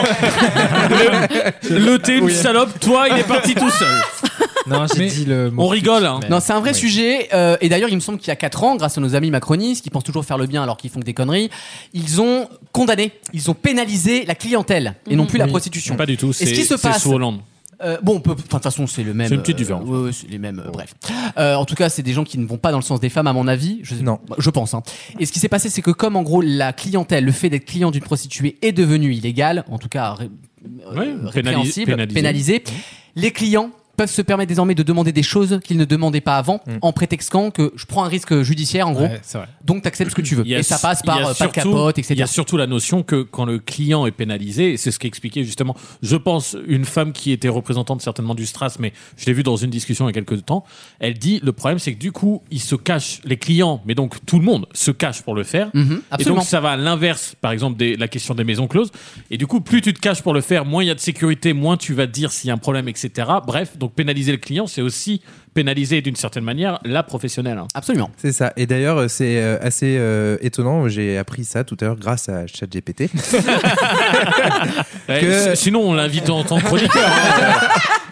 Le, le t'es une salope, toi, il est parti tout seul. Non, j'ai Mais- dit le mot. On rigole, hein. Non, c'est un vrai Oui. sujet. euh, et d'ailleurs, il me semble qu'il y a quatre ans, grâce à nos amis macronistes qui pensent toujours faire le bien alors qu'ils font que des conneries, ils ont condamné, ils ont pénalisé la clientèle et non plus la Oui. prostitution. Pas du tout, Et c'est ce qui se c'est passe- sous Hollande. Euh, bon, on peut- enfin, de toute façon, c'est le même. C'est une petite euh, différence. ouais, ouais, c'est les mêmes. euh, bref. Euh, en tout cas, c'est des gens qui ne vont pas dans le sens des femmes, à mon avis. Je, Non. je pense. Hein. Et ce qui s'est passé, c'est que comme en gros la clientèle, le fait d'être client d'une prostituée est devenu illégal, en tout cas ré- euh, Ouais, répréhensible, pénalisé. pénalisé, les clients peuvent se permettre désormais de demander des choses qu'ils ne demandaient pas avant, Mm. en prétextant que je prends un risque judiciaire, en gros. Ouais, c'est vrai. Donc t'acceptes ce que tu veux. Il y a- Et ça passe il y a par euh, pas de surtout- capote, et Il y cetera. a surtout la notion que quand le client est pénalisé, et c'est ce qu'expliquait justement, je pense, une femme qui était représentante certainement du Stras, mais je l'ai vu dans une discussion il y a quelques temps, elle dit le problème c'est que du coup, ils se cachent, les clients, mais donc tout le monde se cache pour le faire. Mhm, Et absolument. donc ça va à l'inverse, par exemple, des, la question des maisons closes. Et du coup, plus tu te caches pour le faire, moins il y a de sécurité, moins tu vas te dire s'il y a un problème, et cetera. Bref, donc pénaliser le client, c'est aussi pénaliser d'une certaine manière la professionnelle. hein. Absolument. C'est ça. Et d'ailleurs, c'est euh, assez euh, étonnant. J'ai appris ça tout à l'heure grâce à ChatGPT. Eh, Que- s- Sinon, on l'invite en tant que chroniqueur. hein.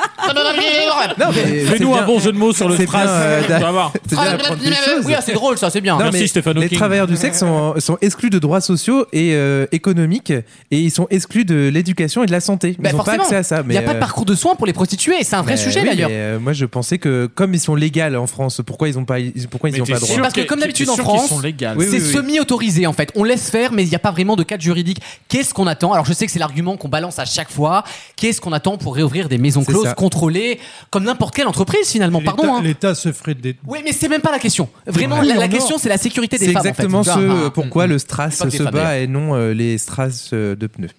Non, mais c'est Fais-nous un bien- bon jeu de mots sur le c'est Stras. bien, euh, tu vas voir. c'est bien d'apprendre des choses. Oui, ah, c'est drôle, ça, c'est bien. Non, Merci, mais Stéphane les Hawking. travailleurs du sexe sont, sont exclus de droits sociaux et euh, économiques et ils sont exclus de l'éducation et de la santé. Ils Bah, n'ont pas forcément. accès à ça. Il n'y a mais, pas de euh, parcours de soins pour les prostituées, et c'est un vrai mais sujet oui, d'ailleurs. mais, euh, moi, je pensais que comme ils sont légaux en France, pourquoi ils n'ont pas, ils- pourquoi ils Mais n'ont t'es pas sûr droit Parce que que- comme t'es d'habitude sûr en qu'ils France, sont légaux. Oui, c'est oui, oui. semi-autorisé en fait. On laisse faire, mais il n'y a pas vraiment de cadre juridique. Qu'est-ce qu'on attend? Alors je sais que c'est l'argument qu'on balance à chaque fois. Qu'est-ce qu'on attend pour réouvrir des maisons C'est closes ça. contrôlées comme n'importe quelle entreprise finalement? L'État- Pardon. Hein. L'État se ferait des. Oui, mais c'est même pas la question. Vraiment, Oui, la, en la or. question c'est la sécurité des C'est femmes. exactement en fait. ce Enfin, pourquoi le C'est strass pas que des se femmes, bat et non euh, les strass euh, de pneus.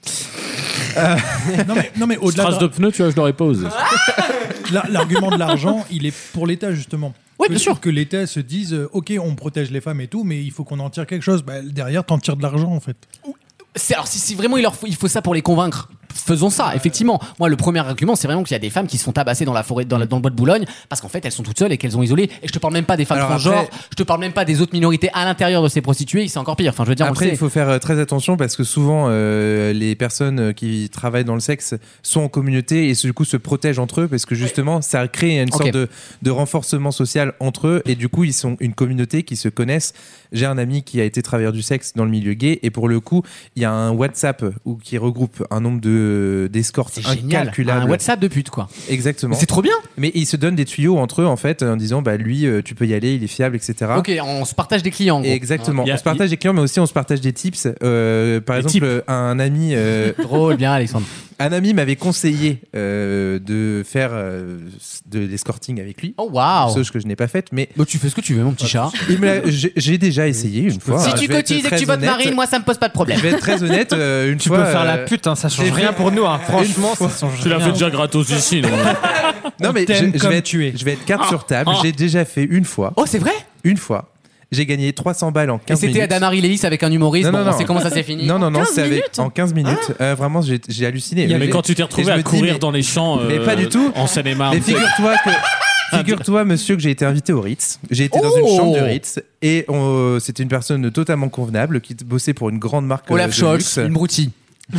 Non mais, non, mais au-delà Strass de- de pneus, tu vois, je l'aurais pas osé. la- l'argument de l'argent, il est pour l'État justement. Oui, que, bien sûr. Que l'État se dise, euh, ok, on protège les femmes et tout, mais il faut qu'on en tire quelque chose. Bah, derrière, t'en tires de l'argent en fait. C'est- alors si, si vraiment il, leur faut, il faut ça pour les convaincre, faisons ça, effectivement. Moi, le premier argument, c'est vraiment qu'il y a des femmes qui se font tabasser dans la forêt, dans, la- dans le bois de Boulogne, parce qu'en fait, elles sont toutes seules et qu'elles ont isolé. Et je te parle même pas des femmes Alors transgenres, après- je te parle même pas des autres minorités à l'intérieur de ces prostituées, c'est encore pire. Enfin, je veux dire, on le Après, sait. il faut faire euh, très attention parce que souvent, euh, les personnes euh, qui travaillent dans le sexe sont en communauté et du coup se protègent entre eux parce que justement, ça crée une Ok. sorte de, de renforcement social entre eux et du coup, ils sont une communauté qui se connaissent. J'ai un ami qui a été travailleur du sexe dans le milieu gay et pour le coup, il y a un WhatsApp où, qui regroupe un nombre de, d'escortes C'est génial. incalculable. Un WhatsApp de pute, quoi. Exactement. Mais c'est trop bien. Mais ils se donnent des tuyaux entre eux en fait en disant bah lui euh, tu peux y aller, il est fiable, et cetera. Ok, on se partage des clients. en gros. Exactement. Il y a- on se partage des clients, mais aussi on se partage des tips. Euh, par Des exemple, tips. euh, un ami, euh, Drôle, bien, Alexandre. un ami m'avait conseillé euh, de faire euh, de l'escorting avec lui. Oh, waouh. Chose que je n'ai pas faite, mais Bah, tu fais ce que tu veux, mon petit chat. il me l'a- j'ai j'ai déjà essayé une fois. Si Alors, tu je vais être cotises et que très tu votes honnête. Marine, moi ça me pose pas de problème. Je vais être très honnête. euh, une Tu fois, peux faire la euh, pute, hein, ça change j'ai rien fait- pour nous. Hein. Franchement, ça change Tu l'as rien. fait déjà gratos ici, non Non mais je, t'aime je comme vais être, tu es. je vais être carte sur table. Ah. J'ai déjà fait une fois. Oh, c'est vrai? Une fois. J'ai gagné trois cents balles en Et quinze c'était minutes. Adamarie Lélis avec un humoriste. Non, Bon, non, on non. sait comment ça s'est fini. Non, non, non, quinze c'est avec minutes en quinze minutes. Euh, vraiment, j'ai j'ai halluciné. Mais Mais- quand tu t'es et retrouvé je à me dis, courir mais- dans les champs mais euh, pas du tout. en Seine-et-Marne. Mais figure-toi que. Figure-toi, monsieur, que j'ai été invité au Ritz. J'ai été dans Oh. une chambre du Ritz et on- c'était une personne totalement convenable qui bossait pour une grande marque. euh, Olaf de Scholz, luxe. une broutille.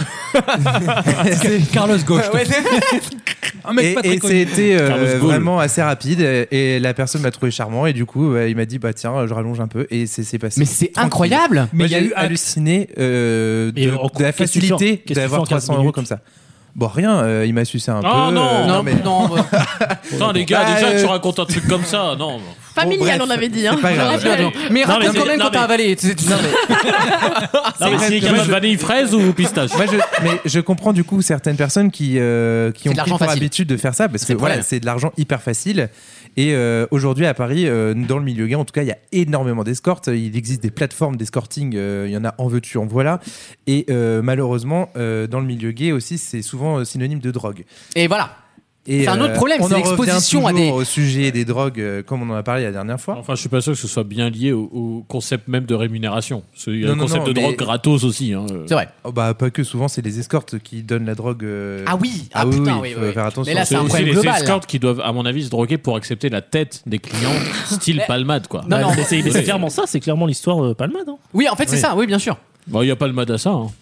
C'est Carlos Gauche. Ouais, Un mec Et, pas très et connu. c'était euh, Carlos Ghosn. vraiment assez rapide et la personne m'a trouvé charmant et du coup euh, il m'a dit bah tiens je rallonge un peu et c'est c'est passé. Mais c'est tranquille. incroyable. Mais Moi, il y a j'ai eu halluciné euh, Et de, en- de la qu'est-ce que tu fais en- facilité qu'est-ce que tu d'avoir fais en trois quinze cents euros minutes comme ça. Bon rien, euh, il m'a sucé un Ah, peu. non, euh, Non, mais- non, bah, Attends, les gars, Bah, déjà euh, que tu racontes un truc comme ça, non. Familial, bref, on avait dit. Hein. c'est pas grave. Je rappelle. Mais Non, mais raconte c'est- quand même non, quand t'as mais- avalé. Tu sais, tu- Non, mais- Non, mais vrai c'est que quand moi, même- je- Vanille, fraise ou pistache Moi, je, mais je comprends du coup certaines personnes qui, euh, qui C'est ont de pris l'argent pour facile. habitude de faire ça parce que C'est le voilà, problème. c'est de l'argent hyper facile. Et euh, aujourd'hui à Paris, euh, dans le milieu gay, en tout cas, il y a énormément d'escortes. Il existe des plateformes d'escorting. euh, Il y en a en veux-tu, en voilà. Et euh, malheureusement, euh, dans le milieu gay aussi, c'est souvent euh, synonyme de drogue. Et voilà. Et, C'est un autre problème, on c'est en revient l'exposition à toujours des- au sujet des drogues, euh, comme on en a parlé la dernière fois. Enfin, je suis pas sûr que ce soit bien lié au, au concept même de rémunération. Parce qu'il y a Non, le non, concept non, de mais- drogue gratos aussi. Hein. C'est vrai. Oh, bah pas que, souvent c'est les escortes qui donnent la drogue. euh, Ah oui, ah putain, oui, faut oui, oui. faire attention. Mais là, c'est un aussi problème les global. escortes qui doivent, à mon avis, se droguer pour accepter la tête des clients, style Mais- palmade, quoi. Non, non, mais c'est mais c'est Oui. clairement ça, c'est clairement l'histoire euh, Palmade. Hein. Oui, en fait, c'est Oui. ça. Oui, bien sûr. Bon, il n'y a pas le mad à ça. Hein.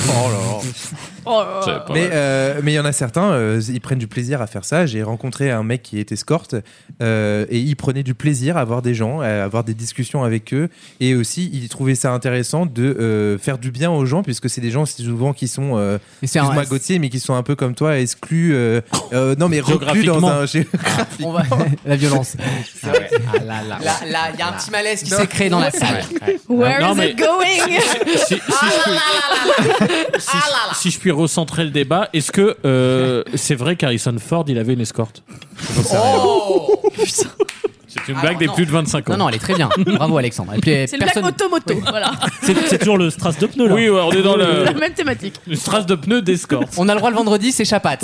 Oh là C'est là. pas Mais vrai. euh, mais il y en a certains, euh, ils prennent du plaisir à faire ça. J'ai rencontré un mec qui est escorte euh, et il prenait du plaisir à voir des gens, à avoir des discussions avec eux, et aussi il trouvait ça intéressant de euh, faire du bien aux gens puisque c'est des gens souvent qui sont, euh, Et c'est un- excuse-moi Gauthier, mais qui sont un peu comme toi, exclus, euh, euh, non mais reclus dans Géographiquement. un géographique. On va... La violence. C'est vrai. Ah là là. Là, là, il y a un petit malaise qui s'est créé dans la salle. Where Non, is mais- it going? si, si je puis, si, si je puis recentrer le débat, est-ce que euh, c'est vrai qu'Harrison Ford il avait une escorte? Oh C'est une Alors, blague des non. plus de vingt-cinq ans. Non, non, elle est très bien. Bravo, Alexandre. Et puis, C'est le blague personne... moto-moto. Voilà. C'est c'est toujours le strass de pneu là. Oui, ouais, on est dans le, La même thématique. une strasse de pneus d'escorte. On a le droit le vendredi, c'est chapatte.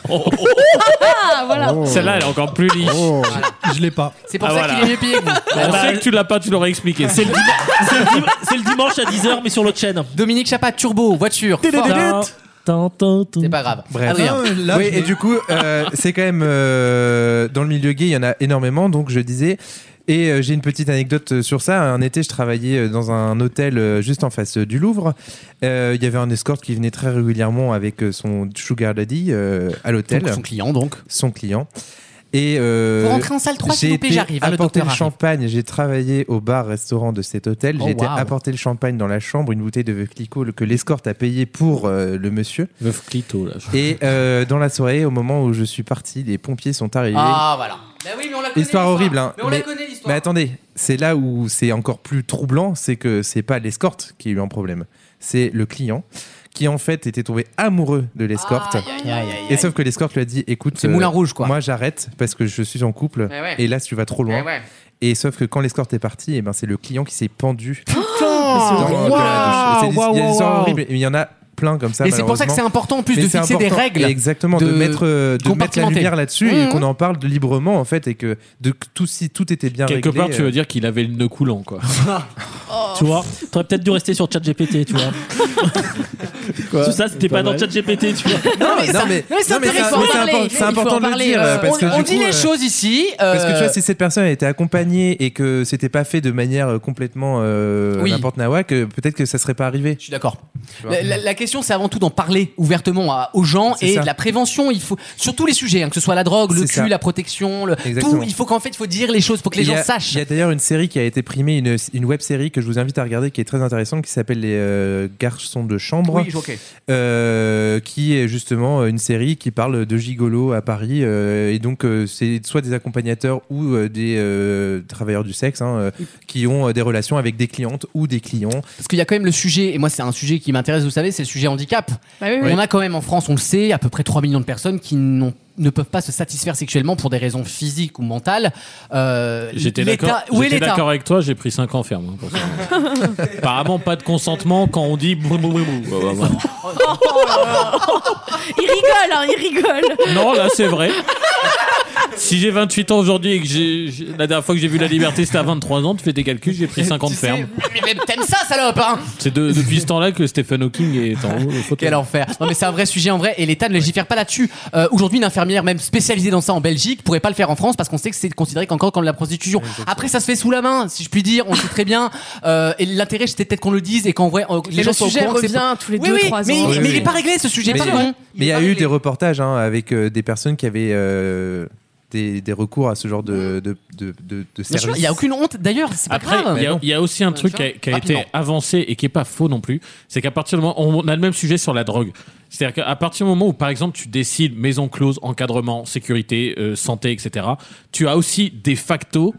Ah, voilà. Celle-là, elle est encore plus liche. Je l'ai pas. C'est pour Ah, ça voilà. qu'il est mieux payé que vous. On bah, sait que tu l'as pas, tu l'aurais expliqué. C'est le, dim- c'est le dim- c'est le dimanche à dix heures, mais sur l'autre chaîne. Dominique Chapat, turbo, voiture. Ford. Tin, tin, tin. C'est pas grave. Bref. Adrien. Ah, là, oui, je et l'ai- du coup, euh, c'est quand même euh, dans le milieu gay, il y en a énormément, donc je disais. Et euh, j'ai une petite anecdote sur ça. Un été, je travaillais dans un hôtel euh, juste en face euh, du Louvre. Euh, Il y avait un escorte qui venait très régulièrement avec euh, son sugar daddy euh, à l'hôtel. Donc, son client, donc. Son client. Et euh, Faut rentrer en salle trois, s'il j'ai vous plaît, été j'arrive, hein, le apporter docteur le arrive. champagne. J'ai travaillé au bar-restaurant de cet hôtel. Oh, j'ai été wow. apporter le champagne dans la chambre, une bouteille de Veuve Clicquot que l'escorte a payé pour euh, le monsieur. Veuf Clito, là. je- Et euh, dans la soirée, au moment où je suis parti, les pompiers sont arrivés. Ah, voilà. Bah oui, mais on la connaît. Histoire horrible, hein. Mais on la connaît, l'histoire. mais attendez, c'est là où c'est encore plus troublant, c'est que c'est pas l'escorte qui a eu un problème, c'est le client qui en fait était tombé amoureux de l'escorte. Aïe, aïe, aïe, aïe, Et aïe. sauf que l'escorte lui a dit, écoute, C'est Moulin Rouge, quoi. moi j'arrête parce que je suis en couple Eh ouais. et là tu vas trop loin. Eh ouais. Et sauf que quand l'escorte est parti, et ben c'est le client qui s'est pendu Putain. dans de la douche. C'est des- Il y a des histoires horribles, mais il y en a plein comme ça. Et c'est pour ça que c'est malheureusement. important en plus Mais de c'est fixer des important, règles. exactement, de, de mettre euh, de mettre la compartimenter. lumière là-dessus et Mmh. qu'on en parle de librement en fait et que de que tout si tout était bien Quelque réglé. part, tu euh, veux dire qu'il avait le nœud coulant, quoi. Tu vois, t'aurais peut-être dû rester sur ChatGPT, tu vois. Tout ça, c'était pas, dans ChatGPT, tu vois. Non, mais, ça- non, mais, mais c'est non, mais intéressant. c'est- mais c'est Il faut en impor- parler, c'est il faut important en de le parler, dire euh, parce que on, on du dit coup, les euh, choses ici. Parce que tu euh, vois, si cette personne a été accompagnée et que c'était pas fait de manière euh, complètement euh, Oui. n'importe nawak, que peut-être que ça serait pas arrivé. Je suis d'accord. Tu vois. La, la- la question, c'est avant tout d'en parler ouvertement à- aux gens C'est et ça. de la prévention. Il faut sur tous les sujets, hein, que ce soit la drogue, le C'est cul, ça. la protection, le, Exactement. tout. Il faut qu'en fait, il faut dire les choses pour que les Il y gens a- sachent. Il y a d'ailleurs une série qui a été primée, une, une web série que je vous invite à regarder qui est très intéressante, qui s'appelle Les euh, Garçons de chambre. Oui, ok. Euh, qui est justement une série qui parle de gigolo à Paris. euh, et donc, euh, c'est soit des accompagnateurs ou euh, des euh, travailleurs du sexe hein, euh, qui ont euh, des relations avec des clientes ou des clients. Parce qu'il y a quand même le sujet, et moi c'est un sujet qui m'intéresse, vous savez, c'est le sujet handicap. Bah oui, oui. On a quand même en France, on le sait, à peu près trois millions de personnes qui n'ont ne peuvent pas se satisfaire sexuellement pour des raisons physiques ou mentales. Euh, J'étais l'État- d'accord Où est j'étais l'État d'accord avec toi, j'ai pris cinq ans ferme. hein, pour ça. Apparemment, pas de consentement quand on dit. brou, brou, brou, brou. Bah, bah, bah. Il rigole, hein, il rigole. Non, là, c'est vrai. Si j'ai vingt-huit ans aujourd'hui et que j'ai, j'ai- la dernière fois que j'ai vu La Liberté, c'était à vingt-trois ans, tu fais tes calculs, j'ai pris cinq ans de Tu sais, ferme. mais, mais t'aimes ça, salope, hein C'est de- depuis ce temps-là que Stephen Hawking est en haut. au fauteuil. Quel enfer. Non mais c'est un vrai sujet en vrai et l'État ne légifère pas là-dessus. Euh, Aujourd'hui une infirmière même spécialisée dans ça en Belgique pourrait pas le faire en France parce qu'on sait que c'est considéré qu'encore comme de la prostitution. Après ça se fait sous la main si je puis dire, on sait très bien. Euh, et l'intérêt c'était peut-être qu'on le dise et qu'en vrai euh, les Mais gens le soient au sujet courant que c'est revient pas- tous les Oui, deux, oui, trois mais, ans. il- Oui, mais il oui. est pas réglé ce sujet, Mais, pardon. mais il y a eu des reportages hein, avec euh, des personnes qui avaient euh, des, des recours à ce genre de, de, de, de, de Bien sûr, service. il y a aucune honte d'ailleurs, c'est pas Après, grave. il y, a- il y a aussi un truc qui a, qui a été Rapidement. avancé et qui est pas faux non plus. C'est qu'à partir du moment, on a le même sujet sur la drogue. C'est-à-dire qu'à partir du moment où, par exemple, tu décides maison close, encadrement, sécurité, euh, santé, et cetera, tu as aussi de facto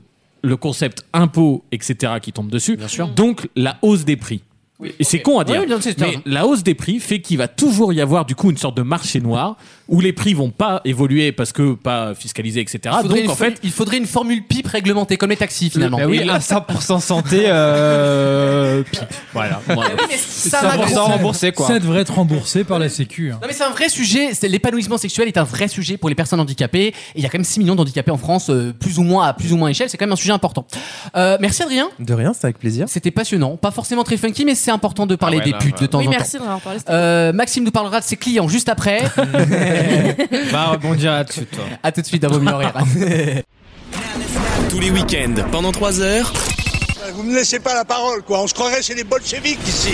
le concept impôt, et cetera qui tombe dessus. Bien sûr. Donc la hausse des prix. Et c'est con à dire, Oui, bien sûr, c'est mais ça. la hausse des prix fait qu'il va toujours y avoir du coup une sorte de marché noir où les prix vont pas évoluer parce que pas fiscalisés, et cetera. Il faudrait, Donc une en fait, fo- il faudrait une formule pipe réglementée comme les taxis finalement. Bah oui, Et- un cent pour cent santé, euh, pipe. voilà. Oui, mais ça cent pour cent m'a- remboursé, quoi. Ça devrait être remboursé par la Sécu. hein. Non mais c'est un vrai sujet, c'est- l'épanouissement sexuel est un vrai sujet pour les personnes handicapées et il y a quand même six millions d'handicapés en France, euh, plus ou moins à plus ou moins échelle, c'est quand même un sujet important. Euh, merci Adrien. De rien, c'est avec plaisir. C'était passionnant, pas forcément très funky mais c'est important de parler Ah ouais, des là, putes ouais. de temps Oui, en merci temps. d'en avoir parlé. c'était- Euh, Maxime nous parlera de ses clients juste après. Va rebondir là-dessus, toi. À tout de suite dans Vaut mieux en rire. Tous les week-ends, pendant trois heures. Vous me laissez pas la parole, quoi. On se croirait chez les bolcheviks ici.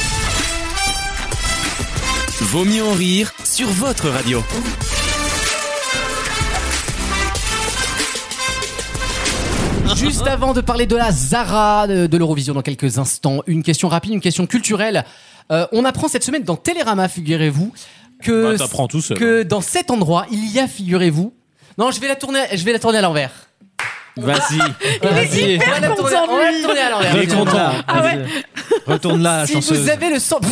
Vaut mieux en rire sur votre radio. Juste avant de parler de la Zara de, de l'Eurovision dans quelques instants, une question rapide, une question culturelle. Euh, on apprend cette semaine dans Télérama, figurez-vous, que, Bah, t'apprends tout seul, que dans cet endroit, il y a, figurez-vous... Non, je vais la tourner, je vais la tourner à l'envers. vas-y. Vas-y. On va la tourner, on va la tourner à l'envers. Il est content. Ah ouais. Retourne là, Si chanceuse. vous avez le sang...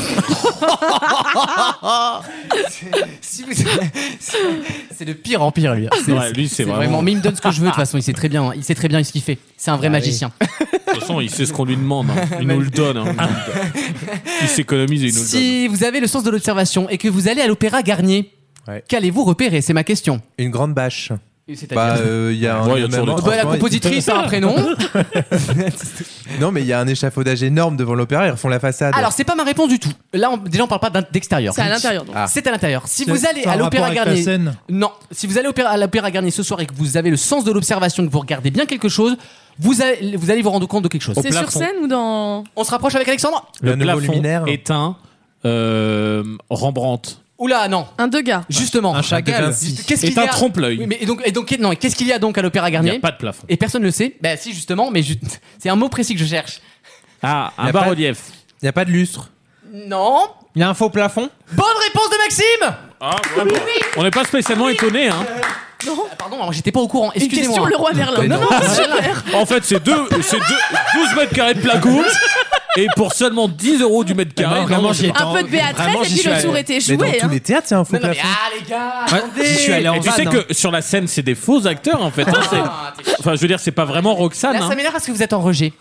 si vous... C'est de pire en pire, lui. C'est, Ouais, lui, c'est vraiment- vraiment... Mais il me donne ce que je veux, de toute façon. Il sait très bien, il sait très bien ce qu'il fait. C'est un vrai Ah oui. magicien. De toute façon, il sait ce qu'on lui demande. hein. Il nous le donne. hein. Il s'économise et il nous le donne. Si vous avez le sens de l'observation et que vous allez à l'Opéra Garnier, Ouais. qu'allez-vous repérer? C'est ma question. Une grande bâche. C'est-à-dire Bah, euh, il y a un. Ouais, il y a toujours même- des Bah, la franchement, compositrice a un prénom. Non, mais il y a un échafaudage énorme devant l'opéra, ils refont la façade. Alors, c'est pas ma réponse du tout. Là, on- déjà, on parle pas d'un- d'extérieur. C'est à l'intérieur, donc. Ah. C'est à l'intérieur. Si C'est- vous allez ça a à un l'Opéra rapport avec la Garnier, scène non. Si vous allez au Opéra- à l'Opéra Garnier ce soir et que vous avez le sens de l'observation, que vous regardez bien quelque chose, vous allez, vous allez vous rendre compte de quelque chose. C'est sur scène ou dans. On se rapproche avec Alexandre. Le Le nouveau plafond luminaire. est un euh, Rembrandt. Oula, non. Un Degas. Justement. Un Chagall. Qu'est-ce Est qu'il y un a trompe-l'œil. Oui, mais et donc, et donc, non, qu'est-ce qu'il y a donc à l'Opéra Il n'y Garnier a pas de plafond. Et personne ne le sait. Bah, si, justement, mais ju- c'est un mot précis que je cherche. Ah, Il y un a pas- bas-relief. Il n'y a pas de lustre. Non. Il y a un faux plafond. Bonne réponse de Maxime. Ah, vraiment. On n'est pas spécialement étonné. Hein. Ah, pardon, alors, j'étais pas au courant. Une Excusez-moi. question, le roi Merlin. Mais Non, non. non, super. En fait, c'est deux, c'est deux, douze mètres carrés de placo. Et pour seulement dix euros du mètre carré. non, vraiment, non, j'y étais. Un peu de Béatrice Vraiment, et j'y puis suis le allé. tour était Mais dans joué. tous hein. les théâtres, il y a un faux Non, non, mais, plafond. ah, les gars, Ouais, attendez. j'y suis allé en Et tu van, sais hein. que sur la scène, c'est des faux acteurs en fait. hein, c'est- Ah, t'es- Enfin, je veux dire, c'est pas vraiment Roxane. Là, hein. ça m'énerve parce que vous êtes en rejet.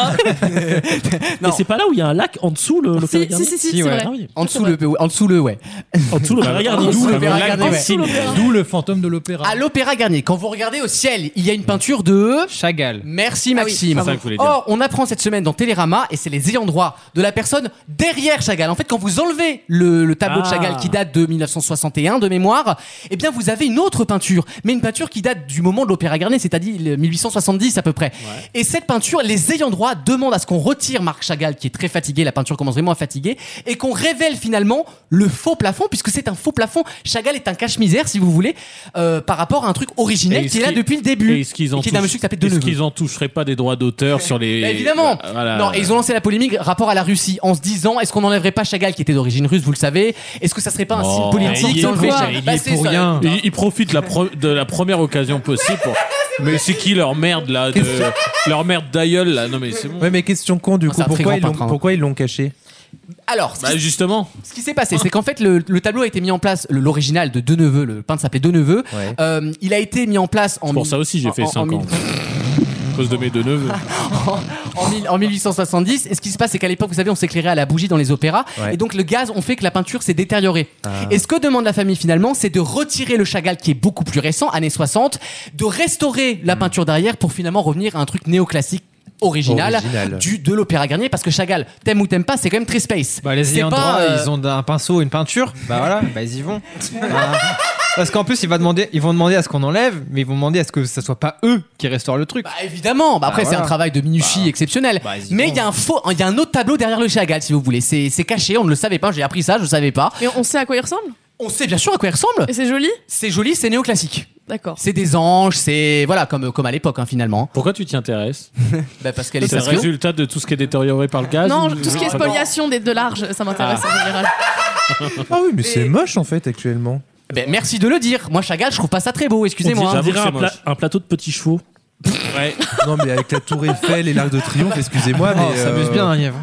Et c'est pas là où il y a un lac en dessous le, le Si, Garnier si, si, si, Si, c'est ouais. vrai. Ah oui. En dessous le, en dessous le, ouais. En dessous le Garnier. En dessous D'où l'Opéra le- Garnier, ouais. D'où le fantôme de l'opéra. À l'Opéra Garnier, quand vous regardez au ciel, il y a une peinture de. Chagall. Merci Ah oui, Maxime. c'est ça que je voulais dire. Or, on apprend cette semaine dans Télérama, et c'est les ayants droit de la personne derrière Chagall. En fait, quand vous enlevez le, le tableau de Ah. Chagall qui date de mille neuf cent soixante et un de mémoire, eh bien vous avez une autre peinture, mais une peinture qui date du moment de l'Opéra Garnier, c'est-à-dire le mille huit cent soixante-dix à peu près. Et cette peinture, les ayants droit demandent à ce qu'on retire Marc Chagall, qui est très fatigué, la peinture commence vraiment à fatiguer, et qu'on révèle finalement le faux plafond, puisque c'est un faux plafond. Chagall est un cache-misère, si vous voulez, euh, par rapport à un truc originel Et qui est est-ce là qu'ils- depuis le début. Et est-ce qu'ils en Et qui est d'un touchent- monsieur qui s'appelle est-ce Deneuve. qu'ils en toucheraient pas des droits d'auteur sur les. Bah, évidemment. Voilà. Non, et ils ont lancé la polémique rapport à la Russie en se disant est-ce qu'on n'enlèverait pas Chagall qui était d'origine russe, vous le savez? Est-ce que ça serait pas un Oh, signe politique il y est d'enlever pour- Chagall il y Bah, est c'est pour ça. rien. Ils, ils profitent la pro- de la première occasion possible pour. Mais c'est qui leur merde là de... Leur merde d'aïeul là? Non mais c'est bon. Ouais, mais question con, du Oh, c'est coup, un très pourquoi grand ils, l'ont, peintre, hein. pourquoi ils l'ont caché? Alors, ce Bah qui, justement. ce qui s'est passé, c'est qu'en fait, le, le tableau a été mis en place, le- l'original de Deneuve, le peintre s'appelait Deneuve. Ouais. Euh, il a été mis en place en. C'est pour mille- ça aussi j'ai en- fait en- cinq en ans. mille- À cause de mes deux neveux. en, mille- en mille huit cent soixante-dix. Et ce qui se passe, c'est qu'à l'époque, vous savez, on s'éclairait à la bougie dans les opéras. Ouais. Et donc, le gaz ont fait que la peinture s'est détériorée. Ah. Et ce que demande la famille finalement, c'est de retirer le Chagall qui est beaucoup plus récent, années soixante, de restaurer la peinture derrière pour finalement revenir à un truc néoclassique. Original, Original. du de l'Opéra Garnier, parce que Chagall, t'aimes ou t'aimes pas, c'est quand même très space. Bah, les C'est ayants pas, droit, euh, ils ont un pinceau, une peinture. Bah voilà, bah ils y vont. Voilà. Parce qu'en plus, ils vont demander, ils vont demander à ce qu'on enlève, mais ils vont demander à ce que ça soit pas eux qui restaurent le truc. Bah évidemment, bah après Bah, c'est un voilà. travail de minutie exceptionnel. bah, ils y Mais vont. il y a un faux, il y a un autre tableau derrière le Chagall si vous voulez. C'est c'est caché, on ne le savait pas. J'ai appris ça, je ne savais pas. Mais on sait à quoi il ressemble? On sait bien sûr à quoi il ressemble. Et c'est joli? C'est joli, c'est néoclassique. D'accord. C'est des anges, c'est voilà comme comme à l'époque hein, finalement. Pourquoi tu t'y intéresses? Bah parce qu'elle est C'est le fascio. résultat de tout ce qui est détérioré par le gaz? Non, ou- tout ce qui est Enfin, spoliation des de large, ça m'intéresse en général. Ah oui, mais c'est moche en fait actuellement. Ben, merci de le dire. Moi Chagall, je trouve pas ça très beau. On Excusez-moi. dirait J'avoue que un, c'est pla- moche. un plateau de petits chevaux. Ouais. Non, mais avec la Tour Eiffel et l'Arc de Triomphe, excusez-moi, mais. Oh, ça s'amuse euh, bien, hein, Yves.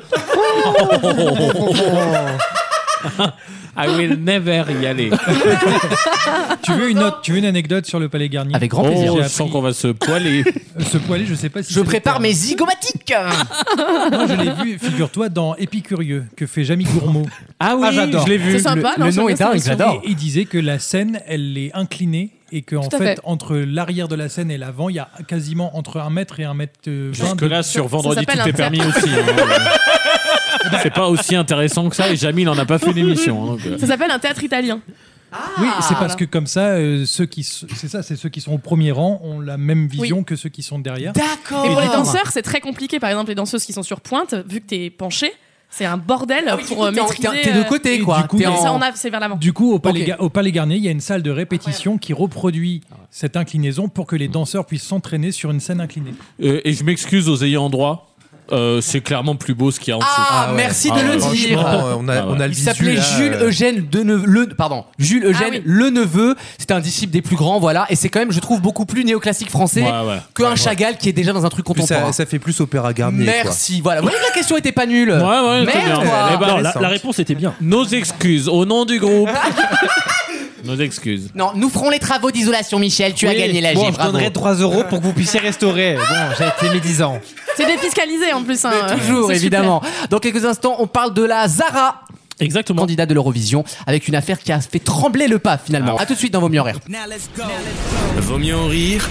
I will never y aller. Tu veux une note, tu veux une anecdote sur le Palais Garnier? Avec grand plaisir. Oh, J'ai je sens appris- qu'on va se poiler. Euh, Ce poêlé, je sais pas si Je c'est prépare le mes zygomatiques. Non, je l'ai vu, figure-toi, dans Épicurieux, que fait Jamie Gourmaud. Ah oui, j'adore. je l'ai vu. C'est sympa, le non, nom c'est est bien, dingue, c'est j'adore. Et il disait que la scène, elle est inclinée et qu'en Tout à fait, fait. entre l'arrière de la scène et l'avant, il y a quasiment entre un mètre et un mètre euh, vingt. Jusque de- là, sur Ça Vendredi, tout s'appelle est un permis aussi. hein. C'est pas aussi intéressant que ça, et Jamil n'en a pas fait d'émission. hein, donc, euh. Ça s'appelle un théâtre italien. Oui, c'est parce que comme ça, euh, ceux qui, s- c'est ça, c'est ceux qui sont au premier rang ont la même vision que ceux qui sont derrière. D'accord. Et pour les danseurs, c'est très compliqué. Par exemple, les danseuses qui sont sur pointe, vu que t'es penché, c'est un bordel Ah oui, du pour coup, euh, t'es en- maîtriser. t'es- t'es de euh, côté, et quoi. du coup, T'es il y a- en- Ça, on a, c'est vers l'avant. Du coup, au Palais, Ok. Ga- au Palais Garnier, il y a une salle de répétition qui reproduit cette inclinaison pour que les danseurs puissent s'entraîner sur une scène inclinée. Euh, et je m'excuse aux ayants droit. Euh, c'est clairement plus beau ce qu'il y a en dessous. Ah, ouais. merci Ah de ouais, le franchement, dire. euh, on a, Ah ouais. on a le Il visu, s'appelait là, Jules euh, Eugène de Neve- le pardon Jules Eugène Ah oui. Le Neveu. C'était un disciple des plus grands, voilà, et c'est quand même, je trouve, beaucoup plus néoclassique français Ouais, ouais. que un Chagall qui est déjà dans un truc Plus contemporain. ça, ça fait plus opéra Garnier. quoi. Merci. Voilà. Vous voyez que la question était pas nulle. Ouais, ouais, très Merde, bien. quoi. Eh ben, Non, la, intéressant. la réponse était bien. Nos excuses au nom du groupe. Nos excuses. Non, nous ferons les travaux d'isolation, Michel. Tu as Oui, gagné la Bon, G. je Bravo. donnerai trois euros pour que vous puissiez restaurer. Bon, j'ai été médisant. C'est défiscalisé en plus. hein. Toujours, C'est évidemment. Dans quelques instants, on parle de la Zara, Exactement. candidate de l'Eurovision, avec une affaire qui a fait trembler le pas finalement. A tout de suite dans Vaut mieux en rire. Vaut mieux en rire.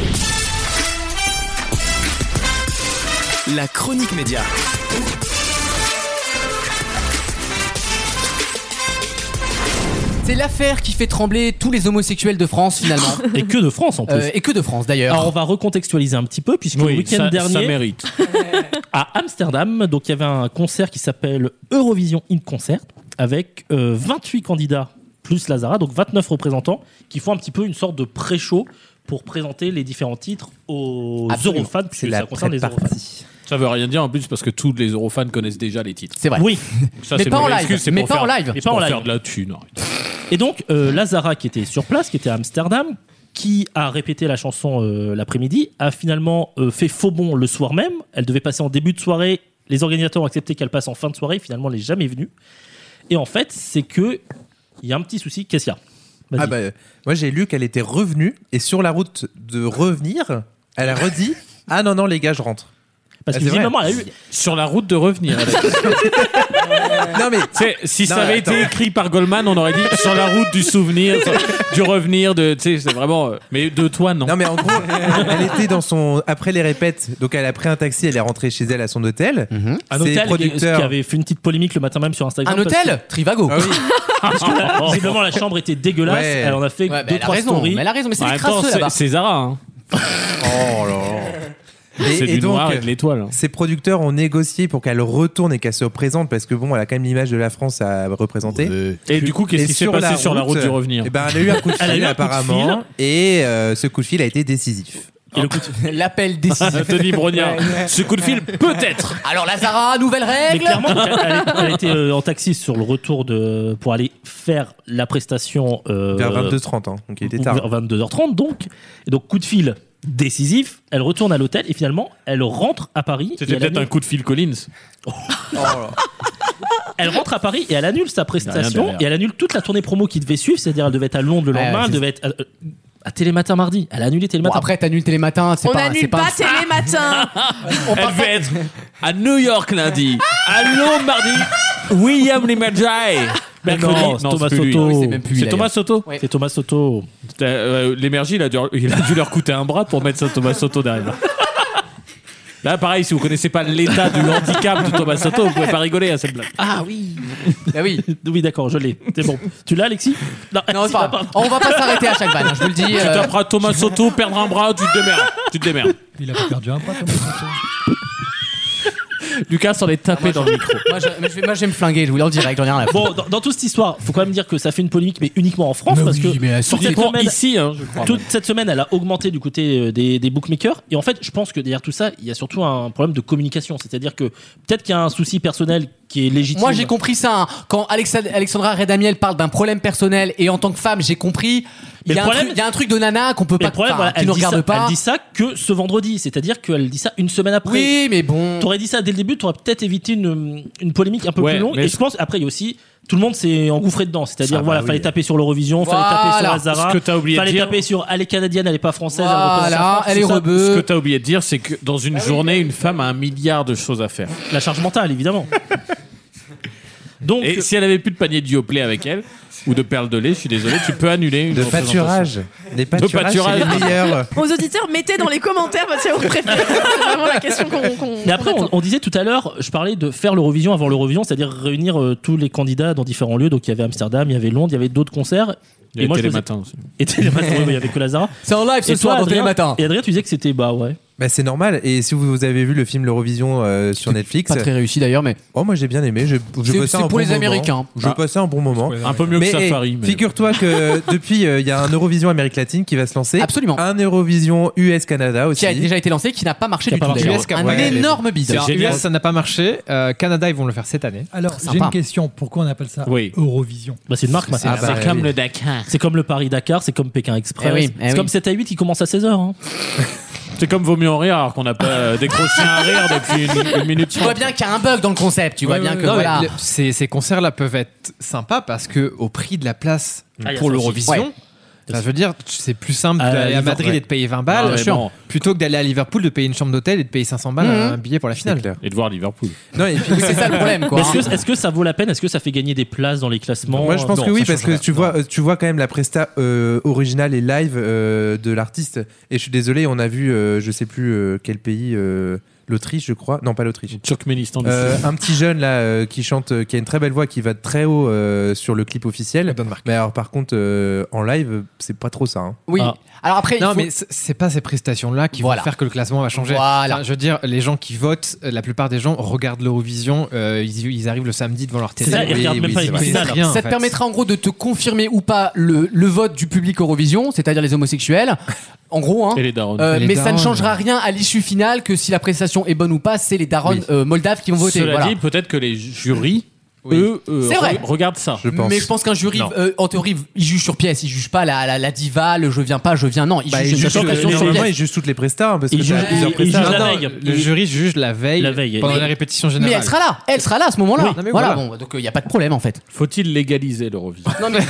La chronique média. C'est l'affaire qui fait trembler tous les homosexuels de France finalement. Et que de France en plus. Euh, et que de France d'ailleurs. Alors on va recontextualiser un petit peu puisque le Oui, week-end ça, ça dernier mérite. à Amsterdam, donc il y avait un concert qui s'appelle Eurovision in Concert avec euh, vingt-huit candidats plus la Zara, donc vingt-neuf représentants qui font un petit peu une sorte de pré-show pour présenter les différents titres aux Absolument. Eurofans puisque C'est la ça concerne les Eurofans. pré-partie. Ça veut rien dire en plus parce que tous les Eurofans connaissent déjà les titres. C'est vrai. Oui. Ça, Mais c'est pas mon en live. excuse, c'est Mais pour pas faire- en live. c'est Mais pas pour en live. faire de la thune. arrête. Et donc euh, la Zara qui était sur place, qui était à Amsterdam, qui a répété la chanson euh, l'après-midi, a finalement euh, fait faux bond le soir même. Elle devait passer en début de soirée. Les organisateurs ont accepté qu'elle passe en fin de soirée. Finalement, elle n'est jamais venue. Et en fait, c'est que il y a un petit souci. Qu'est-ce qu'il y a? Vas-y. Ah bah, euh, moi j'ai lu qu'elle était revenue et sur la route de revenir, elle a redit ah non non les gars je rentre. Parce Ah, que c'est vrai. visiblement, elle a eu. Sur la route de revenir. elle a dit. Non mais C'est- si Non, ça avait attends. été écrit par Goldman, on aurait dit sur la route du souvenir, sur- du revenir, de, tu sais, c'est vraiment. euh, Mais de toi, non. non mais en gros elle était dans son après les répètes donc elle a pris un taxi elle est rentrée chez elle à son hôtel. Mhm. Un Ses hôtel qui, producteurs- qui avait fait une petite polémique le matin même sur Instagram. Un parce hôtel Trivago. Ah oui. Parce que là, visiblement, la chambre était dégueulasse. Ouais. Elle en a fait Ouais, bah, deux, elle a trois raison. stories. Mais elle a raison. Mais c'est En des même temps, crasseux c'est là-bas. c'est Zara. hein. Oh là. Et, C'est et du donc, noir et de l'étoile. hein. ses producteurs ont négocié pour qu'elle retourne et qu'elle se représente parce que bon, elle a quand même l'image de la France à représenter. Et du coup, qu'est-ce Et qui s'est sur passé la sur la route du revenir Eh ben, elle a eu un coup de Elle a fil eu un coup de apparemment et euh, ce coup de fil a été décisif. Et le coup de- L'appel décisif. Tony Brognard. Ce coup de fil, peut-être. Alors la Zara, nouvelle Mais règle. clairement, donc, elle, elle- elle était euh, en taxi sur le retour de pour aller faire la prestation euh, Vers vingt-deux heures trente, hein, donc il était tard. vers vingt-deux heures trente donc. Et donc coup de fil décisif. Elle retourne à l'hôtel et finalement elle rentre à Paris. C'était et elle peut-être annule- un coup de fil Collins. Elle rentre à Paris et elle annule sa Il y a rien prestation derrière. et elle annule toute la tournée promo qui devait suivre. C'est-à-dire elle devait être à Londres le Ouais, lendemain, ouais, elle c'est- devait être à, à Télématin mardi. Elle a annulé Bon, Télématin. après t'annules Télématin, c'est On pas. c'est n'annule pas, Télématin. Elle devait être à New York lundi, à Londres mardi, William Limajai. Mercredi, non, c'est Thomas c'est plus lui. Soto. Oui, c'est même plus lui, C'est Thomas Soto. Ouais. C'est Thomas Soto. Euh, L'énergie, il, a dû- il a dû leur coûter un bras pour mettre ça Thomas Soto derrière. Là, pareil, si vous connaissez pas l'état du handicap de Thomas Soto, vous pouvez pas rigoler à cette blague. Ah oui. Ah oui. Oui, d'accord, je l'ai. C'est bon. Tu l'as, Alexis? Non, c'est Alexis, pas va grave. On va pas s'arrêter à chaque vanne, hein, je vous le dis. Tu euh, taperas Thomas Soto, perdre un bras, tu te démerdes. Tu te démerdes. Il a pas perdu un pas. Thomas Soto. Lucas s'en est tapé dans le micro. Moi, je, mais je vais, moi, je vais me flinguer, je vous le dis en direct, j'en ai rien à foutre. Bon, dans, dans toute cette histoire, faut quand même dire que ça fait une polémique, mais uniquement en France, Mais parce oui, que mais elle toute sortait cette Pour semaine, ici, hein, je crois. toute cette semaine, elle a augmenté du côté euh, des, des bookmakers. Et en fait, je pense que derrière tout ça, il y a surtout un problème de communication. C'est-à-dire que peut-être qu'il y a un souci personnel qui est légitime. Moi j'ai compris ça, hein. Quand Alexa- Alexandra Redamiel parle d'un problème personnel et en tant que femme j'ai compris, Il y, a un truc- il y a un truc de nana qu'on peut Mais pas, le problème, enfin, voilà, qui elle ne dit regarde ça- pas. Elle dit ça que ce vendredi, c'est-à-dire qu'elle dit ça une semaine après. Oui, mais bon. T'aurais dit ça dès le début, t'aurais peut-être évité une, une polémique un peu Ouais, plus longue. mais Et je- je pense, après, il y a aussi. Tout le monde s'est engouffré dedans, c'est-à-dire Ah bah voilà, oui. fallait taper sur l'Eurovision, fallait taper sur Voilà. la Zara, Ce que t'as oublié de fallait dire- taper sur elle est canadienne, elle est pas française, elle Voilà, représente la France, elle tout est ça. rebeu. Ce que tu as oublié de dire, c'est que dans une journée, une femme a un milliard de choses à faire. La charge mentale, évidemment. Donc, Et si elle avait plus de panier de Yoplait avec elle, ou de perles de lait, je suis désolé, tu peux annuler une De représentation. pâturage. Les pâturages, pâturage. c'est les meilleurs. Aux auditeurs, mettez dans les commentaires votre yaourt préféré. C'est vraiment la question qu'on. qu'on- Mais après, qu'on on, on disait tout à l'heure, je parlais de faire l'Eurovision avant l'Eurovision, c'est-à-dire réunir euh, tous les candidats dans différents lieux. Donc il y avait Amsterdam, il y avait Londres, il y avait d'autres concerts. Il y avait je faisais- Télématin aussi. Et Télématin, oui, il y avait que Lazara. C'est en live ce Et soir toi, dans Adrien- Télématin. Et Adrien, tu disais que c'était bah ouais. Bah, c'est normal. Et si vous, vous avez vu le film l'Eurovision euh, sur Netflix, Pas très réussi d'ailleurs, mais. oh moi j'ai bien aimé. Je, je C'est- passais c'est un pour bon les moment. Américains. Je Ah. passais un bon moment. Un peu mieux Mais que hey, Safari. mais- figure-toi que depuis euh, il y a un Eurovision Amérique latine qui va se lancer. Absolument. Un Eurovision U S Canada aussi. Qui a déjà été lancé, qui n'a pas marché Qui a du pas tout marché. d'ailleurs. U S, Un ouais, énorme bide. C'est un U Génial. S, ça n'a pas marché. Euh, Canada, ils vont le faire cette année. Alors, Sympa. j'ai une question. Pourquoi on appelle ça Oui. Eurovision? Bah, c'est une marque C'est- maintenant. ah bah, C'est comme oui. le Dakar. C'est comme le Paris-Dakar, c'est comme Pékin Express. Eh oui, eh c'est oui. comme sept à huit qui commence à seize heures. Hein. C'est comme Vaut mieux en rire alors qu'on n'a pas euh, décroché un rire depuis une, une minute Tu vois bien qu'il y a un bug dans le concept. Tu vois bien que Non, mais voilà. le- ces, ces concerts-là peuvent être sympas parce que au prix de la place Ah, il y a pour ça aussi. l'Eurovision, Ouais. ça veut dire c'est plus simple À d'aller à Liverpool, Madrid ouais. et de payer vingt balles Ah, mais bon. plutôt que d'aller à Liverpool, de payer une chambre d'hôtel et de payer cinq cents balles Mhm. un billet pour la C'est finale. clair. Et de voir Liverpool. Non, et puis, Oui, c'est ça le problème, quoi. Mais est-ce que, est-ce que ça vaut la peine? Est-ce que ça fait gagner des places dans les classements? moi je pense Non, que oui ça parce change que rien. tu vois, euh, tu vois quand même la presta euh, originale et live euh, de l'artiste. Et je suis désolé, on a vu, euh, je sais plus euh, quel pays, euh, l'Autriche, je crois. Non, pas l'Autriche. Turkménistan du Euh, Sud. un petit jeune là euh, qui chante, euh, qui a une très belle voix, qui va très haut euh, sur le clip officiel. Mais alors par contre euh, en live, c'est pas trop ça. Hein. Oui. Ah. Alors après, il Non, faut- mais c'est c'est pas ces prestations-là qui Voilà. vont faire que le classement va changer. Voilà. Enfin, je veux dire, les gens qui votent, euh, la plupart des gens regardent l'Eurovision, euh, ils, ils arrivent le samedi devant leur télé. C'est ça, ils regardent même pas c'est les vrai. finales. Rien, en ça te fait. permettra en gros de te confirmer ou pas le, le vote du public Eurovision, c'est-à-dire les homosexuels. En gros, hein. Et les darons. Euh, Et les mais ça ne darons, changera rien à l'issue finale que si la prestation est bonne ou pas, c'est les darons Oui. euh, moldaves qui vont voter. Cela Voilà. dit, peut-être que les jurys, Oui. eux, euh, C'est vrai. re- regardent ça. Je pense. Mais je pense qu'un jury, Non. euh, en théorie, il juge sur pièce. Il juge pas la, la, la diva, le je viens pas, je viens. Non, il Bah, juge il une juge prestation le- sur normalement, il pièce. juge toutes les prestats hein, parce que Il t'as juge- plusieurs il- il prestats. juge la Non, veille. le jury juge la veille, La veille. pendant Oui. la répétition Mais générale. elle sera là, elle sera là à ce moment-là. Oui. Non, mais voilà, voilà. bon, donc il n'y a pas de problème en fait. Faut-il légaliser l'Eurovision? Non, mais...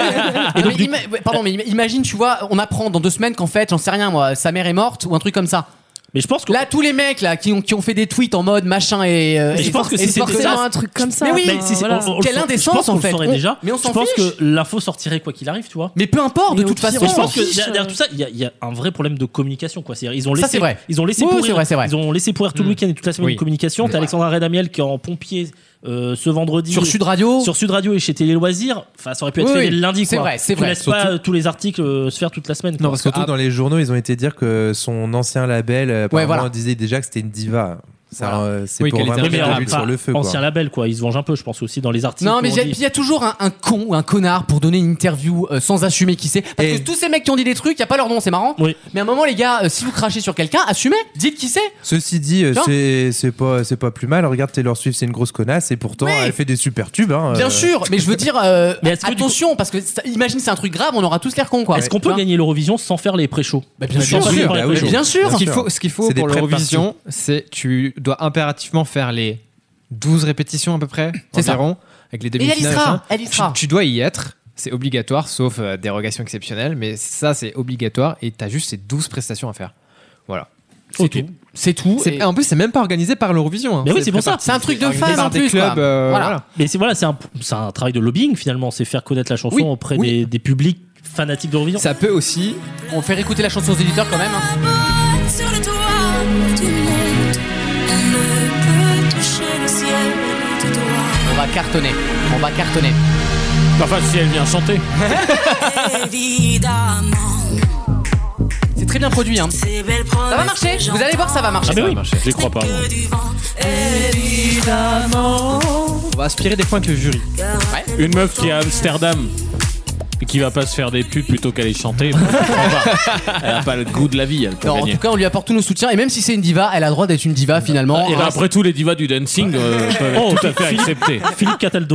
Et donc, ima- ouais, pardon, mais ima- imagine, tu vois, on apprend dans deux semaines qu'en fait, j'en sais rien, moi, sa mère est morte ou un truc comme ça. Mais je pense que Là, tous les mecs là qui ont, qui ont fait des tweets en mode machin et. euh, Mais et je pense for- que et si c'était forcément ça- un truc comme ça. Mais oui, Mais si, si, voilà. on- on le Quelle sa- je indécence pense qu'on en le fait. saurait On- déjà. Mais on Je s'en pense fiche. que l'info sortirait quoi qu'il arrive, tu vois. Mais peu importe, de Mais toute au pire, façon. Et je pense que fiche, derrière euh. tout ça, il y, a- il y a un vrai problème de communication, quoi. C'est-à-dire, ils ont Ça, laissé, c'est vrai. ils ont laissé Oui, pourrir, c'est vrai, c'est vrai. ils ont laissé pourrir tout le Mm. week-end et toute la semaine Oui. de communication. T'as Alexandra Redamiel qui est en pompier euh, ce vendredi Sur Sud Radio. sur Sud Radio et chez Télé Loisirs. Enfin, ça aurait pu être Oui, fait oui. dès le lundi, C'est quoi. vrai, c'est Tu vrai. laisses pas Surtout- euh, tous les articles euh, se faire toute la semaine. quoi. Non, parce que Surtout ah, dans les journaux, ils ont été dire que son ancien label, euh, apparemment, voilà. disait déjà que c'était une diva. Ça, Voilà. euh, c'est Oui, pour qu'elle était vraiment Oui, mais mettre alors, de l'huile pas sur le feu. Quoi. ancien label, quoi. Ils se vengent un peu, je pense aussi dans les articles. Non, mais où on il y a- dit- puis il y a toujours un, un con ou un connard pour donner une interview euh, sans assumer qui c'est. Parce Et- que tous ces mecs qui ont dit des trucs, il n'y a pas leur nom, c'est marrant. Oui. Mais à un moment, les gars, euh, si vous crachez sur quelqu'un, assumez, dites qui c'est. Ceci dit, euh, Tiens. c'est c'est pas, c'est pas plus mal. Regarde, Taylor Swift, c'est une grosse connasse et pourtant, Oui. elle fait des super tubes. Hein, Bien euh. sûr, mais je veux dire, euh, Mais est-ce que du attention, parce que ça- imagine c'est un truc grave, on aura tous l'air con quoi. Est-ce qu'on Tu peut vois gagner l'Eurovision sans faire les pré-shows? Bah, bien On sûr, est pas sûr, passé par les bah oui. pré-shows. Bien sûr. Ce qu'il faut, ce qu'il faut C'est des pour prep l'Eurovision, c'est tu dois impérativement faire les douze répétitions à peu près, C'est ça. environ, avec les Et elle y demi-finales. sera, machin. elle y Tu- sera. Tu, dois y être, c'est obligatoire, sauf euh, dérogation exceptionnelle, mais ça c'est obligatoire et t'as juste ces douze prestations à faire. Voilà. C'est tout. C'est tout. C'est- et- En plus, c'est même pas organisé par l'Eurovision. hein. Mais oui, c'est pour ça. C'est un truc de organisé fan par en des plus. clubs, quoi. euh, Voilà. voilà. Mais c'est voilà, c'est un, c'est un travail de lobbying finalement, c'est faire connaître la chanson Oui, auprès oui. des, des publics fanatiques d'Eurovision. Ça peut aussi. On fait écouter la chanson aux éditeurs quand même. hein. Sur le toit du monde, on ne peut toucher le ciel du doigt. On va cartonner. On va cartonner. Enfin, si elle vient chanter. Évidemment, C'est très bien produit. Hein. ces belles Ça va marcher. Vous allez voir, ça va marcher. Ah, mais oui. J'y crois pas, moi. que du vent. Évidemment, On va aspirer des points avec le jury. Une meuf qui est à Amsterdam et qui va pas se faire des pubs plutôt qu'aller chanter. Bon, je comprends pas. Elle a pas le goût de la vie, elle peut Non, en gagner. tout cas, on lui apporte tous nos soutiens. Et même si c'est une diva, elle a le droit d'être une diva finalement. Et ben, après tout, les divas du dancing euh, peuvent Oh, tout à fait Philippe- accepter. Philippe Cataldo.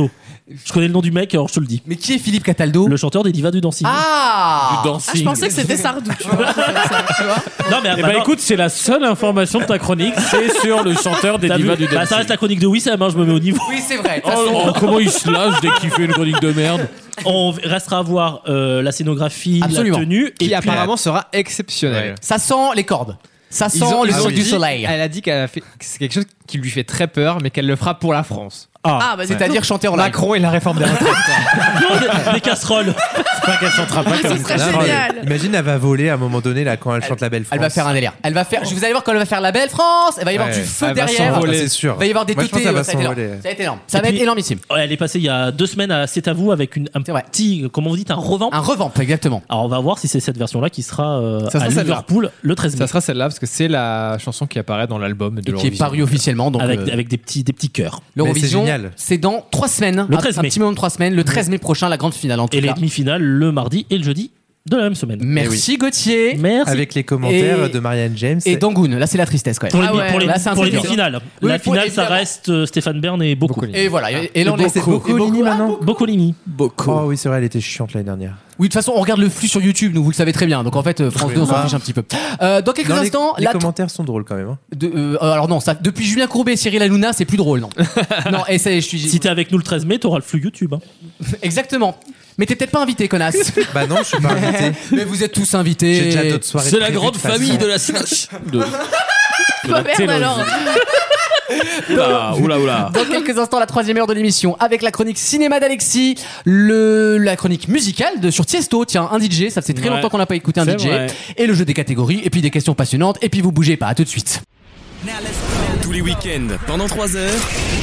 Je connais le nom du mec, alors je te le dis. Mais qui est Philippe Cataldo? Le chanteur des divas du dancing. Ah, Du dancing. Ah, je pensais que c'était Sardou, tu vois. Non, mais Eh bah, bah non. écoute, c'est la seule information de ta chronique, c'est sur le chanteur des T'as divas vu du Bah, dancing. ça reste la chronique de Wissem, hein, je me mets au niveau. Oui, c'est vrai. de toute Oh, façon. oh, comment il se lâche dès qu'il fait une chronique de merde. On restera à voir euh, la scénographie, Absolument. la tenue. Qui et puis, apparemment sera exceptionnel. Ça sent les cordes. Ça sent Ils ont- le ils ont cirque du dit- soleil. Elle a dit qu'elle a fait que c'est quelque chose qui lui fait très peur, mais qu'elle le fera pour la France. Ah, bah, C'est-à-dire chanter en live. Macron et la réforme des retraites. des, des casseroles. C'est pas qu'elle chantera pas Ah, comme ce serait ça. génial. Imagine, elle va voler à un moment donné là quand elle, chante la belle France. Elle va faire un délire. Elle va faire. Vous allez voir quand elle va faire la belle France. Il va y avoir Ouais. du feu Elle va derrière. s'envoler. Ah, c'est sûr. Il va y avoir des Moi, je pense teutés. qu'elle va Ça va être énorme. s'envoler. Ça va être énorme. Ça Et va puis- être énormissime. Ouais, elle est passée il y a deux semaines à C'est à vous avec une, un C'est vrai. petit, comment vous dites, un revamp. Un revamp, exactement. Alors on va voir si c'est cette version-là qui sera euh, Ça sera à celle-là. Liverpool le treize mai. Ça sera celle-là parce que c'est la chanson qui apparaît dans l'album de Et qui est l'Eurovision. paru officiellement. Donc, avec, euh, avec des petits, des petits cœurs. l'Eurovision, Mais c'est génial. c'est dans trois semaines. Le Un- treize Un mai. petit moment de trois semaines. Le treize mai prochain, la grande finale en tout Et les cas. demi-finales le mardi et le jeudi de la même semaine. Merci Gauthier. Merci. Avec les commentaires Et- de Marianne James. Et Dangoun. Là, c'est la tristesse quand Pour même. les, Ah ouais. pour les, Là, c'est un pour les truc. demi-finales. Oui, la pour- finale, ça évidemment. reste euh, Stéphane Bern et beaucoup. Et voilà. Et, et là, on Et est c'est beaucoup. Boccolini maintenant. Boccolini. Oh oui, c'est vrai, elle était chiante l'année dernière. Oui, de toute façon, on regarde le flux sur YouTube, nous, vous le savez très bien. Donc en fait, euh, France deux, on s'en Ah. fiche un petit peu. Euh, dans quelques Non, les- instants, les, la commentaires sont drôles quand même. hein. de- euh, alors non, ça, depuis Julien Courbet et Cyril Hanouna, c'est plus drôle, non. Non, et c'est, je suis. Si t'es avec nous le treize mai, t'auras le flux YouTube. hein. Exactement. Mais t'es peut-être pas invité, connasse. Bah non, je suis pas invité. Mais vous êtes tous invités. J'ai déjà d'autres soirées. C'est la prévues grande de toute famille façon. de la Cinoche. De, de Pas la merde télogie. alors. Oula, oula, oula. Dans quelques instants, la troisième heure de l'émission, avec la chronique cinéma d'Alexis, le, la chronique musicale de sur Tiesto, tiens, un D J, ça fait très Ouais. longtemps qu'on n'a pas écouté un C'est D J, vrai. et le jeu des catégories, et puis des questions passionnantes, et puis vous bougez pas, à tout de suite. Tous les week-ends, pendant trois heures.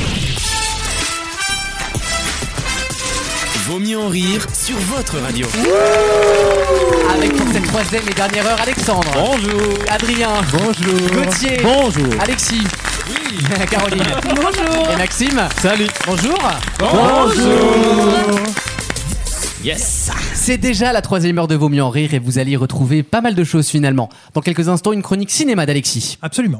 Vaut mieux en rire sur votre radio. Avec pour cette troisième et dernière heure, Alexandre. Bonjour. Adrien. Bonjour. Gauthier. Bonjour. Alexis. Oui. Caroline. Bonjour. Et Maxime. Salut. Bonjour. Bonjour. Yes. C'est déjà la troisième heure de Vaut mieux en rire et vous allez y retrouver pas mal de choses finalement. Dans quelques instants, une chronique cinéma d'Alexis. Absolument.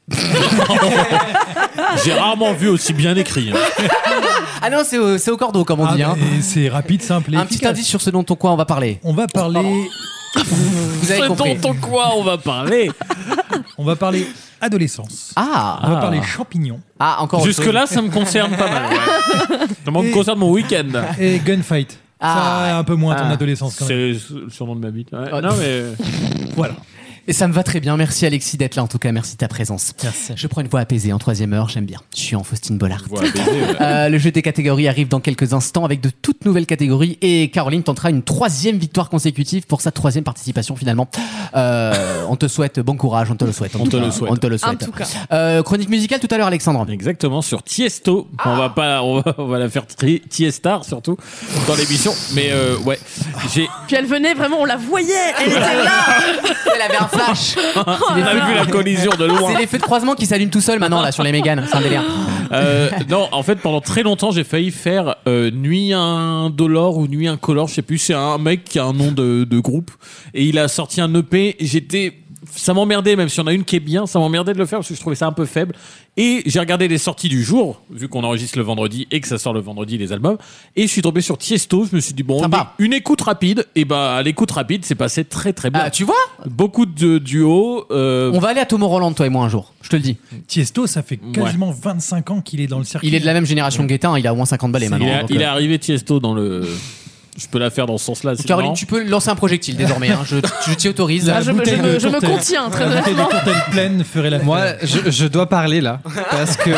J'ai rarement vu aussi bien écrit. hein. Ah non, c'est au, c'est au cordeau comme on Ah, dit. Hein. mais c'est rapide, simple et Un petit efficace. indice sur ce dont on quoi on va parler. On va parler, Vous avez Ce compris. dont on quoi on va parler. on va parler adolescence. Ah, On va Ah. parler champignons ah encore autre chose. Jusque-là, ça me concerne pas mal. ouais. Ça me Et- concerne mon week-end. et gunfight. Ah, Ça, un peu moins ton ah. adolescence quand même. C'est le surnom de ma bite. ouais. Oh, Non, mais. Voilà. Et ça me va très bien. Merci Alexis d'être là en tout cas. Merci de ta présence. Merci. Je prends une voix apaisée en troisième heure. J'aime bien. Je suis en Faustine Bollard. Voilà, baiser, ouais. Euh, le jeu des catégories arrive dans quelques instants avec de toutes nouvelles catégories et Caroline tentera une troisième victoire consécutive pour sa troisième participation finalement. Euh, on te souhaite bon courage, on te le souhaite. en On tout te cas. le souhaite. On te le En souhaite. tout cas. Euh, chronique musicale tout à l'heure Alexandre. Exactement, sur Tiesto. On va pas, on va, on va la faire tri- Tiestar surtout dans l'émission. Mais euh, ouais, j'ai. Puis elle venait vraiment, on la voyait, elle était là. Elle avait un flash. On a vu la collision de loin. C'est les feux de croisement qui s'allument tout seul maintenant là sur les Mégane. C'est un délire. Euh, non, en fait, pendant très longtemps, j'ai failli faire euh, Nuit Indolore ou Nuit Incolore, je sais plus. C'est un mec qui a un nom de, de groupe et il a sorti un E P. Et j'étais, ça m'emmerdait, même si on a une qui est bien, ça m'emmerdait de le faire parce que je trouvais ça un peu faible. Et j'ai regardé les sorties du jour, vu qu'on enregistre le vendredi et que ça sort le vendredi les albums. Et je suis tombé sur Tiesto. Je me suis dit bon, Sympa. une, une écoute rapide. Et bah, à l'écoute rapide, c'est passé très très bien. Ah, tu vois, Beaucoup de duos. euh, on va aller à Tomorrowland toi et moi un jour. Je te le dis. Tiesto, ça fait quasiment vingt-cinq ans qu'il est dans le circuit. Il est de la même génération que Guettin. Il a au moins cinquante balais il, maintenant. est, donc, il euh, est arrivé Tiesto dans le. Je peux la faire dans ce sens-là. c'est Caroline, marrant. tu peux lancer un projectile désormais. Hein. Je, je t'y autorise. La Ah, je me- bouteille je me- de je me tourtelle- contiens, très la bouteille de honnêtement. tourtelle pleine ferait la Moi, je, je dois parler là parce que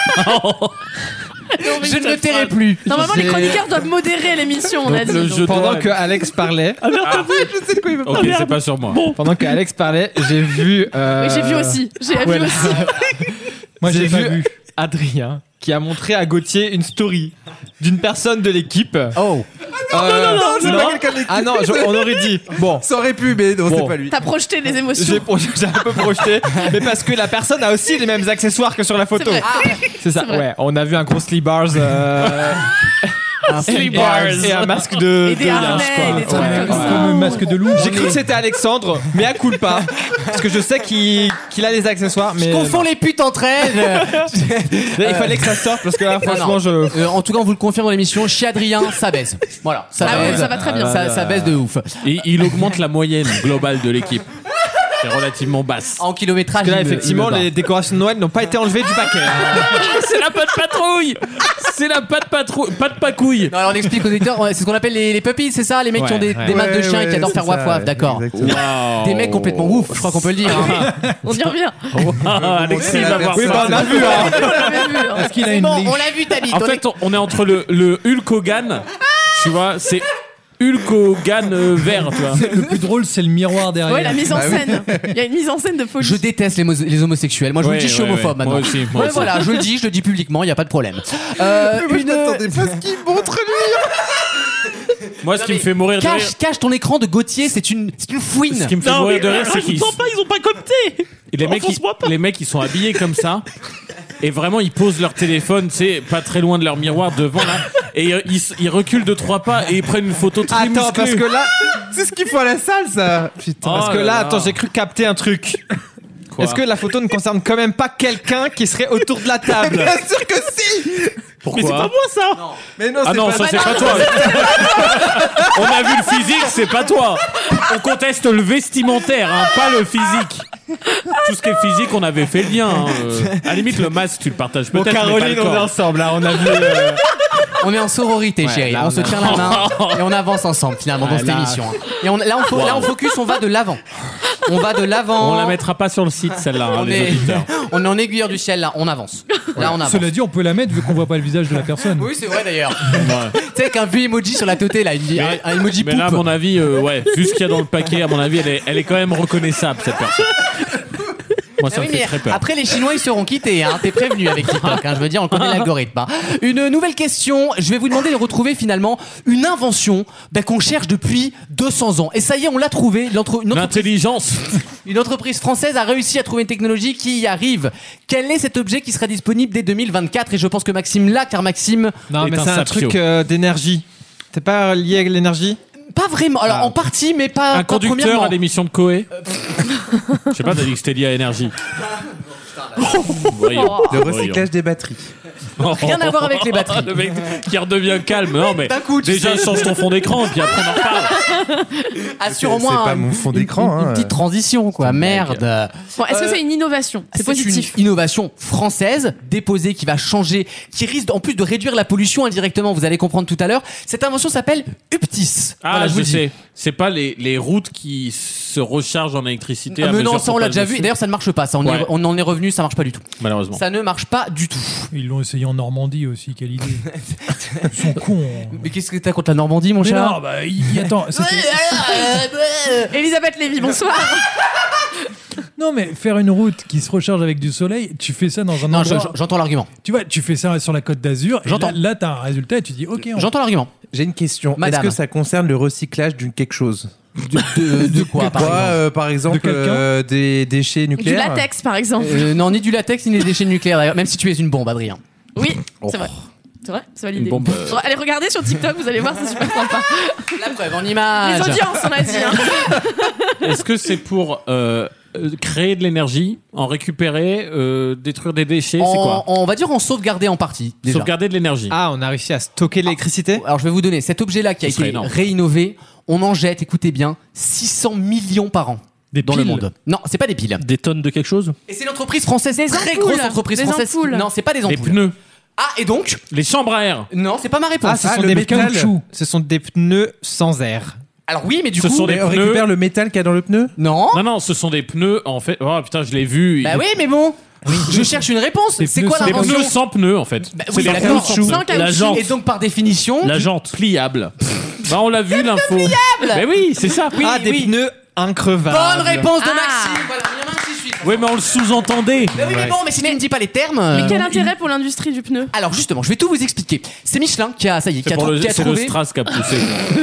Je ne me tairai plus. Normalement, les J'ai- chroniqueurs doivent modérer l'émission, on a dit. le jeu pendant doit- que Alex parlait, Ah merde, t'as vu je sais de quoi il veut Ok, c'est pas sur moi. pendant que Alex parlait, j'ai vu. euh, Oui, j'ai vu aussi. J'ai vu voilà. aussi. Moi, j'ai pas vu. Adrien qui a montré à Gauthier une story d'une personne de l'équipe. Oh. Euh, non, non, c'est pas quelqu'un de l'équipe. Ah non, je- on aurait dit. Bon, Ça aurait pu, mais non, Bon. c'est pas lui. T'as projeté les émotions. j'ai pro- j'ai un peu projeté, mais parce que la personne a aussi les mêmes accessoires que sur la photo. C'est vrai. C'est ça. C'est vrai. Ouais, on a vu un gros Slee Bars. euh, Un et, un, et un masque de, Et des de harnais, linge, quoi. et des trucs Ouais. comme ça. Comme un masque de loup. J'ai cru que c'était Alexandre, mais à culpa. Parce que je sais qu'il qu'il a les accessoires. Mais Je confonds les putes entre elles. il fallait que ça sorte parce que là, Non, franchement, non. je. Euh, en tout cas, on vous le confirme dans l'émission, chez Adrien, ça baise. Voilà, ça Ah oui, baise. ça va très bien. Ça, ça baise de ouf. Et il augmente la moyenne globale de l'équipe. C'est relativement basse. En kilométrage, Parce que là, il me- effectivement, il me bat. les décorations de Noël n'ont pas été enlevées du paquet. C'est la patte patrouille. C'est la patte patrouille, patte pacouille. Non, alors on explique aux auditeurs, ouais, c'est ce qu'on appelle les, les puppies, c'est ça? Les mecs qui ont des, Ouais, des ouais. masses de Ouais, chiens et qui ouais, adorent faire c'est waf ça, waf, d'accord. exactement. Wow. Des mecs complètement ouf, je crois qu'on peut le dire. hein. On y revient. Ah, Alexis la va voir personne. Oui, bah, on a vu, hein. On l'avait vu. hein. Est-ce qu'il a C'est une bon, liche on l'a vu ta bite. En on fait, on, on est entre le, le Hulk Hogan, tu vois, c'est Hulk Hogan euh, vert, tu vois. Le plus drôle, c'est le miroir derrière. Ouais, la mise en scène. Il y a une mise en scène de folie. Je déteste les, mo- les homosexuels. Moi, je vous Ouais, le dis, je suis ouais, homophobe ouais. maintenant. Moi aussi, moi Ouais, aussi. voilà, je le dis, je le dis publiquement, il n'y a pas de problème. Euh, une... pas ce qu'il montre lui. Moi, ce qui me fait mourir de rire, Cache, cache ton écran de Gauthier, c'est une, c'est une fouine. ce qui me fait Non, mourir mais de rire, c'est qu'ils rajoute-en pas, ils ont pas copté. les mecs, ils, Enfonce-moi pas. les mecs, ils sont habillés comme ça. Et vraiment, ils posent leur téléphone, tu sais, pas très loin de leur miroir devant là. Et euh, ils, ils reculent de trois pas et ils prennent une photo très Attends, musclée. parce que là. C'est ce qu'il faut à la salle, ça. Putain. Oh Parce que là là, là. attends, j'ai cru capter un truc. Quoi Est-ce que la photo ne concerne quand même pas quelqu'un qui serait autour de la table? Bien sûr que si. Pourquoi Mais c'est pas moi ça. Mais non, Ah c'est non, pas ça c'est pas toi. On a vu le physique, c'est pas toi. On conteste le vestimentaire, hein, pas le physique. Tout ce qui est physique, on avait fait le lien. hein. Euh, à la limite, le masque, tu le partages Bon, peut-être. mais pas Caroline, le on est corps. ensemble là. On a vu. euh, On est en sororité, Ouais, chérie. là, on on se a- tient la main et on avance ensemble finalement dans Ouais, cette là- émission. hein. Et on, là, on fo- là, on focus, on va de l'avant. On va de l'avant. On la mettra pas sur le site, celle-là, hein, On les est, auditeurs. on est en aiguilleur du ciel là, on avance. Là, on avance. Cela dit, on peut la mettre vu qu'on voit pas le visage de la personne. Oui, c'est vrai d'ailleurs. Tu sais, avec un vieux emoji sur la teuté là, une- un, un emoji Mais poupe. là, à mon avis, euh, ouais, vu ce qu'il y a dans le paquet, à mon avis, elle est, elle est quand même reconnaissable, cette personne. Moi, ça Ah oui, me fait mais très peur. après les Chinois ils seront quittés, hein. T'es prévenu avec TikTok, hein. Je veux dire on connaît l'algorithme. hein. Une nouvelle question, je vais vous demander de retrouver finalement une invention bah, qu'on cherche depuis deux cents ans. Et ça y est, on l'a trouvé. L'entre- une, entreprise, L'intelligence. une entreprise française a réussi à trouver une technologie qui y arrive. Quel est cet objet qui sera disponible dès deux mille vingt-quatre? Et je pense que Maxime l'a, car Maxime... Non, est mais un c'est un sapio. truc euh, d'énergie. T'es pas lié avec l'énergie? Pas vraiment, alors Ah. en partie, mais pas, Un pas conducteur premièrement. à l'émission de Coé. Je sais pas, t'as dit que c'était lié à énergie. Voyons. Le recyclage des batteries. Rien à voir avec les batteries. Le mec qui redevient calme. Non, mais D'un coup, tu déjà, sais. change ton fond d'écran, puis après, on en reparle. Assure au C'est- moins c'est pas une- mon fond une- d'écran, Une, une hein. petite transition, quoi. Merde. Bon, est-ce que Euh, c'est une innovation? C'est positif. une innovation française déposée qui va changer, qui risque en plus de réduire la pollution indirectement. Vous allez comprendre tout à l'heure. Cette invention s'appelle Uptis. Ah, Voilà, je vous le dis. sais. C'est pas les, les routes qui se rechargent en électricité. Ah, à mais non, mesure ça on qu'on l'a passe déjà vu. dessus. Et d'ailleurs, ça ne marche pas. Ça, on, Ouais. est- on en est revenu, ça marche pas du tout. Malheureusement. Ça ne marche pas du tout. Ils l'ont essayé en Normandie aussi, quelle idée. Ils sont cons. hein. Mais qu'est-ce que t'as contre la Normandie, mon Mais cher non, bah, il, il- attends, c'était- Elisabeth Lévy, bonsoir. non, mais faire une route qui se recharge avec du soleil, tu fais ça dans un Non, endroit. je- je- j'entends l'argument. Tu vois, tu fais ça sur la Côte d'Azur. et J'entends. Là, là t'as un résultat et tu dis, ok. on- J'entends l'argument. J'ai une question. Est-ce Madame. que ça concerne le recyclage d'une quelque chose? De, de- de quoi, par Quoi, exemple euh, par exemple, quelqu'un euh, des déchets Du nucléaires? latex, par exemple. Euh, Non, ni du latex, ni des déchets nucléaires, d'ailleurs. Même si tu es une bombe, Adrien. Oui, Oh. c'est vrai. C'est vrai, c'est validé. Une bombe, euh, Bon, allez, regardez sur TikTok, vous allez voir, c'est super sympa. La preuve en image. Les audiences, on a dit. Hein. Est-ce que c'est pour euh, euh, créer de l'énergie, en récupérer, euh, détruire des déchets? C'est quoi? En- on va dire en sauvegarder en partie. Déjà. Sauvegarder de l'énergie. Ah, on a réussi à stocker l'électricité? Alors je vais vous donner cet objet-là qui a Ce serait été énorme. réinnové. On en jette, écoutez bien, six cents millions par an Des dans le piles. monde. Non, c'est pas des piles. Des tonnes de quelque chose. Et c'est une entreprise française, Des très ampoules. grosse entreprise Des française. ampoules. Non, c'est pas des Les ampoules. pneus. Ah, et donc Les chambres à air. Non, c'est pas ma réponse. Ah, ce Ah, sont le des métal. caoutchoucs. Ce sont des pneus sans air. Alors oui, mais du Ce coup, sont des Mais on pneus. récupère le métal qu'il y a dans le pneu? non. Non, non, ce sont des pneus, en fait. Oh putain, je l'ai vu. Bah oui, mais bon. Je cherche une réponse. Des C'est pneus quoi sans- Des l'invention pneus sans pneus, en fait. Bah c'est oui, des d'accord. pneus sans pneus. Sans caoutchouc. La jante. Et donc par définition, La jante. Pliables. Bah, on l'a vu, l'info. Mais oui, c'est ça. Oui, ah, des oui. pneus increvables. Bonne réponse de Ah. Maxime. Voilà, il y en a un qui suit. Oui, mais on le sous-entendait. Mais oui, mais bon, mais si tu ne dis pas les termes. Mais euh, quel intérêt pour l'industrie du pneu? Alors justement, je vais tout vous expliquer. C'est Michelin qui a, ça y est, qui C'est a, pour trou- le, qui a c'est le trouvé. Strass qui a poussé.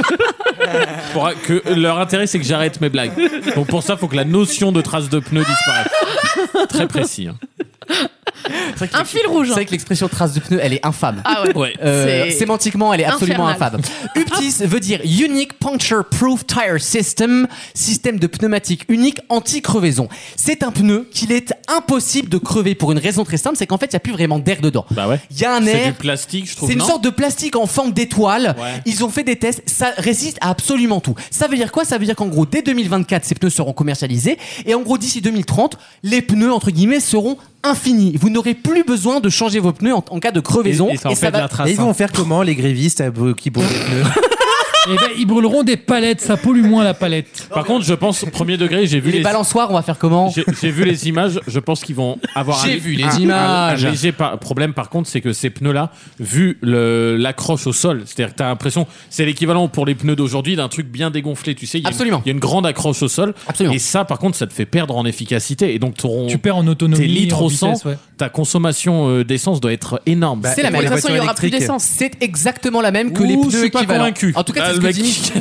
Pour que leur intérêt, c'est que j'arrête mes blagues. Donc pour ça, il faut que la notion de trace de pneu disparaisse. Très précis. hein. Un fil rouge. C'est vrai que l'expression trace de pneu, elle est infâme. Ah ouais. Ouais. Euh, C'est sémantiquement, elle est absolument infernal. infâme. U P T I S veut dire Unique Puncture Proof Tire System, système de pneumatique unique anti-crevaison. C'est un pneu qu'il est impossible de crever pour une raison très simple, c'est qu'en fait, il n'y a plus vraiment d'air dedans. Bah ouais. Il y a un C'est air. du plastique, je trouve. C'est une non sorte de plastique en forme d'étoile. Ouais. Ils ont fait des tests, ça résiste à absolument tout. Ça veut dire quoi? Ça veut dire qu'en gros, dès deux mille vingt-quatre, ces pneus seront commercialisés. Et en gros, d'ici deux mille trente, les pneus, entre guillemets, seront infinis. Vous n'aurez plus besoin de changer vos pneus en, en cas de crevaison. Et- et ça en fait de la trace, Et ils vont faire comment les grévistes euh, qui brûlent les pneus? Eh ben, ils brûleront des palettes, ça pollue moins la palette. Par contre, je pense, premier degré, j'ai vu les, les, balançoires, on va faire comment? j'ai, j'ai vu les images, je pense qu'ils vont avoir J'ai un, vu les un- images. Un, un léger par- problème, par contre, c'est que ces pneus-là, vu le, l'accroche au sol, c'est-à-dire que t'as l'impression, c'est l'équivalent pour les pneus d'aujourd'hui d'un truc bien dégonflé, tu sais. Il y a une- Absolument. Il y a une grande accroche au sol. Absolument. Et ça, par contre, ça te fait perdre en efficacité. Et donc, ton, Tu perds en autonomie, tes litres en au cent, vitesse, ouais. ta consommation euh, d'essence doit être énorme. C'est la même. De toute façon, il y aura plus d'essence. C'est exactement la même que les Ouh, pneus je suis pas équivalents. convaincu. En tout cas, Ah, c'est ce le que mec dit.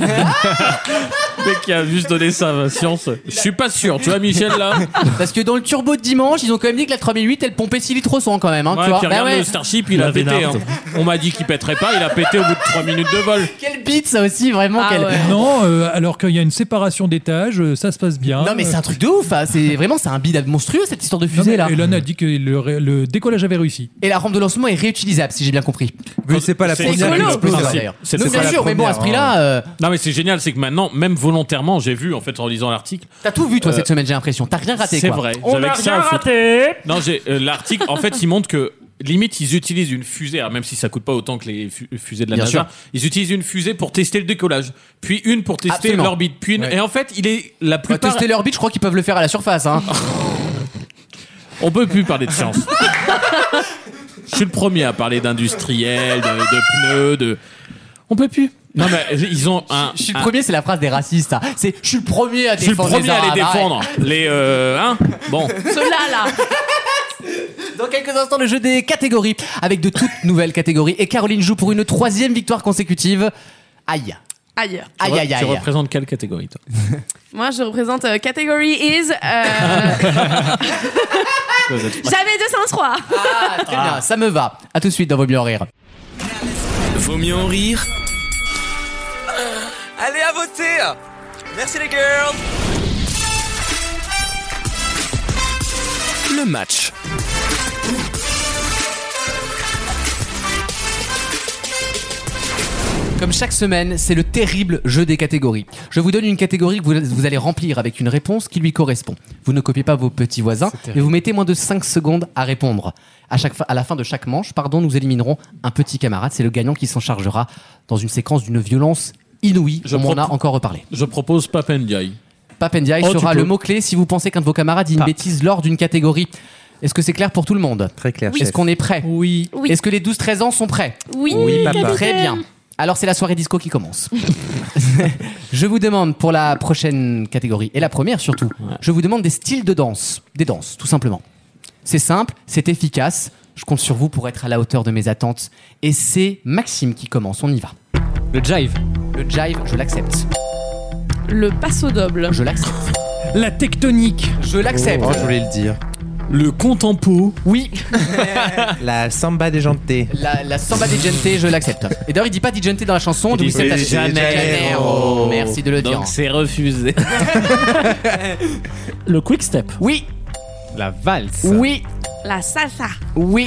Le mec qui a juste donné sa science. Je suis pas sûr, tu vois, Michel, là. Parce que dans le turbo de dimanche, ils ont quand même dit que la trois mille huit, elle pompait six litres au cent quand même. Hein, Ouais, tu vois. puis Bah regarde ouais. le Starship, il a La pété. Vénarde. hein. On m'a dit qu'il pèterait pas, il a pété au bout de trois minutes de vol. Quel beat ça aussi, vraiment. Ah quel- ouais. Non, euh, alors qu'il y a une séparation d'étages, euh, ça se passe bien. Non mais c'est un truc de ouf. hein. C'est vraiment c'est un bid monstrueux cette histoire de Non, fusée mais là. Elon a dit que le, ré- le décollage avait réussi. Et la rampe de lancement est réutilisable si j'ai bien compris. Oui, c'est pas la C'est première écolo. qui explose, C'est là. d'ailleurs. C'est Non, pas bien la sûr, mais bon à ce première, prix-là, euh, Non, mais c'est génial, c'est que maintenant, même volontairement, j'ai vu, en fait, en lisant l'article. t'as tout vu toi Euh, cette semaine, j'ai l'impression. T'as rien raté C'est quoi. vrai. On j'avais a que ça rien à foutre. raté. Non, j'ai euh, l'article. En fait, il montre que limite, ils utilisent une fusée, alors même si ça coûte pas autant que les fu- fusées de la Bien NASA. sûr. Ils utilisent une fusée pour tester le décollage, puis une pour tester Absolument. l'orbite, puis une. Ouais. Et en fait, il est la Bah, plupart. tester leur beat, je crois qu'ils peuvent le faire à la surface. Hein. On peut plus parler de science. Je suis le premier à parler d'industriel, de, de pneus, de. On peut plus. Non mais ils ont un. Je suis le un- premier, c'est la phrase des racistes. hein. C'est je suis le premier à Je suis le défendre premier les à les Arabes, arrête. défendre. Les euh, hein. Bon. Ceux-là, là. Dans quelques instants, le jeu des catégories avec de toutes nouvelles catégories. Et Caroline joue pour une troisième victoire consécutive. Aïe. Ailleurs. Aïe aïe Tu aïe. représentes quelle catégorie toi? Moi, je représente euh, Category Is. euh, J'avais deux cent trois. Ah, très bien, ça me va. À tout de suite dans Vaut mieux en rire. Vaut mieux en rire. Allez à voter. Merci les girls. Le match. Comme chaque semaine, c'est le terrible jeu des catégories. Je vous donne une catégorie que vous, vous allez remplir avec une réponse qui lui correspond. Vous ne copiez pas vos petits voisins, mais vous mettez moins de cinq secondes à répondre. À, chaque fa- à la fin de chaque manche, pardon, nous éliminerons un petit camarade. C'est le gagnant qui s'en chargera dans une séquence d'une violence inouïe. Je On m'en a propo- encore reparlé. Je propose Papendiaï. Papendiaï Oh, tu sera peux. le mot-clé si vous pensez qu'un de vos camarades dit une Pas. bêtise lors d'une catégorie. Est-ce que c'est clair pour tout le monde? Très clair. Est-ce chef. qu'on est prêt? Oui. Oui. Est-ce que les douze treize ans sont prêts? Oui, Oui, papa. Très bien. Alors c'est la soirée disco qui commence. Je vous demande pour la prochaine catégorie, et la première surtout, je vous demande des styles de danse. Des danses, tout simplement. C'est simple, c'est efficace. Je compte sur vous pour être à la hauteur de mes attentes. Et c'est Maxime qui commence, on y va. Le jive. Le jive, je l'accepte. Le passo double. Je l'accepte. La tectonique. Je l'accepte. Oh, je voulais le dire. Le contempo. Oui. La samba déjantée. La, la samba di gente, je l'accepte. Et d'ailleurs, il dit pas di gente dans la chanson, Il donc dit c'est de acheté. Janeiro. Merci de le dire. Donc c'est refusé. Le quick step. Oui, La valse. oui, La salsa. oui.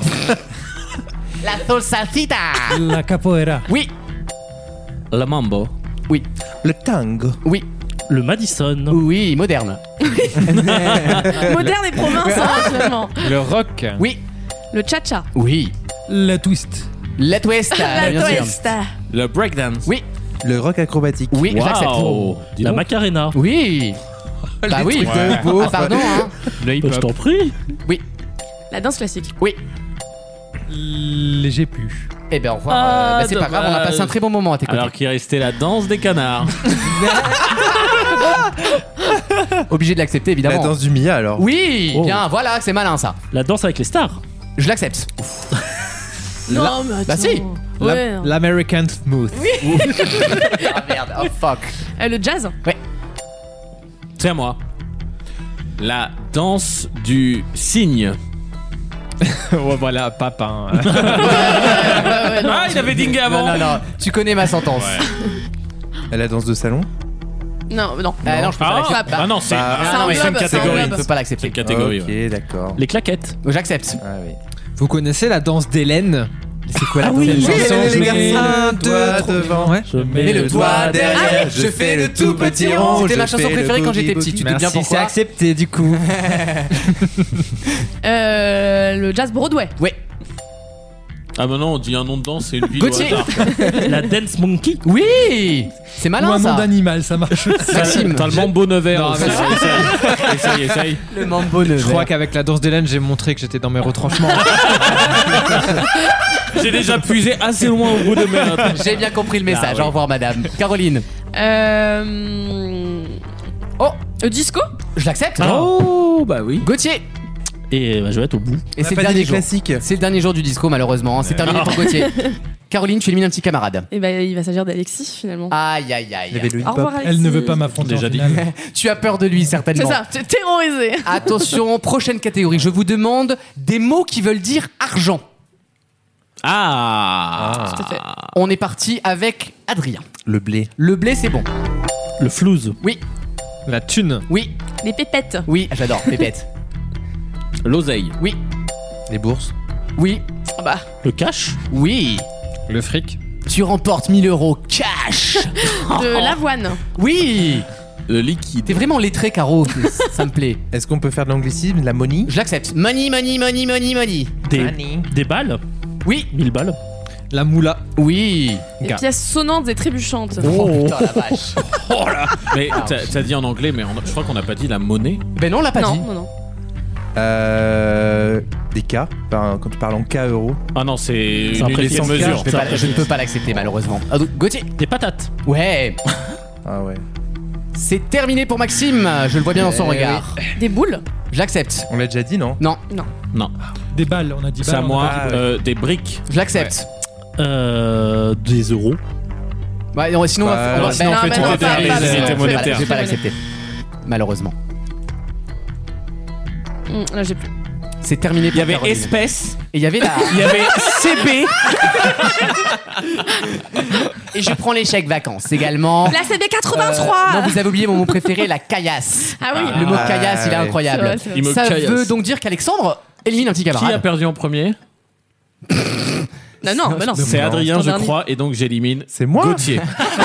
La salsita. La capoeira. Oui, Le mambo. oui, Le tango. oui, Le Madison. oui, moderne. Moderne et province, hein, actuellement. Le rock. Oui, Le cha-cha. oui. La twist. La twist, La bien sûr. twist. Le breakdance. Oui, Le rock acrobatique. oui, j'accepte. Waouh. Dis La donc. Macarena. Oui. Bah oui. trucs de beauf. Ah, pardon, hein. Le Bah, je hip-hop. t'en prie. Oui, La danse classique. oui. Les G P U. Eh ben au revoir. Ah, Euh, bah, c'est pas grave, on a dommage. passé un très bon moment à tes côtés. Alors qu'il restait la danse des canards. Obligé de l'accepter La évidemment. danse du Mia alors. Oui, Oh. bien, voilà, c'est malin ça. La danse avec les stars. Je l'accepte. Non, mais attends. Bah si. Ouais. L'American Smooth. Ah merde, oh fuck. Euh, le jazz. C'est à moi. La danse du cygne. Ouais, voilà, papin. Ah, il avait dingé avant. Non, non, non, tu connais ma sentence. Elle la danse de salon. Non, non. Ah non, je peux Ah, pas l'accepter. ah non, c'est Bah, ah, non, non, mais c'est une globe, c'est un catégorie. Je globe. peux pas l'accepter. C'est une catégorie. Ok, ouais. d'accord. Les claquettes. J'accepte. Ah oui. Vous connaissez la danse d'Hélène? C'est quoi la Ah oui, danse oui, chanson, les je gars, mets un, le deux, doigt trois. devant. Ouais. Je Mets le doigt derrière, je fais le tout petit rond. C'était ma je chanson fais le préférée quand boogie j'étais petit. Tu te dis bien Merci, c'est pourquoi? accepté du coup. Euh, le jazz Broadway. Oui. Ah bah non, on dit un nom de danse, c'est une ville au Gauthier. hasard. La Dance Monkey. Oui. C'est Ou malin un nom ça. d'animal, ça marche aussi. Maxime. T'as le mambo Nevers. Non, aussi. mais- Essaye, essaye, essaye. Le mambo Je Nevers. crois qu'avec la danse d'Hélène, j'ai montré que j'étais dans mes retranchements. J'ai déjà puisé assez loin au bout de merde. J'ai bien compris le message. Ah oui. Au revoir, madame. Caroline. Euh... Oh, Le disco. je l'accepte. Oh, bah oui. Gauthier. Et bah, je vais être au bout. Et On c'est a le pas dit dernier les jour. classiques. C'est le dernier jour du disco, malheureusement. C'est terminé pour Gauthier. Caroline, tu élimines un petit camarade. Et ben, il va s'agir d'Alexis finalement. Aïe, aïe, Il y aïe. avait le Au revoir, hip-hop. Alexis. Elle ne veut pas m'affronter Déjà en dit. finale. Tu as peur de lui, C'est certainement. ça, tu es terrorisé. Attention, prochaine catégorie. Je vous demande des mots qui veulent dire argent. Ah. Tout à fait. On est parti avec Adrien. Le blé. Le blé, c'est bon. Le flouze. Oui, La thune. oui, Les pépettes. oui, j'adore. Pépette. L'oseille. Oui, Les bourses. oui, Ah bah. Le cash. oui. Le fric. Tu remportes mille euros cash. De l'avoine. Oui. Le liquide. T'es vraiment lettré, Caro. Ça me plaît. Est-ce qu'on peut faire de l'anglicisme, de la money? Je l'accepte. Money, money, money, money, money. Des, des balles. Oui, mille balles. La moula. oui. Des pièces sonnantes et trébuchantes. Oh, putain, la vache. Oh là. Mais t'as t'as dit en anglais, mais en- je crois qu'on n'a pas dit la monnaie. Ben non, on l'a pas non, dit. non, non. Euh, des cas. Enfin, quand tu parles en cas euros. Ah non, c'est C'est un une unité préfixe. sans mesure. Je, vais pas- je ne peux pas l'accepter, malheureusement. Ah, donc, Gauthier. Des patates. Ouais. Ah ouais. C'est terminé pour Maxime. Je le vois bien dans son Eh regard. Des boules. Je l'accepte. On l'a déjà dit, non? Non, Non. Non, Des balles, on a dit balles. c'est à on a moi. pas dit balles. Euh, des briques. je l'accepte. Euh, des euros. Ouais, non, sinon, on va- Bah, on va, non, sinon, ben on fait non, tout ben les non, derniers, pas- pas- les pas- unités pas- monétaires. Je vais pas l'accepter. Malheureusement. Hum, là, j'ai plus. C'est terminé Il pour y avait Caroline. espèce. Et il y avait la. Il y avait C B. Et je prends les chèques vacances également. La C B quatre-vingt-trois. Euh, non, vous avez oublié mon mot préféré, la caillasse. Ah oui. Le mot Ah, caillasse, il est ouais. incroyable. C'est vrai, c'est vrai. Il me Ça caillasse. veut donc dire qu'Alexandre élimine un petit Qui a camarade. perdu en premier? Non, non, bah non. C'est Adrien, Ton je dernier. crois, et donc j'élimine C'est moi. Gauthier.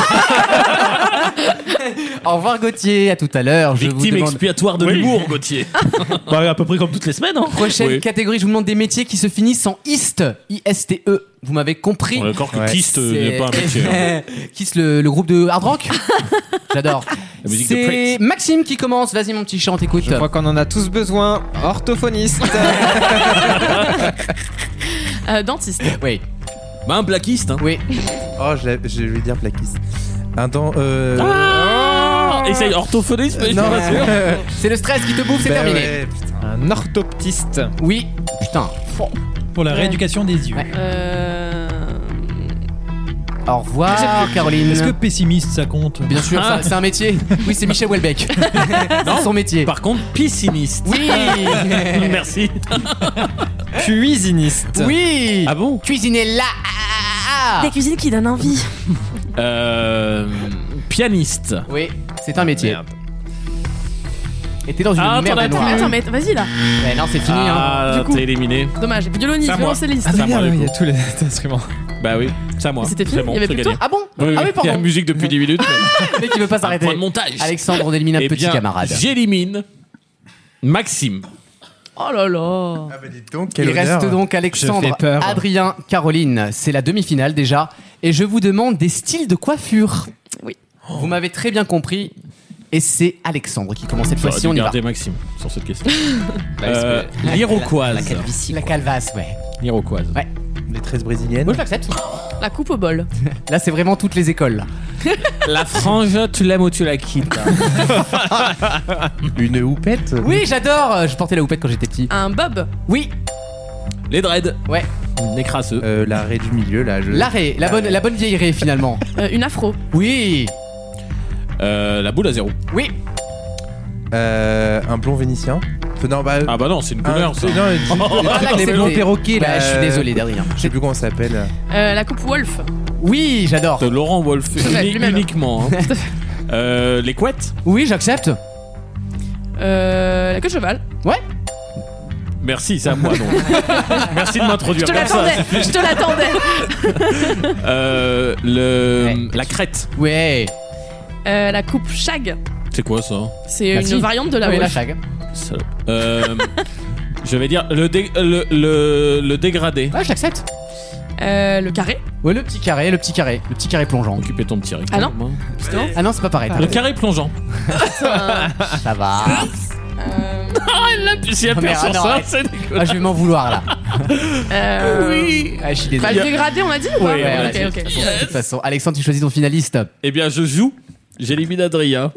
Au revoir Gauthier, à tout à l'heure. Je vous Victime demande... expiatoire de Oui. l'humour, Gauthier. Bah, à peu près comme toutes les semaines. Hein. Prochaine Oui. catégorie, je vous demande des métiers qui se finissent en ist. I S T E. Vous m'avez compris. On est d'accord que Ouais. Kist euh, n'est pas un métier. hein. Kiss, le, le groupe de hard rock. J'adore. La musique de C'est Prince. Maxime qui commence. Vas-y mon petit chant, écoute. Je crois qu'on en a tous besoin. Orthophoniste. Euh, dentiste. Oui, Bah, un plaquiste. Hein. oui. Oh, je, l'ai- je vais dire plaquiste. Un temps. Euh... Ah Essaye orthophoniste, mais je suis non, pas sûr. C'est le stress qui te bouffe, c'est Bah terminé. ouais, putain. Un orthoptiste. Oui, putain. Pour la rééducation des yeux. Ouais. Euh... Au revoir Caroline. Est-ce que pessimiste ça compte? Bien sûr, Ah. ça- c'est un métier. Oui, c'est Michel Houellebecq. C'est son métier. Par contre, pisciniste. Oui. Merci. Cuisiniste. Oui. Ah bon? Cuisiner là. Ah, ah, Des cuisines qui donnent envie. Euh, pianiste. ah. Oui, c'est un métier. Merde. Et t'es dans une Ah, merde attends, noire. Attends, mais vas-y là. Ouais, non, c'est fini. hein. Ah, Du coup. t'es éliminé. Dommage. Violoniste, C'est à moi. violoncelliste. Ah, c'est à moi, Merde, du il y coup. a tous les instruments. Bah oui, c'est à moi. Mais c'était fini, C'est bon, il y avait c'est plus gagné. de Ah bon? Oui, oui, Ah oui, il y a la pardon. musique depuis dix minutes. mais- Le mec qui veut pas Un s'arrêter. point de montage. Alexandre, on élimine un Eh petit bien, camarade. j'élimine Maxime. Oh là là. Ah bah dites donc, quel Il honneur. reste donc Je Alexandre, fais peur. Adrien, Caroline. C'est la demi-finale déjà. Et je vous demande des styles de coiffure. Oui. Vous m'avez très bien compris. Et c'est Alexandre qui commence cette J'aurais fois-ci. dû On y va. garder Maxime sur cette question. parce Euh, que- L'Iroquoise. La calvitie. La calvasse, ouais. L'Iroquoise. Ouais. Les tresses brésiliennes. Moi, je l'accepte. La coupe au bol. Là, c'est vraiment toutes les écoles. La frange, tu l'aimes ou tu la quittes. Une houppette. Oui, j'adore. Je portais la houppette quand j'étais petit. Un bob. Oui, Les dreads. ouais. Les crasseux. Euh, L'arrêt du milieu, là. Je... L'arrêt, la bonne, la bonne vieille raie finalement. Euh, une afro. Oui, Euh, la boule à zéro. oui, Euh, un blond vénitien. Non, bah, Ah bah non, c'est une couleur, un- ça. non, Oh, les- accepté. les blonds perroquets, Ouais, là. je suis désolé, Adrien. Je sais plus comment ça s'appelle. Euh, la coupe Wolf. Oui, j'adore. De Laurent Wolf, Tout à fait, uni- lui-même. uniquement. hein. Euh, les couettes. Oui, j'accepte. Euh, la queue de cheval. Ouais. Merci, c'est à moi donc. Merci de Je m'introduire te comme ça. l'attendais. c'est- Je te l'attendais. Euh, le, la crête. Ouais. Euh, la coupe Shag. C'est quoi ça? C'est Bah, une si. variante de la Oui, la Wolf. Shag. Salope. Euh, je vais dire le, dé- le, le, le dégradé. Ouais, je l'accepte. Euh, le carré. Ouais, le petit carré, le petit carré, le petit carré plongeant. Occupez ton petit rectangle. Ah non. hein. Justement. Ah non, c'est pas pareil. Le carré plongeant. Ça va. Euh, Ah, elle l'a pu, si elle Oh, perd merde, sur non, ça, ouais. c'est Ah, dégueulasse. je vais m'en vouloir là. euh, Oui. Ah, je suis Bah, désolé. le dégradé, on a dit ou pas Oui, Ouais, on a ok, dit. ok. De toute façon, Alexandre, tu choisis ton finaliste. Eh bien, je joue. J'élimine Adrien.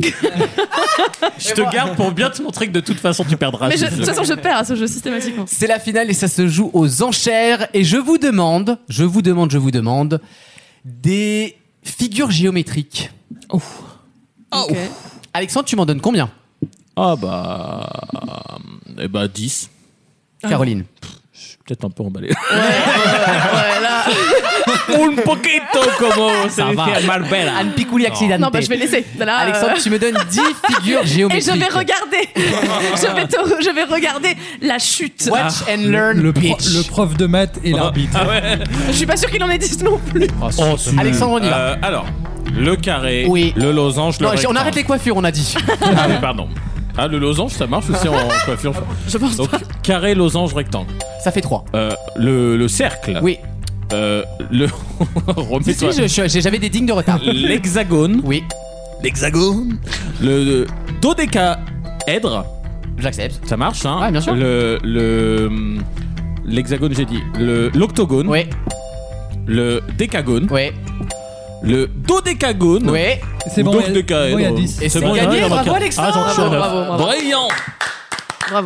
Je te garde pour bien te montrer que de toute façon, tu perdras. Mais je- ce de jeu. toute façon, je perds à ce jeu systématiquement. C'est la finale et ça se joue aux enchères. Et je vous demande, je vous demande, je vous demande des figures géométriques. Ok. Alexandre, tu m'en donnes combien? Ah bah. Eh bah, dix. Caroline. Je suis peut-être un peu emballé. Ouais, là. Un poquito como se Ça va. dice mal bella. Un piccoli accidente. Non, bah, je vais laisser. Là, euh, Alexandre, tu me donnes dix figures Et géométriques. je vais regarder. je, vais te- je vais regarder la chute. Watch and learn, Le, pro- bitch. le prof de maths et l'arbitre. Ah ouais. Je suis pas sûr qu'il en ait dix non plus. Oh, si. Alexandre, on y va. Euh, alors, le carré, Oui. le losange, le Non, j'ai- on rectangle. arrête les coiffures, on a dit. Ah oui, pardon. Ah, le losange, ça marche aussi en coiffure. Je pense Donc, pas. carré, losange, rectangle. Ça fait trois. Euh, le, le cercle. Oui. Euh, le. Si, Remets-toi. si, je- je- j'ai- j'avais des dignes de retard. L'hexagone. Oui, L'hexagone. Le dodécaèdre. j'accepte. Ça marche, hein. Ouais, bien sûr. Le. le L'hexagone, j'ai dit. Le, l'octogone. Oui, Le décagone. oui, Le dodécagone. oui. C'est Ou bon, il y a- dodécaèdre. bon, il y a dix. Et c'est bon, gagné, il y en a bravo quatre. Alexandre. Ah, j'en suis à neuf. Bravo, bravo. Brillant. Bravo.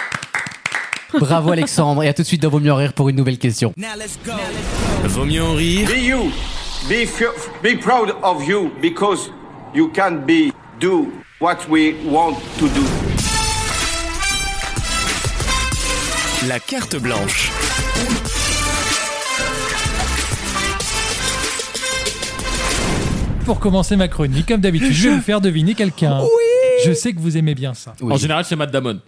Bravo Alexandre. Et à tout de suite dans Vaut mieux en rire pour une nouvelle question. Vaut mieux en rire Be you. Be, fu- be proud of you because you can be do what we want to do. la carte blanche. Pour commencer ma chronique, comme d'habitude, je vais vous faire deviner quelqu'un. Oui. Je sais que vous aimez bien ça. En général, c'est Matt Damon.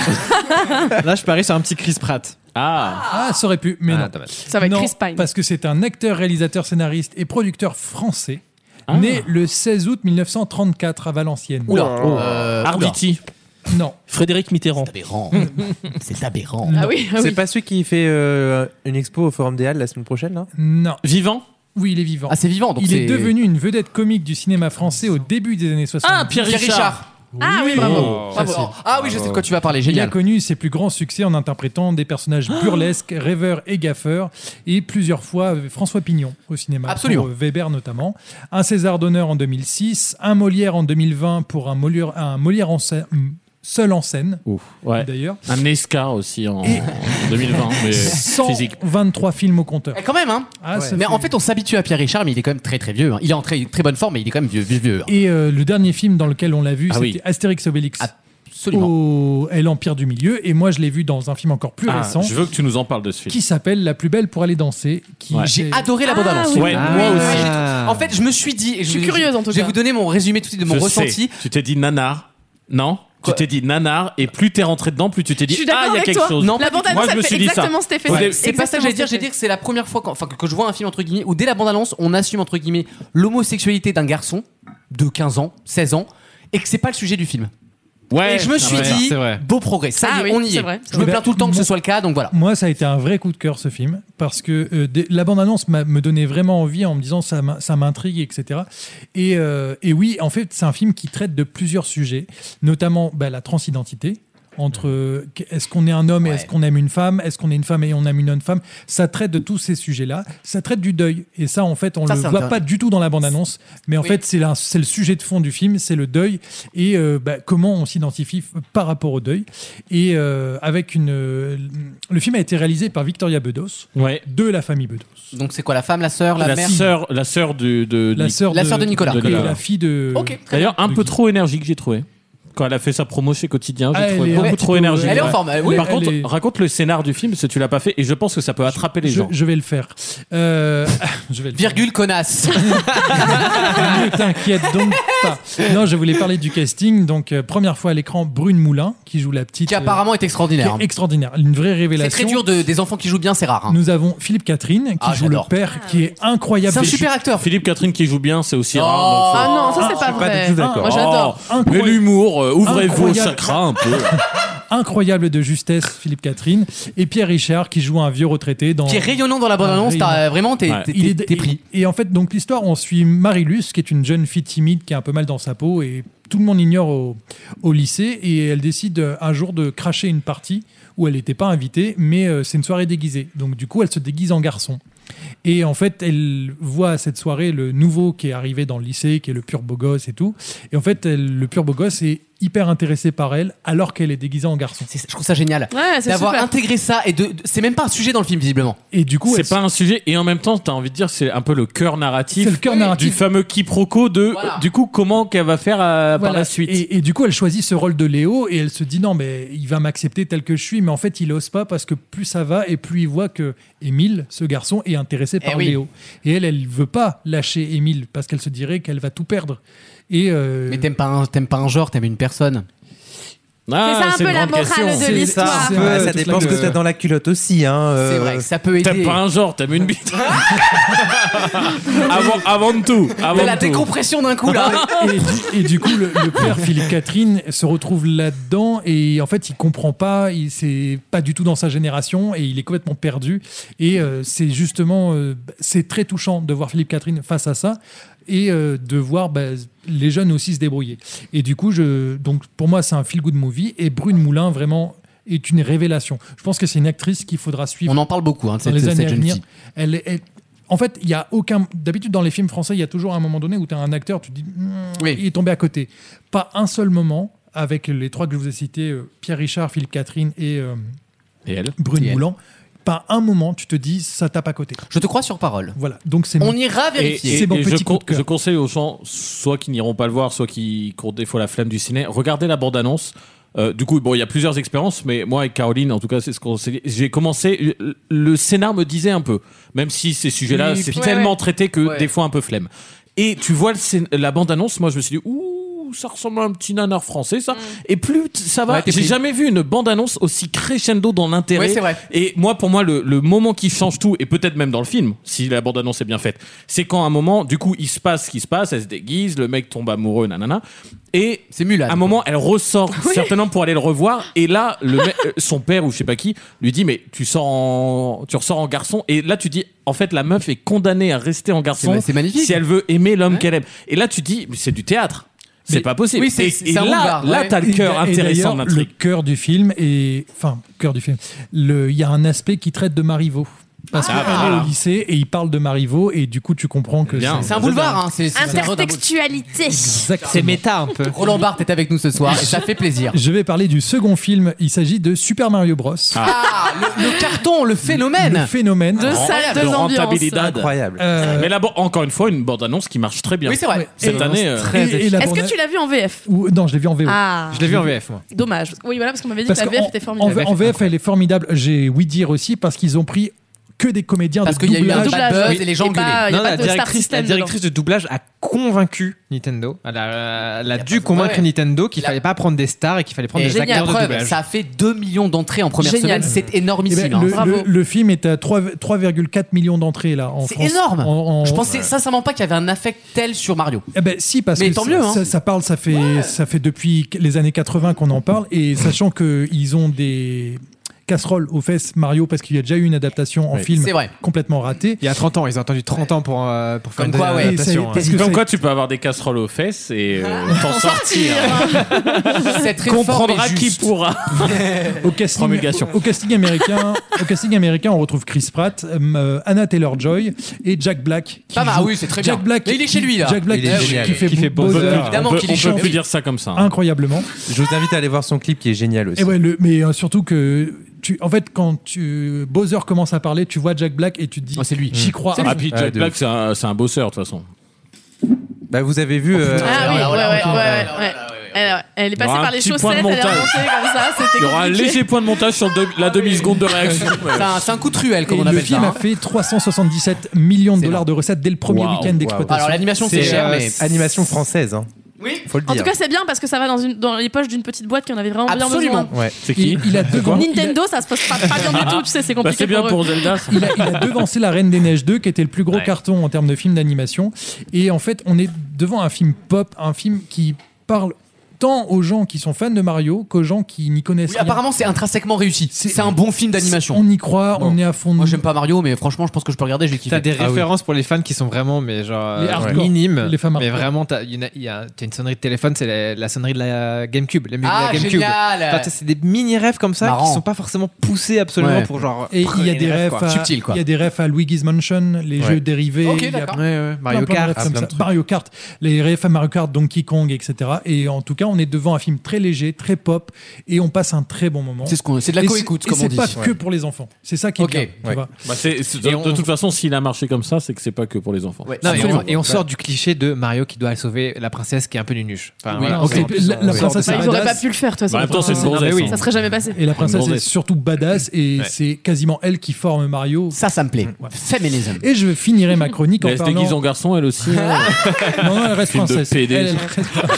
Là, je parie sur un petit Chris Pratt. Ah. Ah, ça aurait pu, mais Ah, non. dommage. Ça va être Non, Chris Pine. parce que c'est un acteur, réalisateur, scénariste et producteur français, Ah. né le seize août mille neuf cent trente-quatre à Valenciennes. Oula. Euh, Arditi. Non. Frédéric Mitterrand. C'est aberrant. C'est aberrant. Ah oui, ah C'est oui. pas celui qui fait euh, une expo au Forum des Halles la semaine prochaine, là? Non. Vivant. Oui, il est vivant. Ah, c'est vivant. Donc il c'est est devenu une vedette comique du cinéma français au début des années soixante. Ah, Pierre Pierre Richard. Richard. Ah oui, bravo. Oh. Bravo. Ah oui, je sais de quoi tu vas parler. Il a Génial. connu ses plus grands succès en interprétant des personnages burlesques, rêveurs et gaffeurs, et plusieurs fois euh, François Pignon au cinéma, Absolument. pour euh, Weber notamment. Un César d'honneur en deux mille six, un Molière en deux mille vingt pour un Molière, un Molière en scène, seul en scène, Ouf. Ouais. d'ailleurs. Un Escar aussi en, Et- en deux mille vingt, mais physique. cent vingt-trois films au compteur. Eh, Quand même, hein. Ah, ça Mais fait- en fait, on s'habitue à Pierre Richard, mais il est quand même très très vieux. hein. Il est en très très bonne forme, mais il est quand même vieux, vieux, vieux. hein. Et euh, le dernier film dans lequel on l'a vu, Ah c'était oui. Astérix Obélix. Absolument. Au et l'Empire du Milieu. Et moi, je l'ai vu dans un film encore plus Ah, récent je veux que tu nous en parles de ce film. qui s'appelle La plus belle pour aller danser. Qui Ouais. J'ai est- adoré la bande-annonce. oui. Ouais, Ah, moi oui, aussi. oui. En fait, je me suis dit. et Je suis vais- curieuse, en tout Je vais cas. vous donner mon résumé tout de suite de mon Je ressenti. sais. Tu t'es dit nanar. Non. Quoi Tu t'es dit nanar et plus t'es rentré dedans, plus tu t'es Je dit suis d'accord ah il y a avec quelque toi. chose. Non, La pas du tout. bande-annonce, Moi, je elle me fait suis dit ça. exactement cet effet. Au Ouais. dé- C'est pas ça que j'allais dire. Exactement J'allais dire que c'est la première fois quand- enfin, que, que je vois un film entre guillemets où dès la bande-annonce on assume entre guillemets l'homosexualité d'un garçon de quinze ans, seize ans, et que c'est pas le sujet du film. Ouais. Et je me suis ouais, dit, c'est vrai. beau progrès. Ça Ah y est, oui, on y c'est est. vrai, c'est Je me vrai. plains tout le temps que ce Moi- soit le cas, donc voilà. Moi, ça a été un vrai coup de cœur ce film parce que euh, dès- la bande-annonce m'a- me donnait vraiment envie en me disant ça, m'a- ça m'intrigue, et cetera. Et, euh, et oui, en fait, c'est un film qui traite de plusieurs sujets, notamment bah, la transidentité. Entre euh, est-ce qu'on est un homme et est-ce qu'on aime une femme, est-ce qu'on est une femme et on aime une autre femme, ça traite de tous ces sujets-là, ça traite du deuil et ça en fait on Ça, le c'est voit intéressant. pas du tout dans la bande-annonce, mais en Oui. fait c'est la- c'est le sujet de fond du film, c'est le deuil et euh, bah, comment on s'identifie f- par rapport au deuil et euh, avec une euh, le film a été réalisé par Victoria Bedos Ouais. de la famille Bedos, Donc c'est quoi la femme, la sœur, la, La mère sœur, la sœur du, de, la Nic- sœur La de, sœur de Nicolas. et De Nicolas. la fille de Ok, très bien. D'ailleurs, un peu trop énergique, j'ai trouvé. quand elle a fait sa promo chez Quotidien. J'ai Ah, trouvé elle est beaucoup un trop petit peu- énergique. Elle est en ouais. forme. Oui, Par elle contre, est- raconte le scénar du film parce que tu l'as pas fait et je pense que ça peut attraper les je, gens. je vais le faire. Euh, je vais le faire. Virgule connasse. Ne t'inquiète donc pas. Non, je voulais parler du casting. Donc, euh, première fois à l'écran, Brune Moulin, qui joue la petite. Qui apparemment est euh, extraordinaire. qui est extraordinaire. Une vraie C'est révélation. très dur de, des enfants qui jouent bien, c'est rare. hein. Nous avons Philippe Catherine, qui Ah, joue le j'adore. père, qui est incroyable. C'est un Et super acteur. Philippe Catherine qui joue bien, c'est aussi Oh. rare. donc faut- Ah non, ça c'est je pas suis pas vrai. du tout d'accord. Moi j'adore. Oh, mais Incroyable. l'humour, euh, ouvrez-vous au Incroyable. chakra un peu. incroyable de justesse, Philippe Catherine. Et Pierre Richard, qui joue un vieux retraité dans. Qui est rayonnant dans la bande-annonce, Un t'as rayonnant. vraiment, t'es Ouais. t'es- Il est- t'es pris. Et, et en fait, donc l'histoire, on suit Marie-Luce, qui est une jeune fille timide qui a un peu mal dans sa peau et tout le monde l'ignore au, au lycée. Et elle décide euh, un jour de cracher une partie où elle n'était pas invitée, mais euh, c'est une soirée déguisée. Donc du coup, elle se déguise en garçon. Et en fait, elle voit à cette soirée le nouveau qui est arrivé dans le lycée, qui est le pur beau gosse et tout. Et en fait, elle- le pur beau gosse est hyper intéressé par elle, alors qu'elle est déguisée en garçon. C'est- Je trouve ça génial. Ouais, c'est D'avoir super. intégré ça et de, de- c'est même pas un sujet dans le film visiblement. Et du coup, C'est elle- pas un sujet et en même temps, t'as envie de dire c'est un peu le cœur narratif, C'est le cœur du narratif. fameux quiproquo de Voilà. euh, du coup comment qu'elle va faire euh, par Voilà. la suite. Et, et du coup, elle choisit ce rôle de Léo et elle se dit non, mais il va m'accepter tel que je suis. Mais en fait, il ose pas parce que plus ça va et plus il voit que Émile, ce garçon, est intéressé par Eh oui. Léo. Et elle, elle veut pas lâcher Émile parce qu'elle se dirait qu'elle va tout perdre. Et euh, Mais t'aimes pas, un- t'aimes pas un genre, t'aimes une personne. Ah, C'est ça un peu une la grande morale question. de C'est l'histoire. ça, Ouais, Ouais, ça toute dépend la- ce que t'as dans la culotte aussi. Hein, euh, C'est vrai que ça peut aider. T'aimes pas un genre, t'aimes une bite. avant, avant de tout. Avant T'as la de tout. décompression d'un coup là. et, du, et du coup, le, le père Philippe Catherine se retrouve là-dedans et en fait, il comprend pas, il c'est pas du tout dans sa génération et il est complètement perdu. Et euh, c'est justement, euh, c'est très touchant de voir Philippe Catherine face à ça et euh, de voir bah, les jeunes aussi se débrouiller. Et du coup, je, donc pour moi, c'est un feel-good movie et Brune Moulin vraiment est une révélation. Je pense que c'est une actrice qu'il faudra suivre. On en parle beaucoup hein, de dans cette, les années cette à jeune venir. fille. Elle, est- elle- en fait, il y a aucun. D'habitude, dans les films français, il y a toujours un moment donné où tu as un acteur, tu te dis, Hmm, Oui. il est tombé à côté. Pas un seul moment avec les trois que je vous ai cités, euh, Pierre Richard, Philippe Catherine et euh, Et elle Brune Et elle. Moulin. Pas un moment, tu te dis, ça tape à côté. Je te crois sur parole. Voilà. Donc c'est On mon- ira Et, vérifier. et- C'est mon et petit je, coup de con- cœur. je conseille aux gens, soit qui n'iront pas le voir, soit qui courent des fois la flemme du ciné, regardez la bande-annonce. Euh, du coup, bon, il y a plusieurs expériences, mais moi avec Caroline, en tout cas, c'est ce qu'on s'est dit. J'ai commencé, le- le scénar me disait un peu, même si ces sujets-là, Oui, c'est puis- tellement Ouais, ouais. traité que Ouais. des fois un peu flemme. Et tu vois le scén- la bande-annonce, moi je me suis dit, ouh, ça ressemble à un petit nanar français, ça. Et plus t- ça va, Ouais, t'es j'ai pris. jamais vu une bande-annonce aussi crescendo dans l'intérêt. Ouais, c'est vrai. Et moi, pour moi, le, le moment qui change tout, et peut-être même dans le film, si la bande-annonce est bien faite, c'est quand à un moment, du coup, il se passe ce qui se passe, elle se déguise, le mec tombe amoureux, nanana. Et C'est Mulan. à un moment, elle ressort certainement pour aller le revoir. Et là, le mec- euh, son père ou je sais pas qui lui dit mais tu sors en, tu ressors en garçon. Et là, tu dis en fait la meuf est condamnée à rester en garçon C'est- c'est magnifique. si elle veut aimer l'homme Ouais. qu'elle aime. Et là, tu dis mais c'est du théâtre. C'est Mais- pas possible. oui, c'est- et c'est et un là, boulevard, là, ouais. t'as le Et cœur d'a- et intéressant d'ailleurs, de le l'intrigue. cœur du film et enfin cœur du film. Le- Il y a un aspect qui traite de Marivaux. Parce Ah, qu'elle voilà. est au lycée et il parle de Marivaux et du coup tu comprends que Bien. C'est un boulevard. Hein. C'est, c'est un road, un boulevard. Intertextualité. Exactement. C'est méta un peu. Roland Barthes est avec nous ce soir et ça fait plaisir. Je vais parler du second film. Il s'agit de Super Mario Bros. Ah, le, le carton, le phénomène. Le phénomène. Deux salles, deux de ambiances. rentabilidad. Incroyable. Euh, Mais là, bon, encore une fois, une bande-annonce qui marche très bien. Oui, c'est vrai. Cette Et- année, euh, et- et la Est-ce que bande- tu l'as vu en V F Ou- non, je l'ai vu en V O. Ah, Je l'ai vu en V F, moi. dommage. Oui, voilà, parce qu'on m'avait dit Parce que la V F qu'en- était en, formidable. en V F, elle est formidable. J'ai oui dire aussi parce qu'ils ont pris que des comédiens Parce de qu'il y a eu un doublage. bad doublage, buzz et les gens et pas- gueulaient. y a Non, pas la de Star directrice, la System directrice de doublage a convaincu Nintendo. Elle a, elle a dû convaincre ouais. Nintendo qu'il Il a- fallait pas prendre des stars et qu'il fallait prendre Et des génial, acteurs de preuve, doublage. ça a fait deux millions d'entrées en première Génial. semaine, c'est Eh énormissime. ben, hein. le, Bravo. le- le film est à trois virgule quatre millions d'entrées là en C'est France. énorme. En- en- Je pensais sincèrement pas qu'il y avait un affect tel sur Mario. Eh ben si parce Mais que tant ça, mieux, hein. ça, ça parle, ça fait ça fait depuis les années quatre-vingts qu'on en parle et sachant que ils ont des casseroles aux fesses Mario parce qu'il y a déjà eu une adaptation en Oui. film C'est vrai. complètement ratée. Il y a trente ans, ils ont attendu trente ans pour, euh, pour faire Comme une quoi, ouais. adaptation. Et hein. c'est- parce que Comme ça- quoi, tu peux avoir des casseroles aux fesses et euh, t'en sortir. Cette réforme Comprendra est qui juste. pourra. Au casting, Promulgation. au casting américain, au casting américain, on retrouve Chris Pratt, euh, Anna Taylor-Joy et Jack Black. Qui Pas mal, joue- oui, c'est très Jack bien. Black, Mais il est chez lui, là. Jack Black Il est qui, génial. qui fait, Qui fait Bowser, Bowser. Évidemment on peut, qu'il est on peut chiant. plus dire ça comme ça. hein. incroyablement. Je vous invite à aller voir son clip qui est génial aussi. Et ouais, le, mais euh, surtout que tu, en fait, quand tu, Bowser commence à parler, tu vois Jack Black et tu te dis, Oh, c'est lui. j'y crois. Ah, puis Ah, Jack de Black, ouf. c'est un, c'est un bosseur de toute façon. Bah, vous avez vu. euh, Ah oui, Voilà, ouais, voilà, ouais, ok. ouais, Voilà, ouais, voilà, ouais. voilà, Elle, ouais. Elle est Il y passée aura par un les petit point chaussettes, de elle est montage. remontée comme ça. C'était Il y aura un compliqué. léger point de montage sur le deux- la demi-seconde de réaction. C'est un, c'est un coup de truelle, comme Et on le appelle film ça. a hein. fait trois cent soixante-dix-sept millions de dollars de recettes dès le premier Wow, week-end wow. d'exploitation. Alors l'animation c'est cher, mais animation française. Hein. Oui. Faut le En dire. tout cas, c'est bien parce que ça va dans, une, dans les poches d'une petite boîte qui en avait vraiment Absolument. bien besoin. Ouais. C'est qui Il, il a devant, il a- Nintendo, ça se passe pas, pas bien du tout, tu sais, c'est Bah, compliqué. c'est bien pour, pour eux. Zelda. ça. il a, il a devancé La Reine des Neiges deux, qui était le plus gros Ouais. carton en termes de film d'animation. Et en fait, on est devant un film pop, un film qui parle tant aux gens qui sont fans de Mario qu'aux gens qui n'y connaissent Oui, rien. apparemment c'est intrinsèquement réussi. C'est un bon film d'animation. On y croit, Bon. on est à fond. Moi j'aime pas Mario, mais franchement je pense que je peux regarder, j'ai kiffé. T'as des Ah oui. références pour les fans qui sont vraiment, mais genre Les euh, hardcore. minimes. Les fans mais hardcore. vraiment, t'as il y en a- il y a, t'as une sonnerie de téléphone, c'est la, la sonnerie de la GameCube. La musique Ah, de la GameCube. génial. Enfin, t'as- c'est des mini rêves comme ça Marrant. qui sont pas forcément poussés absolument Ouais. pour genre. Et il y a prenez des les refs quoi. à, Subtil, quoi. il y a des refs à Luigi's Mansion, les Ouais. jeux dérivés. Ok, il y a d'accord. Ouais, ouais, Mario plein, plein de Kart. refs Ah, comme plein ça. de trucs. Mario Kart, les refs à Mario Kart, Donkey Kong, et cetera. Et en tout cas, on est devant un film très léger, très pop, et on passe un très bon moment. C'est ce qu'on- c'est de la Et coécoute, et comme on c'est dit. pas que Ouais. pour les enfants. C'est ça qui est Ok, bien. tu ouais. vois. Bah, c'est- c'est- de, Et on- de toute façon, s'il a marché comme ça, c'est que c'est pas que pour les enfants. Ouais, Non, mais absolument. on- et on sort du cliché de Mario qui doit sauver la princesse qui est un peu nunuche. Enfin, Oui, voilà, ok. c'est- en plus, La- on la sort princesse de Bah, ça. ils auraient badass. pas pu le faire, de toute Bah, en façon. même temps, c'est une Ah, mais gonzesse. oui. hein. Ça serait jamais passé. Et la princesse est Gonzesse. surtout badass, et Ouais. c'est quasiment elle qui forme Mario. Ça, ça me plaît. Féminisme. Et je finirai ma chronique en Elle se parlant. déguise en garçon, elle aussi. hein. Non, non, elle reste Film de princesse. P D. Elle, elle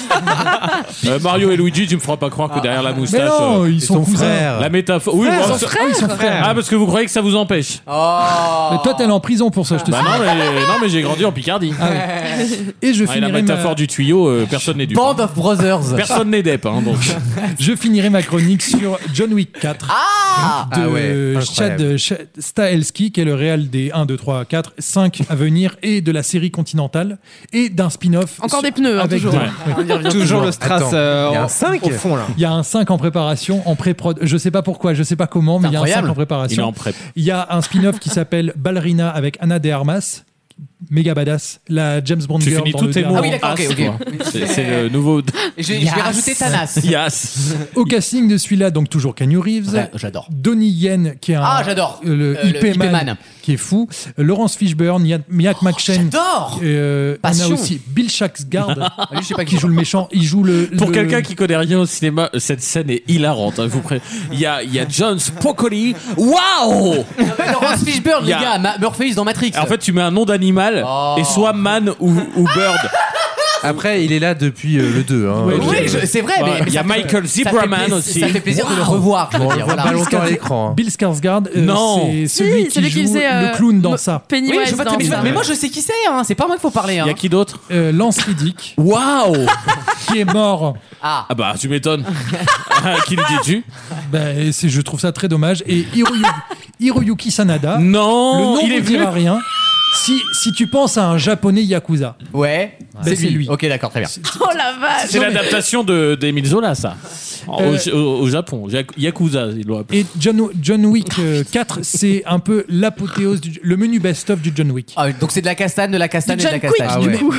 reste- Euh, Mario et Luigi, tu me feras pas croire que derrière la Mais moustache. non, euh, ils sont son cousins. frère. La métaphore. Oui, Frères, bon, ils sont ça- frères. Ah, ils sont frères. Ah, parce que vous croyez que ça vous empêche. Oh. Mais toi, t'es allé en prison pour ça, je te Bah dis. non, mais, non, mais j'ai grandi en Picardie. Ah ouais. Et je Ah, et la finirai, métaphore ma... du tuyau, euh, personne n'est dupe. Band of Brothers. Personne n'est dep, hein, donc. je finirai ma chronique sur John Wick quatre. Ah. de Ah ouais, Chad incroyable. Ch- Stahelski, qui est le réal des un, deux, trois, quatre, cinq à venir, et de la série Continentale, et d'un spin-off. Encore sur- des pneus, hein, avec toujours. des- Ouais. On y revient Toujours le strass Attends, euh, il y a un en- cinq au fond là. Il y a un cinq en préparation, en pré-prod. Je sais pas pourquoi, je sais pas comment, mais il y a un incroyable. cinq en Il est préparation. en prep. Il y a un spin-off qui s'appelle Ballerina avec Anna de Armas. Méga badass. La James Bond Tu girl finis dans tous le tes mots dernier. Ah oui, en d'accord, as, ok, ok. toi. C'est c'est le nouveau. Et je, je vais rajouter Thanas. Yas. Au casting de celui-là, donc toujours Keanu Reeves. Ouais, j'adore. Donnie Yen, qui est un. Ah, j'adore. euh, le Euh, le I P Man, I P Man. qui est fou. Laurence Fishburne, Ian- Miak McShane. J'adore. Euh, on a Passion. aussi Bill Shaxgard Ah, lui, je sais pas qui joue le méchant. Il joue le. Pour le- quelqu'un qui connaît rien au cinéma, cette scène est hilarante. hein, vous pré- Il y a, il y a John Spocoli. Waouh! Laurence Fishburne, Il y les a- gars, Ma- Morpheus dans Matrix. En fait, tu mets un nom d'animal Oh. et soit man ou, ou bird. Après, il est là depuis euh, le deux. Hein. Ouais, Oui, je- c'est vrai, mais, Ouais, mais il y a ça fait- Michael ça fait Zimmerman plaisir- aussi. Ça fait plaisir de le Wow. revoir, je veux On le dire. voit Voilà. pas longtemps à l'écran. hein. Bill Skarsgård, euh, Non. c'est Si, celui qui celui qui joue faisait, euh, le clown dans Mo- ça. Pennywise Oui, je vois dans très bien, ça. mais moi je sais qui c'est, hein. C'est pas moi qu'il faut parler. Il Hein. y a qui d'autre? Euh, Lance Riddick, Waouh! qui est mort. Ah. Ah bah, tu m'étonnes. Qui le dis-tu? Ben, c'est- je trouve ça très dommage. Et Hiroyu- Hiroyuki Sanada. Non, Le nom il est ne dira venu. rien. Si, si tu penses à un japonais Yakuza, Ouais, Ben, c'est lui. Ok, d'accord, très bien. Oh la vache. C'est l'adaptation de d'Émile Zola, ça. Au, Euh, au- au Japon. Jak- Yakuza, ils l'ont appelé. et John, John Wick euh, quatre, c'est un peu l'apothéose, du, le menu best-of du John Wick. Ah, donc c'est de la castagne, de la castagne Du et de la John Quick, castagne. du coup.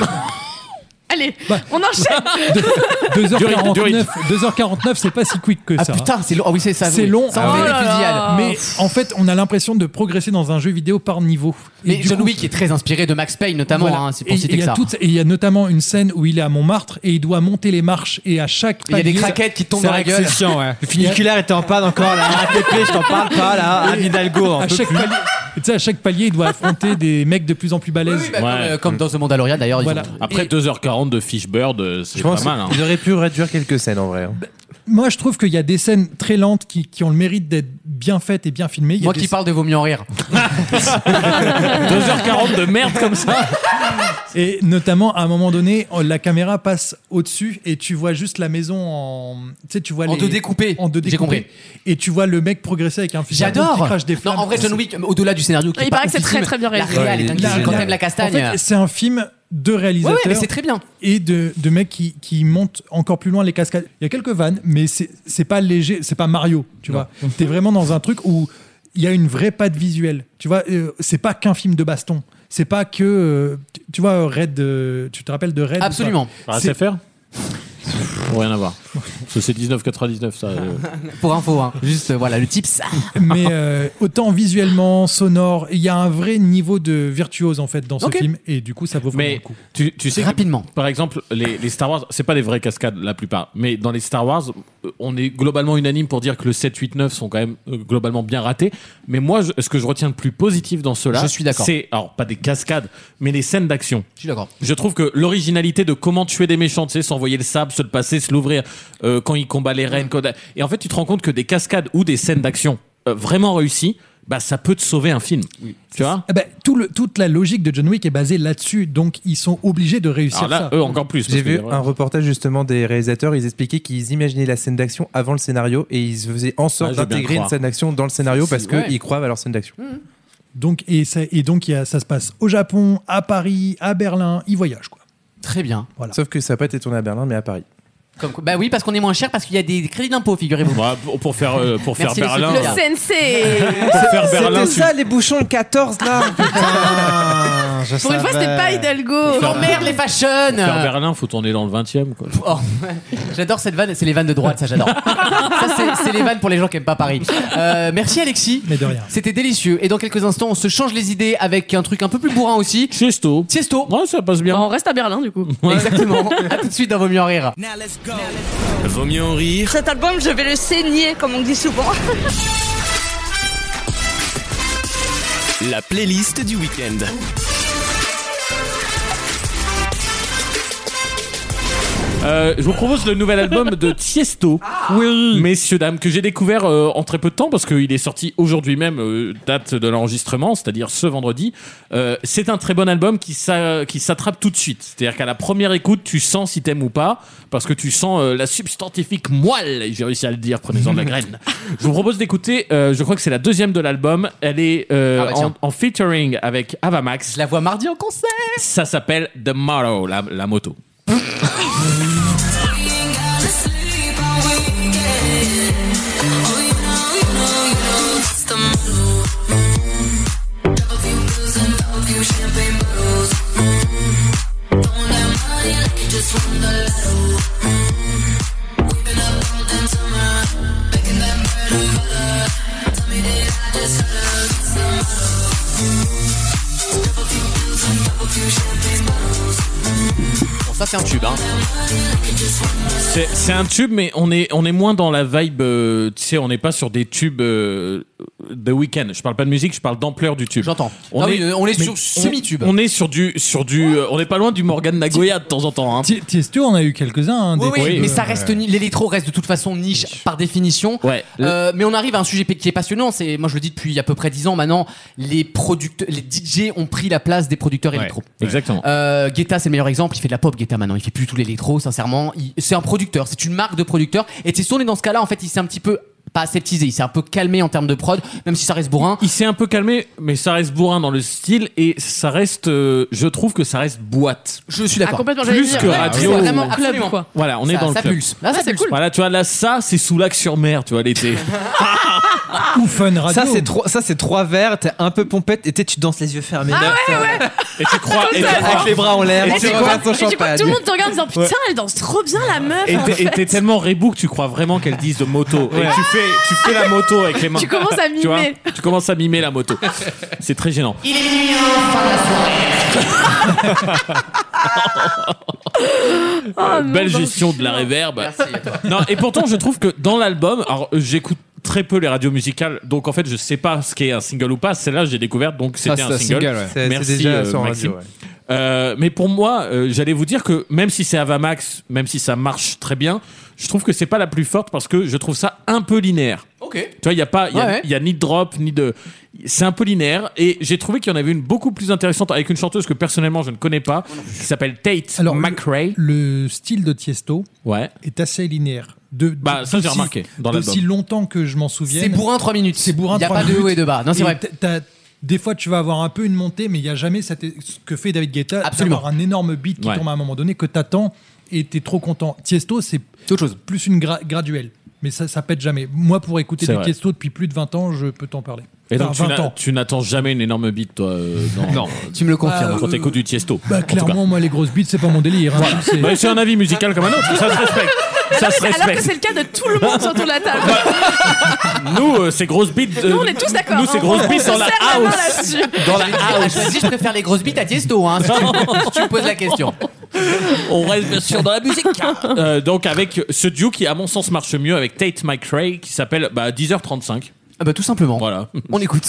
Allez, on enchaîne. deux heures Du rythme, du quarante-neuf, deux heures quarante-neuf, c'est pas si quick que Ah ça. putain, c'est long. Ah oui, c'est ça. C'est oui. long. Ça en Ah fait oui. des Oh là fusillades. là. Mais en fait, on a l'impression de progresser dans un jeu vidéo par niveau. Et Mais du John coup- Wick est très inspiré de Max Payne notamment, Voilà. hein, c'est pour Et citer il y que a ça. toute- et il y a notamment une scène où il est à Montmartre et il doit monter les marches et à chaque Il y a des palier- craquettes qui tombent C'est dans la vrai que gueule. c'est chiant, ouais. Le funiculaire était en panne encore, là. A T P, je t'en parle pas, là. Anne Hidalgo, on à peut chaque plus. palier, tu sais, à chaque palier, il doit affronter des mecs de plus en plus balèzes. Oui, oui, bah, Ouais. comme, euh, comme dans The Mandalorian d'ailleurs. ils Voilà. ont- Après Et- deux heures quarante de Fishbird, euh, c'est Je pas pense mal. Hein. qu'ils auraient pu réduire quelques scènes en vrai. hein. Moi, je trouve qu'il y a des scènes très lentes qui, qui ont le mérite d'être bien faites et bien filmées. Il y a Moi des- qui parle de Vaut mieux en rire. deux heures quarante de merde comme ça. Et notamment, à un moment donné, la caméra passe au-dessus et tu vois juste la maison en. Tu sais, tu vois En les- deux découpés. En deux J'ai découpés. compris. Et tu vois le mec progresser avec un fusil à pompe J'adore. qui crache des Non, flammes. en vrai, John Wick, au-delà du scénario, qui Il est paraît pas que c'est oufissime, très, très bien réalisé. La réal Ouais, est il est dingue. génial. Quand t'aimes la castagne. En fait, c'est un film de réalisateurs. Ouais, ouais, mais c'est très bien. Et de, de mecs qui, qui montent encore plus loin les cascades. Il y a quelques vannes, mais c'est c'est pas léger, c'est pas Mario, tu vois. T'es vraiment dans un truc où il y a une vraie patte visuelle. Tu vois, euh, c'est pas qu'un film de baston. C'est pas que. euh, tu, tu vois, Red. euh, tu te rappelles de Red ou pas Absolument. Par C'est- S F R Rien à voir. Ça, c'est dix-neuf quatre-vingt-dix-neuf, ça. euh. Pour info, hein. Juste, euh, voilà, le tips. Mais euh, autant visuellement, sonore, il y a un vrai niveau de virtuose en fait dans ce Ok. film et du coup ça vaut vraiment Mais le coup. tu, tu sais, Rapidement. que, par exemple, les, les Star Wars, c'est pas des vraies cascades la plupart, mais dans les Star Wars, euh, on est globalement unanime pour dire que le sept, huit, neuf sont quand même euh, globalement bien ratés. Mais moi, je- ce que je retiens le plus positif dans ceux-là, Je suis d'accord. c'est, alors pas des cascades, mais les scènes d'action. Je suis d'accord. Je trouve que l'originalité de comment tuer des méchants, tu sais, s'envoyer le sabre, se le passer, se l'ouvrir, euh, quand il combat les reines, quand- et en fait, tu te rends compte que des cascades ou des scènes d'action euh, vraiment réussies, bah, ça peut te sauver un film. Tu vois? Ah bah, tout le, toute la logique de John Wick est basée là-dessus, donc ils sont obligés de réussir Alors là, ça. eux encore plus. parce J'ai que vu les vrais- un reportage justement des réalisateurs, ils expliquaient qu'ils imaginaient la scène d'action avant le scénario et ils faisaient en sorte Ah, je veux bien d'intégrer une croire. scène d'action dans le scénario C'est- parce ouais. qu'ils croient à leur scène d'action. Donc et ça et donc il y a, ça se passe au Japon, à Paris, à Berlin, ils voyagent quoi. Très bien. Voilà. Sauf que ça n'a pas été tourné à Berlin mais à Paris. Comme, quoi- bah oui, parce qu'on est moins cher, parce qu'il y a des crédits d'impôt, figurez-vous. Ouais, pour, pour faire, euh, pour faire Merci, les Berlin. souffleurs. Le sensei. Pour faire Berlin, C'était tu- ça les bouchons le quatorze là. Putain, je Pour une fois, savais. c'était pas Hidalgo. Oh merde, les fashion. Faire Berlin, faut tourner dans le vingtième. Quoi. Oh, j'adore cette vanne, c'est les vannes de droite, ça j'adore. Ça c'est, c'est les vannes pour les gens qui aiment pas Paris. Euh, merci Alexis. Mais de rien. C'était délicieux. Et dans quelques instants, on se change les idées avec un truc un peu plus bourrin aussi. Tiesto. Tiesto. Ouais, ça passe bien. On reste à Berlin du coup. Exactement. À tout de suite dans Vaut mieux en rire. Vaut mieux en rire Cet album, je vais le saigner, comme on dit souvent. la playlist du week-end. Euh, je vous propose le nouvel album de Tiesto, oui. Messieurs, dames, que j'ai découvert euh, en très peu de temps parce qu'il est sorti aujourd'hui même, euh, date de l'enregistrement, c'est-à-dire ce vendredi. Euh, c'est un très bon album qui, s'a- qui s'attrape tout de suite. C'est-à-dire qu'à la première écoute, tu sens si t'aimes ou pas, parce que tu sens euh, la substantifique moelle. J'ai réussi à le dire, prenez-en de la graine. Je vous propose d'écouter, euh, je crois que c'est la deuxième de l'album. Elle est euh, Ah bah tiens. en, en featuring avec Avamax. Je la vois mardi en concert. Ça s'appelle The Motto, la, la moto. Bon, ça c'est un tube, hein. C'est, c'est un tube, mais on est, on est moins dans la vibe. euh, tu sais, on n'est pas sur des tubes euh, de week-end. Je parle pas de musique, je parle d'ampleur du tube. J'entends. On Ah est, oui, euh, on est mais sur semi-tube. On est sur du, sur du. euh, on n'est pas loin du Morgan Nagoya de temps en temps. Hein. Ti- Tiesto, on a eu quelques-uns. Hein, Oui, des oui, tubes, mais ça euh, reste ni- l'électro reste de toute façon niche par définition. Ouais. Euh, mais on arrive à un sujet qui est passionnant. C'est, moi je le dis depuis à peu près dix ans maintenant, les producteurs, les D J ont pris la place des producteurs électro. Exactement. Euh, Guetta c'est le meilleur exemple. Il fait de la pop Guetta maintenant. Il fait plus tout l'électro. Sincèrement, il- c'est un producteur. C'est une marque de producteur. Et Tiesto on est dans ce cas-là. En fait, il s'est un petit peu pas aseptisé. Il s'est un peu calmé en termes de prod, même si ça reste bourrin. Il s'est un peu calmé, mais ça reste bourrin dans le style et ça reste. euh, je trouve que ça reste boîte. Je suis Ah, d'accord. complètement. Plus j'allais dire, que ouais, radio. C'est vraiment club Absolument. quoi. Voilà, on est Ça- dans le ça club. pulse. Là, ça Ah, c'est pulse. cool. Voilà, tu vois, là, ça, c'est sous lac sur mer, tu vois, l'été. Ou Fun Radio. Ça c'est trois, ça c'est trois verres, t'es un peu pompette et t'es- tu danses les yeux fermés. Ah ouais, ouais. Et tu crois. et tu ça, crois- Avec les bras en l'air, Et et tu tu sais regardes ton Et du coup, champagne. tout le monde te regarde en disant putain, elle danse trop bien la meuf. Et en t'es, et fait. t'es tellement rebou que tu crois vraiment qu'elle dise de moto. Et tu fais, tu fais la moto avec les mains. Tu commences à Tu vois, mimer. tu commences à mimer la moto. C'est très gênant. Il est minuit, fin de la soirée. Oh, non, Belle dans le gestion de la cul. réverb. Merci à toi. Non, et pourtant, je trouve que dans l'album, alors euh, j'écoute très peu les radios musicales, donc en fait, je sais pas ce qu'est un single ou pas. Celle-là, j'ai découvert, donc c'était c'est un un single. single, ouais. C'est- c'est Merci, déjà euh, sur Maxime. radio, ouais. Euh, mais pour moi, euh, j'allais vous dire que même si c'est Avamax, même si ça marche très bien, je trouve que c'est pas la plus forte parce que je trouve ça un peu linéaire. Ok. Tu vois, il y a pas, il y, a- Ouais, ouais. il y a ni de drop ni de, c'est un peu linéaire et j'ai trouvé qu'il y en avait une beaucoup plus intéressante avec une chanteuse que personnellement je ne connais pas, qui s'appelle Tate Alors, McRae. Le style de Tiesto Ouais. est assez linéaire. De, Bah, de- ça, j'ai d'aussi- remarqué dans l'album. D'aussi longtemps que je m'en souviens. C'est bourrin trois minutes. C'est bourrin Il n'y a trois pas de minutes. haut et de bas. Non, c'est Et vrai. t- t'as- Des fois, tu vas avoir un peu une montée, mais il n'y a jamais cette- ce que fait David Guetta, Absolument. d'avoir un énorme beat qui Ouais. tombe à un moment donné, que t'attends et t'es trop content. Tiesto, c'est C'est autre chose. plus une gra- graduelle, mais ça, ça pète jamais. Moi, pour écouter C'est du vrai. Tiesto depuis plus de vingt ans, je peux t'en parler. Et donc, Enfin, tu, vingt n'a- ans. tu n'attends jamais une énorme bite, toi euh, dans- Non, tu me le confirmes. Quand t'écoutes du Tiesto. Bah, clairement, moi, les grosses bites, c'est pas mon délire. hein. C'est- Bah, c'est un avis musical comme un autre, ça se respecte. Ça se Alors que respecte. c'est le cas de tout le monde autour de la table. Nous, euh, c'est grosses bites. euh, Nous, on est tous d'accord. Nous, c'est hein. grosses On bites se dans la serre la main house. là-dessus. Dans la Ah, house. je choisis, je préfère les grosses bites à Tiesto, hein, si tu, si tu me poses la question. On reste bien sûr dans la musique. Euh, donc, avec ce duo qui, à mon sens, marche mieux avec Tate McRae qui s'appelle bah, dix heures trente-cinq. Ah bah tout simplement. Voilà. On écoute.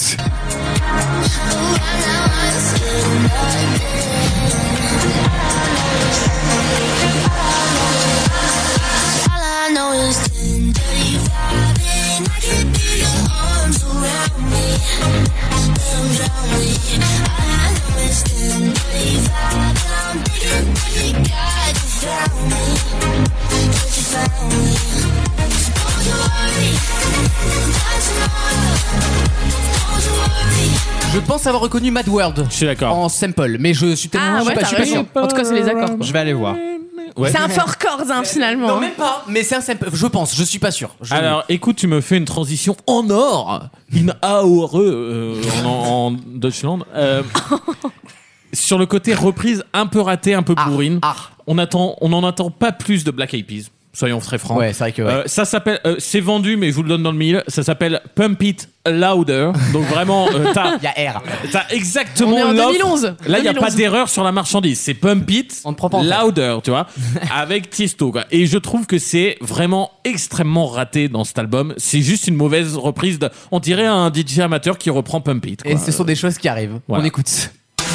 Je pense avoir reconnu Mad World. Je suis d'accord. En sample, mais je suis tellement Ah je suis ouais, pas, t'as je suis pas raison. sûr. En tout cas, c'est les accords. Je vais aller voir. Ouais. C'est un fort chords, hein, finalement. Non, même pas. Mais c'est un sample. Je pense. Je suis pas sûr. Je- Alors, écoute, tu me fais une transition en or, in aure, euh, en, en Deutschland. Euh, sur le côté reprise un peu ratée, un peu bourrine. ah. On attend, on n'en attend pas plus de Black Eyed Peas. Soyons très francs. Ouais, c'est vrai que ouais. Euh, ça s'appelle, euh, c'est vendu, mais je vous le donne dans le mille. Ça s'appelle Pump It Louder. Donc vraiment, euh, t'as, Il y a R. t'as exactement On est en l'offre. deux mille onze. Là, il n'y a deux mille pas onze. d'erreur sur la marchandise. C'est Pump It On ne prend pas en fait. Louder, tu vois, avec Tiesto, quoi. Et je trouve que c'est vraiment extrêmement raté dans cet album. C'est juste une mauvaise reprise. De, on dirait un D J amateur qui reprend Pump It, quoi. Et ce sont des choses qui arrivent. Voilà. On écoute.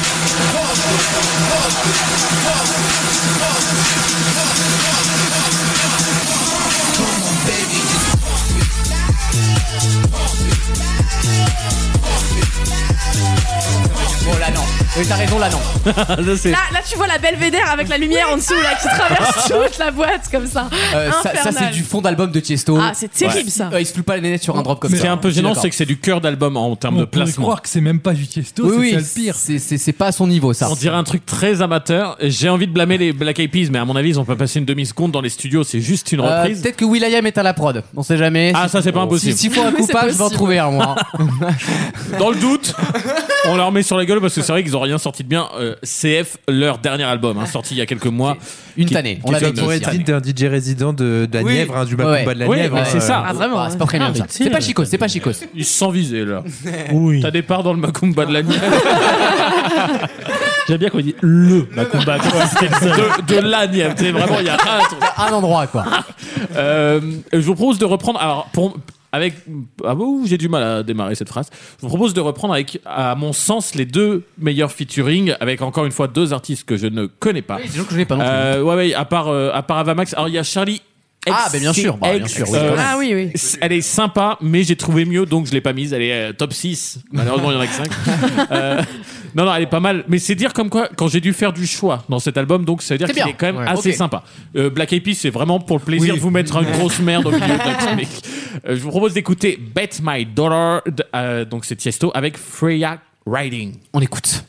Oh là non. Oui, t'as raison là non. Ça, c'est- Là, là, tu vois la belvédère avec la lumière en dessous là qui traverse toute la boîte comme ça. Euh, ça, ça, Infernal. c'est du fond d'album de Tiesto. Ah, c'est terrible, Ouais. ça. Euh, il se fout pas les nénettes sur un drop comme Mais- Ce ça. qui est un peu Je suis gênant, d'accord. c'est que c'est du cœur d'album en termes On de pourrait placement. croire que c'est même pas du Tiesto, Oui, c'est oui, ça le pire. c'est- c'est c'est pas à son niveau ça. On dirait un truc très amateur. J'ai envie de blâmer les Black Eyed Peas, mais à mon avis, ils ont pas passé une demi-seconde dans les studios. C'est juste une Euh, reprise. Peut-être que Will.i.am est à la prod. On sait jamais. Ah, Si- ça, c'est pas impossible. Si- S'il faut un Oui, c'est coupable, je vais en possible. trouver un moi. Dans le doute, on leur met sur la gueule parce que c'est vrai qu'ils ont rien sorti de bien. Euh, C F, leur dernier album, hein, sorti il y a quelques mois. Une Qui- tannée. On qui l'avait sonne dit. pourrait aussi, être hein. digne d'un D J résident de, de la Oui. Nièvre, hein, du Ouais, Macumba de la ouais. Nièvre. Ouais, hein, c'est euh, ça. Ah, vraiment. Ah, c'est pas premium ça. Arrêtez. C'est pas chicos, c'est pas chicos. Ils se sont visés là. Oui. T'as des parts dans le Macumba de la Nièvre. J'aime bien quand il dit le Macumba. comme si c'était le seul. de, de la Nièvre. C'est vraiment, il y a un truc. Un endroit quoi. Euh, je vous propose de reprendre. Alors, pour, avec. Ah bon, j'ai du mal à démarrer cette phrase. Je vous propose de reprendre avec, à mon sens, les deux meilleurs featuring, avec encore une fois deux artistes que je ne connais pas. Oui, c'est sûr que je l'ai pas non plus. Euh, ouais, ouais, à part, euh, à part Avamax. Alors, il y a Charlie. Ah, ben bien sûr, bah, bien X, sûr, oui, euh, quand même. Ah oui, oui. c- Elle est sympa, mais j'ai trouvé mieux, donc je l'ai pas mise. Elle est euh, top six. Malheureusement, il y en a que cinq. Euh, non, non, elle est pas mal. Mais c'est dire comme quoi, quand j'ai dû faire du choix dans cet album, donc ça veut dire C'est qu'il bien. est quand même Ouais. assez Ok. sympa. Euh, Black Eyed Peas, c'est vraiment pour le plaisir Oui. de vous mettre une grosse merde au milieu de la technique. Euh, je vous propose d'écouter Bet My Dollar, de- euh, donc c'est Tiesto, avec Freya Riding. On écoute.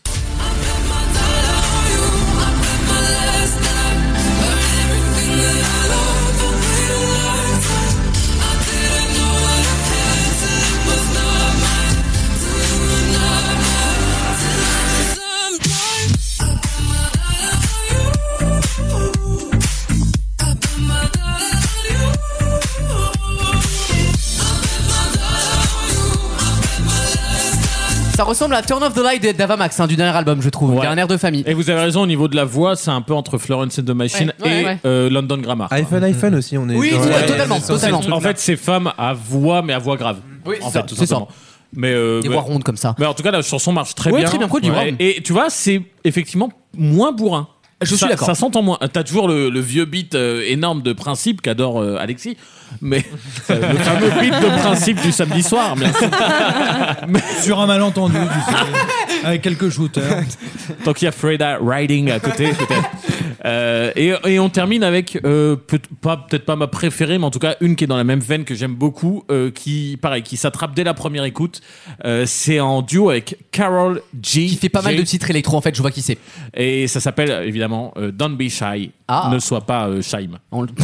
Ça ressemble à Turn Off the Light d'Avamax, hein, du dernier album, je trouve. Il y a un air de famille. Et vous avez raison, au niveau de la voix, c'est un peu entre Florence and the Machine Ouais, ouais, et ouais. euh, London Grammar. iPhone, iPhone aussi, on est. Oui, dans- tout- Ouais, totalement, c'est- totalement. En fait, c'est femme à voix, mais à voix grave. Oui, en c'est fait, ça, tout c'est simplement. Mais, euh, Des mais- voix rondes comme ça. mais en tout cas, la chanson marche très Ouais, bien. très bien produit, ouais. Et tu vois, c'est effectivement moins bourrin. Je suis Ça- d'accord. Ça s'entend moins. T'as toujours le, le vieux beat euh, énorme de Principe qu'adore euh, Alexis, mais euh, le fameux beat de Principe du samedi soir. Bien sûr. Sur un malentendu, tu sais, avec quelques shooters. Tant qu'il y a Freda Riding à côté, peut-être. Euh, et, et on termine avec euh, peut, pas peut-être pas ma préférée, mais en tout cas une qui est dans la même veine que j'aime beaucoup, euh, qui pareil, qui s'attrape dès la première écoute. Euh, c'est en duo avec Carol G. Qui fait pas mal J. de titres électro en fait, je vois qui c'est. Et ça s'appelle évidemment euh, Don't Be Shy. Ah. Ne sois pas euh, Shyme. On le- Give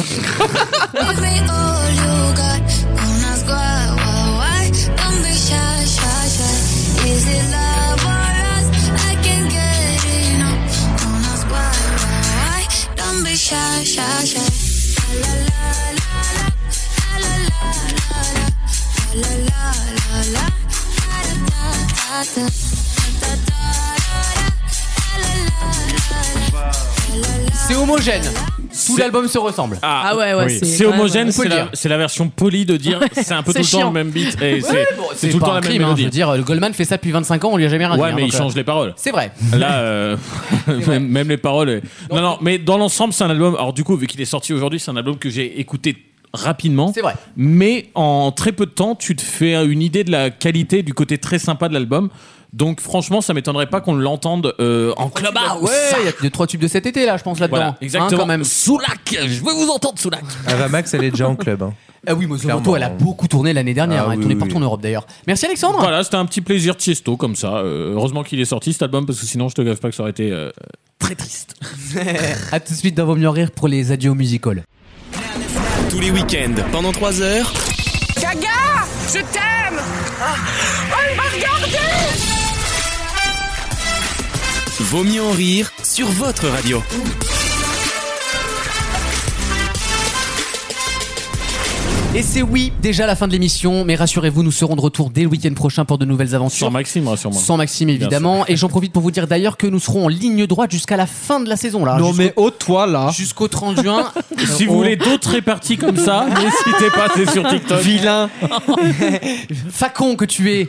me all you got. Don't ask why, why, why. Don't be shy, shy, shy. Don't be shy, shy, shy. La la la la, la la la la, la la la la, da da da da, C'est homogène. Tout l'album se ressemble. Ah, Ah ouais, ouais, oui. c'est C'est quand même- homogène, on peut c'est le la, dire. c'est la version polie de dire c'est un peu C'est tout le temps chiant. le même beat. Et Ouais, c'est bon, c'est tout le pas temps un la même crime, hein, je mélodie. veux dire, le Goldman fait ça depuis vingt-cinq ans, on lui a jamais rien dit. Ouais, hein, mais donc, il euh, change les paroles. C'est vrai. Là, euh, même, même les paroles. euh, Non, non, mais dans l'ensemble, c'est un album. Alors, du coup, vu qu'il est sorti aujourd'hui, c'est un album que j'ai écouté rapidement. C'est vrai. Mais en très peu de temps, tu te fais une idée de la qualité, du côté très sympa de l'album. Donc, franchement, ça m'étonnerait pas qu'on l'entende euh, en club house. Ouais, il y a deux trois tubes de cet été là, je pense là-dedans. Voilà, exactement. Hein, quand même. Soulac, je veux vous entendre, Soulac. Ava Max, elle est déjà en club. Hein. Ah oui, Mozo Clairement. Moto, elle a beaucoup tourné l'année dernière. Ah hein, elle oui, tournait oui, partout oui. en Europe d'ailleurs. Merci Alexandre. Voilà, c'était un petit plaisir Tiesto comme ça. Euh, heureusement qu'il est sorti cet album parce que sinon, je te gaffe pas que ça aurait été euh, très triste. À tout de suite dans Vaut mieux en rire pour les adieux au musical. Tous les week-ends, pendant trois heures, Gaga, je t'aime. Ah, oh, il m'a regardé. Vaut mieux en rire sur votre radio. Et c'est oui, déjà la fin de l'émission, mais rassurez-vous, nous serons de retour dès le week-end prochain pour de nouvelles aventures. Sans Maxime, rassure-moi. Sans Maxime Bien évidemment, et j'en profite pour vous dire d'ailleurs que nous serons en ligne droite jusqu'à la fin de la saison là. Non jusqu'au- mais oh toi là. Jusqu'au trente juin. Si vous voulez d'autres réparties comme ça, n'hésitez pas, c'est sur TikTok. Vilain. Facon que tu es.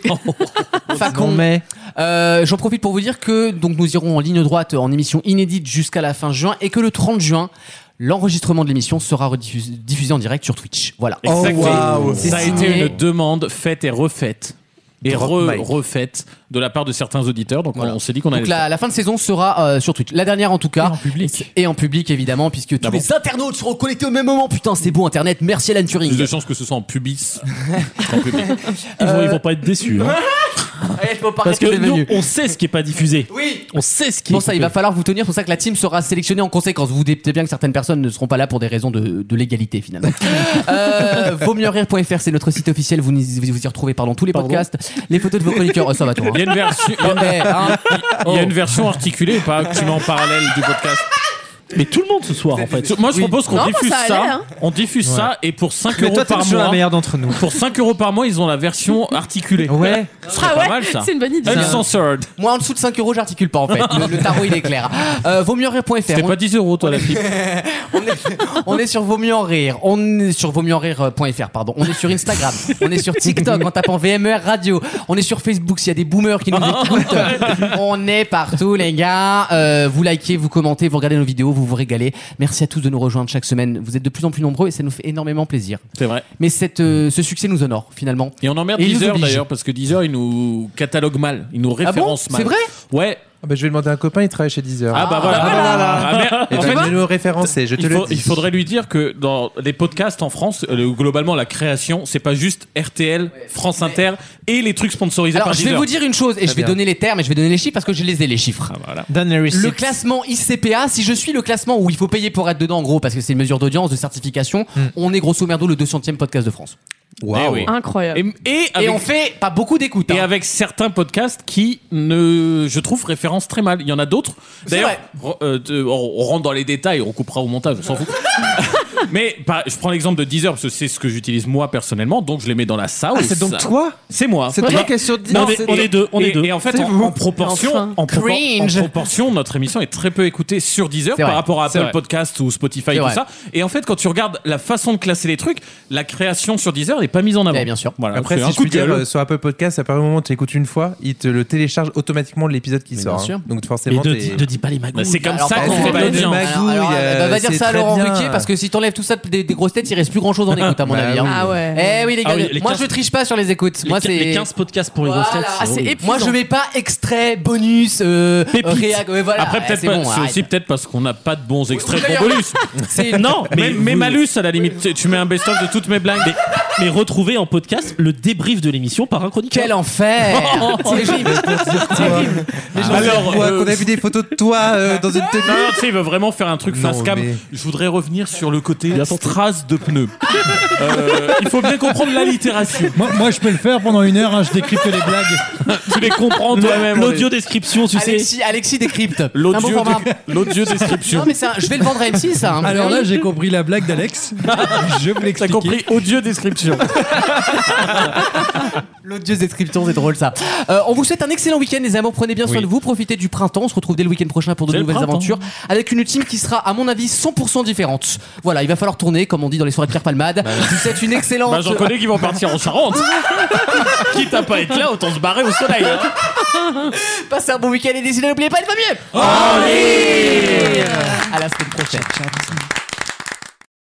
Facon. Non mais. Euh, J'en profite pour vous dire que donc nous irons en ligne droite en émission inédite jusqu'à la fin juin et que le trente juin, l'enregistrement de l'émission sera rediffusé diffusé en direct sur Twitch. Voilà. Exactement. wow. Ça a C'est été signé. une demande faite et refaite. Et Drop re- mic. refaite de la part de certains auditeurs. Donc Voilà. on s'est dit qu'on allait. Donc le faire. la, la fin de saison sera euh, sur Twitch. La dernière en tout cas. Et en public. Et en public évidemment, puisque tous Ah bon les internautes seront connectés au même moment. Putain, c'est beau Internet. Merci Alan Turing. Plus de chances que ce soit en pubis. En public. Ils, vont, ils vont pas être déçus. Hein. Ouais, il faut pas Parce arrêter que les nous, menus. on sait ce qui est pas diffusé. Oui. On sait ce qui Bon est ça, il coupé. va falloir vous tenir. C'est pour ça que la team sera sélectionnée en conséquence. Vous vous doutez bien que certaines personnes ne seront pas là pour des raisons de, de l'égalité finalement. euh, vaut mieux en rire point f r, c'est notre site officiel. Vous, n'y- vous y retrouvez pardon tous les Pardon. podcasts, les photos de vos chroniqueurs. Oh, ça va toi. Il y a une version. il y a une- Eh, hein. Il y a une version articulée ou pas que tu mets en parallèle du podcast. Mais tout le monde ce soir en fait. Moi je propose qu'on Non, moi, diffuse ça ça. allait, hein. On diffuse ça et pour cinq Mais euros toi t'es par toujours la mois. meilleure d'entre nous. Pour cinq euros par mois, ils ont la version articulée. Ouais. Ce serait Ah pas ouais, mal ça. c'est une bonne idée. Uncensored. Moi en dessous de cinq euros, j'articule pas en fait. Le, le tarot il est clair. Euh, vaut mieux en rire point f r. C'était On- pas dix euros toi la fille. on, est, on est sur Vaut mieux en rire. On est sur vaut mieux en rire point f r, pardon. On est sur Instagram. On est sur TikTok en tapant V M E R Radio. On est sur Facebook s'il y a des boomers qui nous écoutent. On est partout, les gars. Euh, vous likez, vous commentez, vous regardez nos vidéos, vous vous régalez. Merci à tous de nous rejoindre chaque semaine. Vous êtes de plus en plus nombreux et ça nous fait énormément plaisir. C'est vrai. Mais cette, euh, ce succès nous honore finalement. Et on emmerde Et il nous Deezer oblige. d'ailleurs parce que Deezer il nous catalogue mal, il nous Ah bon référence mal. C'est vrai Ouais. Ah bah, je vais demander à un copain, il travaille chez Deezer. Ah bah voilà. bah voilà. Ah, merde. Et En ben, fait, il nous référencer, je te il, le faut- dis. il faudrait lui dire que dans les podcasts en France, euh, globalement la création, c'est pas juste R T L, France Inter et les trucs sponsorisés Alors par je vais Deezer. vous dire une chose et Très je vais bien. donner les termes et je vais donner les chiffres parce que je les ai les chiffres. Ah, voilà. Dan Harris. Le classement I C P A, si je suis le classement où il faut payer pour être dedans en gros parce que c'est une mesure d'audience, de certification, on est grosso merdo le deux centième podcast de France. Eh oui. Incroyable. Et, et Et avec, on fait pas beaucoup d'écoute. et hein. avec certains podcasts qui ne, je trouve, référencent très mal. Il y en a d'autres. C'est D'ailleurs, vrai. re- euh, de- on, on rentre dans les détails, on coupera au montage, on s'en fout. Mais bah, je prends l'exemple de Deezer parce que c'est ce que j'utilise moi personnellement, donc je les mets dans la sauce. Ah, c'est donc toi. C'est moi. C'est toi qui es sur Non, Non, on, est, c'est- on est deux, on et, est deux. et en fait, C'est en, vous. en proportion, Enfin. en, propor- Cringe. en proportion, notre émission est très peu écoutée sur Deezer C'est par vrai. rapport à C'est Apple vrai. Podcast ou Spotify et C'est tout vrai. ça. Et en fait, quand tu regardes la façon de classer les trucs, la création sur Deezer n'est pas mise en avant. Eh bien sûr. Voilà, Après, c'est si un je coup puis de dire, gueule. euh, sur Apple Podcast, à partir du moment où tu écoutes une fois, il te le télécharge automatiquement de l'épisode qui Mais sort. bien hein. sûr. Donc Mais forcément, ne, t'es- dis- ne dis pas les magouilles. Bah, c'est comme Alors, ça par qu'on contre, fait pas le les gens. débat- Alors, alors, euh, bah, va dire c'est ça à très Laurent bien. Ruquier parce que si t'enlèves tout ça des, des grosses têtes, il reste plus grand chose en écoute à mon Bah avis. hein. oui. Ah ouais. Eh oui les gars, Ah oui, les moi quinze je triche pas sur les écoutes. Les, Moi quin- c'est les quinze podcasts pour les Voilà. grosses têtes. Ah, c'est horrible. épuisant. Moi je mets pas extrait, bonus, euh, Pépite. réac- ouais, voilà. Après, Eh, peut-être c'est pas- bon, c'est arrête. aussi peut-être parce qu'on n'a pas de bons extraits d'ailleurs- pour bonus. C'est Non, Mais, mais mais vous- malus à la limite, tu- tu mets un best-of de toutes mes blagues. mais retrouvez en podcast le débrief de l'émission par un chroniqueur. Quel enfer. Terrible. Terrible. Les gens Alors, voient euh, qu'on a vu des photos de toi euh, dans une tenue. Non, non, tu sais, il veut vraiment faire un truc Non, face cam. mais- Je voudrais revenir sur le côté strass de pneus. Euh, il faut bien comprendre l'allitération. Moi, moi, je peux le faire pendant une heure, hein, je décrypte les blagues. Tu les comprends toi-même. L'audio description, tu sais. Alexis, Alexis décrypte. Un bon L'audio format. dé- l'audio description. Non mais c'est un- je vais le vendre à M six ça. hein. Alors là, j'ai compris la blague d'Alex. Je vous T'as l'explique. compris audio description. L'odieuse description, c'est drôle ça. Euh, on vous souhaite un excellent week-end les amours, prenez bien soin Oui. de vous, profitez du printemps, on se retrouve dès le week-end prochain pour de C'est le nouvelles printemps. aventures avec une team qui sera à mon avis cent pour cent différente. Voilà, il va falloir tourner comme on dit dans les soirées de Pierre Palmade. Je vous souhaite une excellente... Bah, j'en connais qui vont partir en Charente. Quitte à pas être là, autant se barrer au soleil. hein. Passez un bon week-end et d'ici là n'oubliez pas, il va mieux. Allez À la semaine prochaine.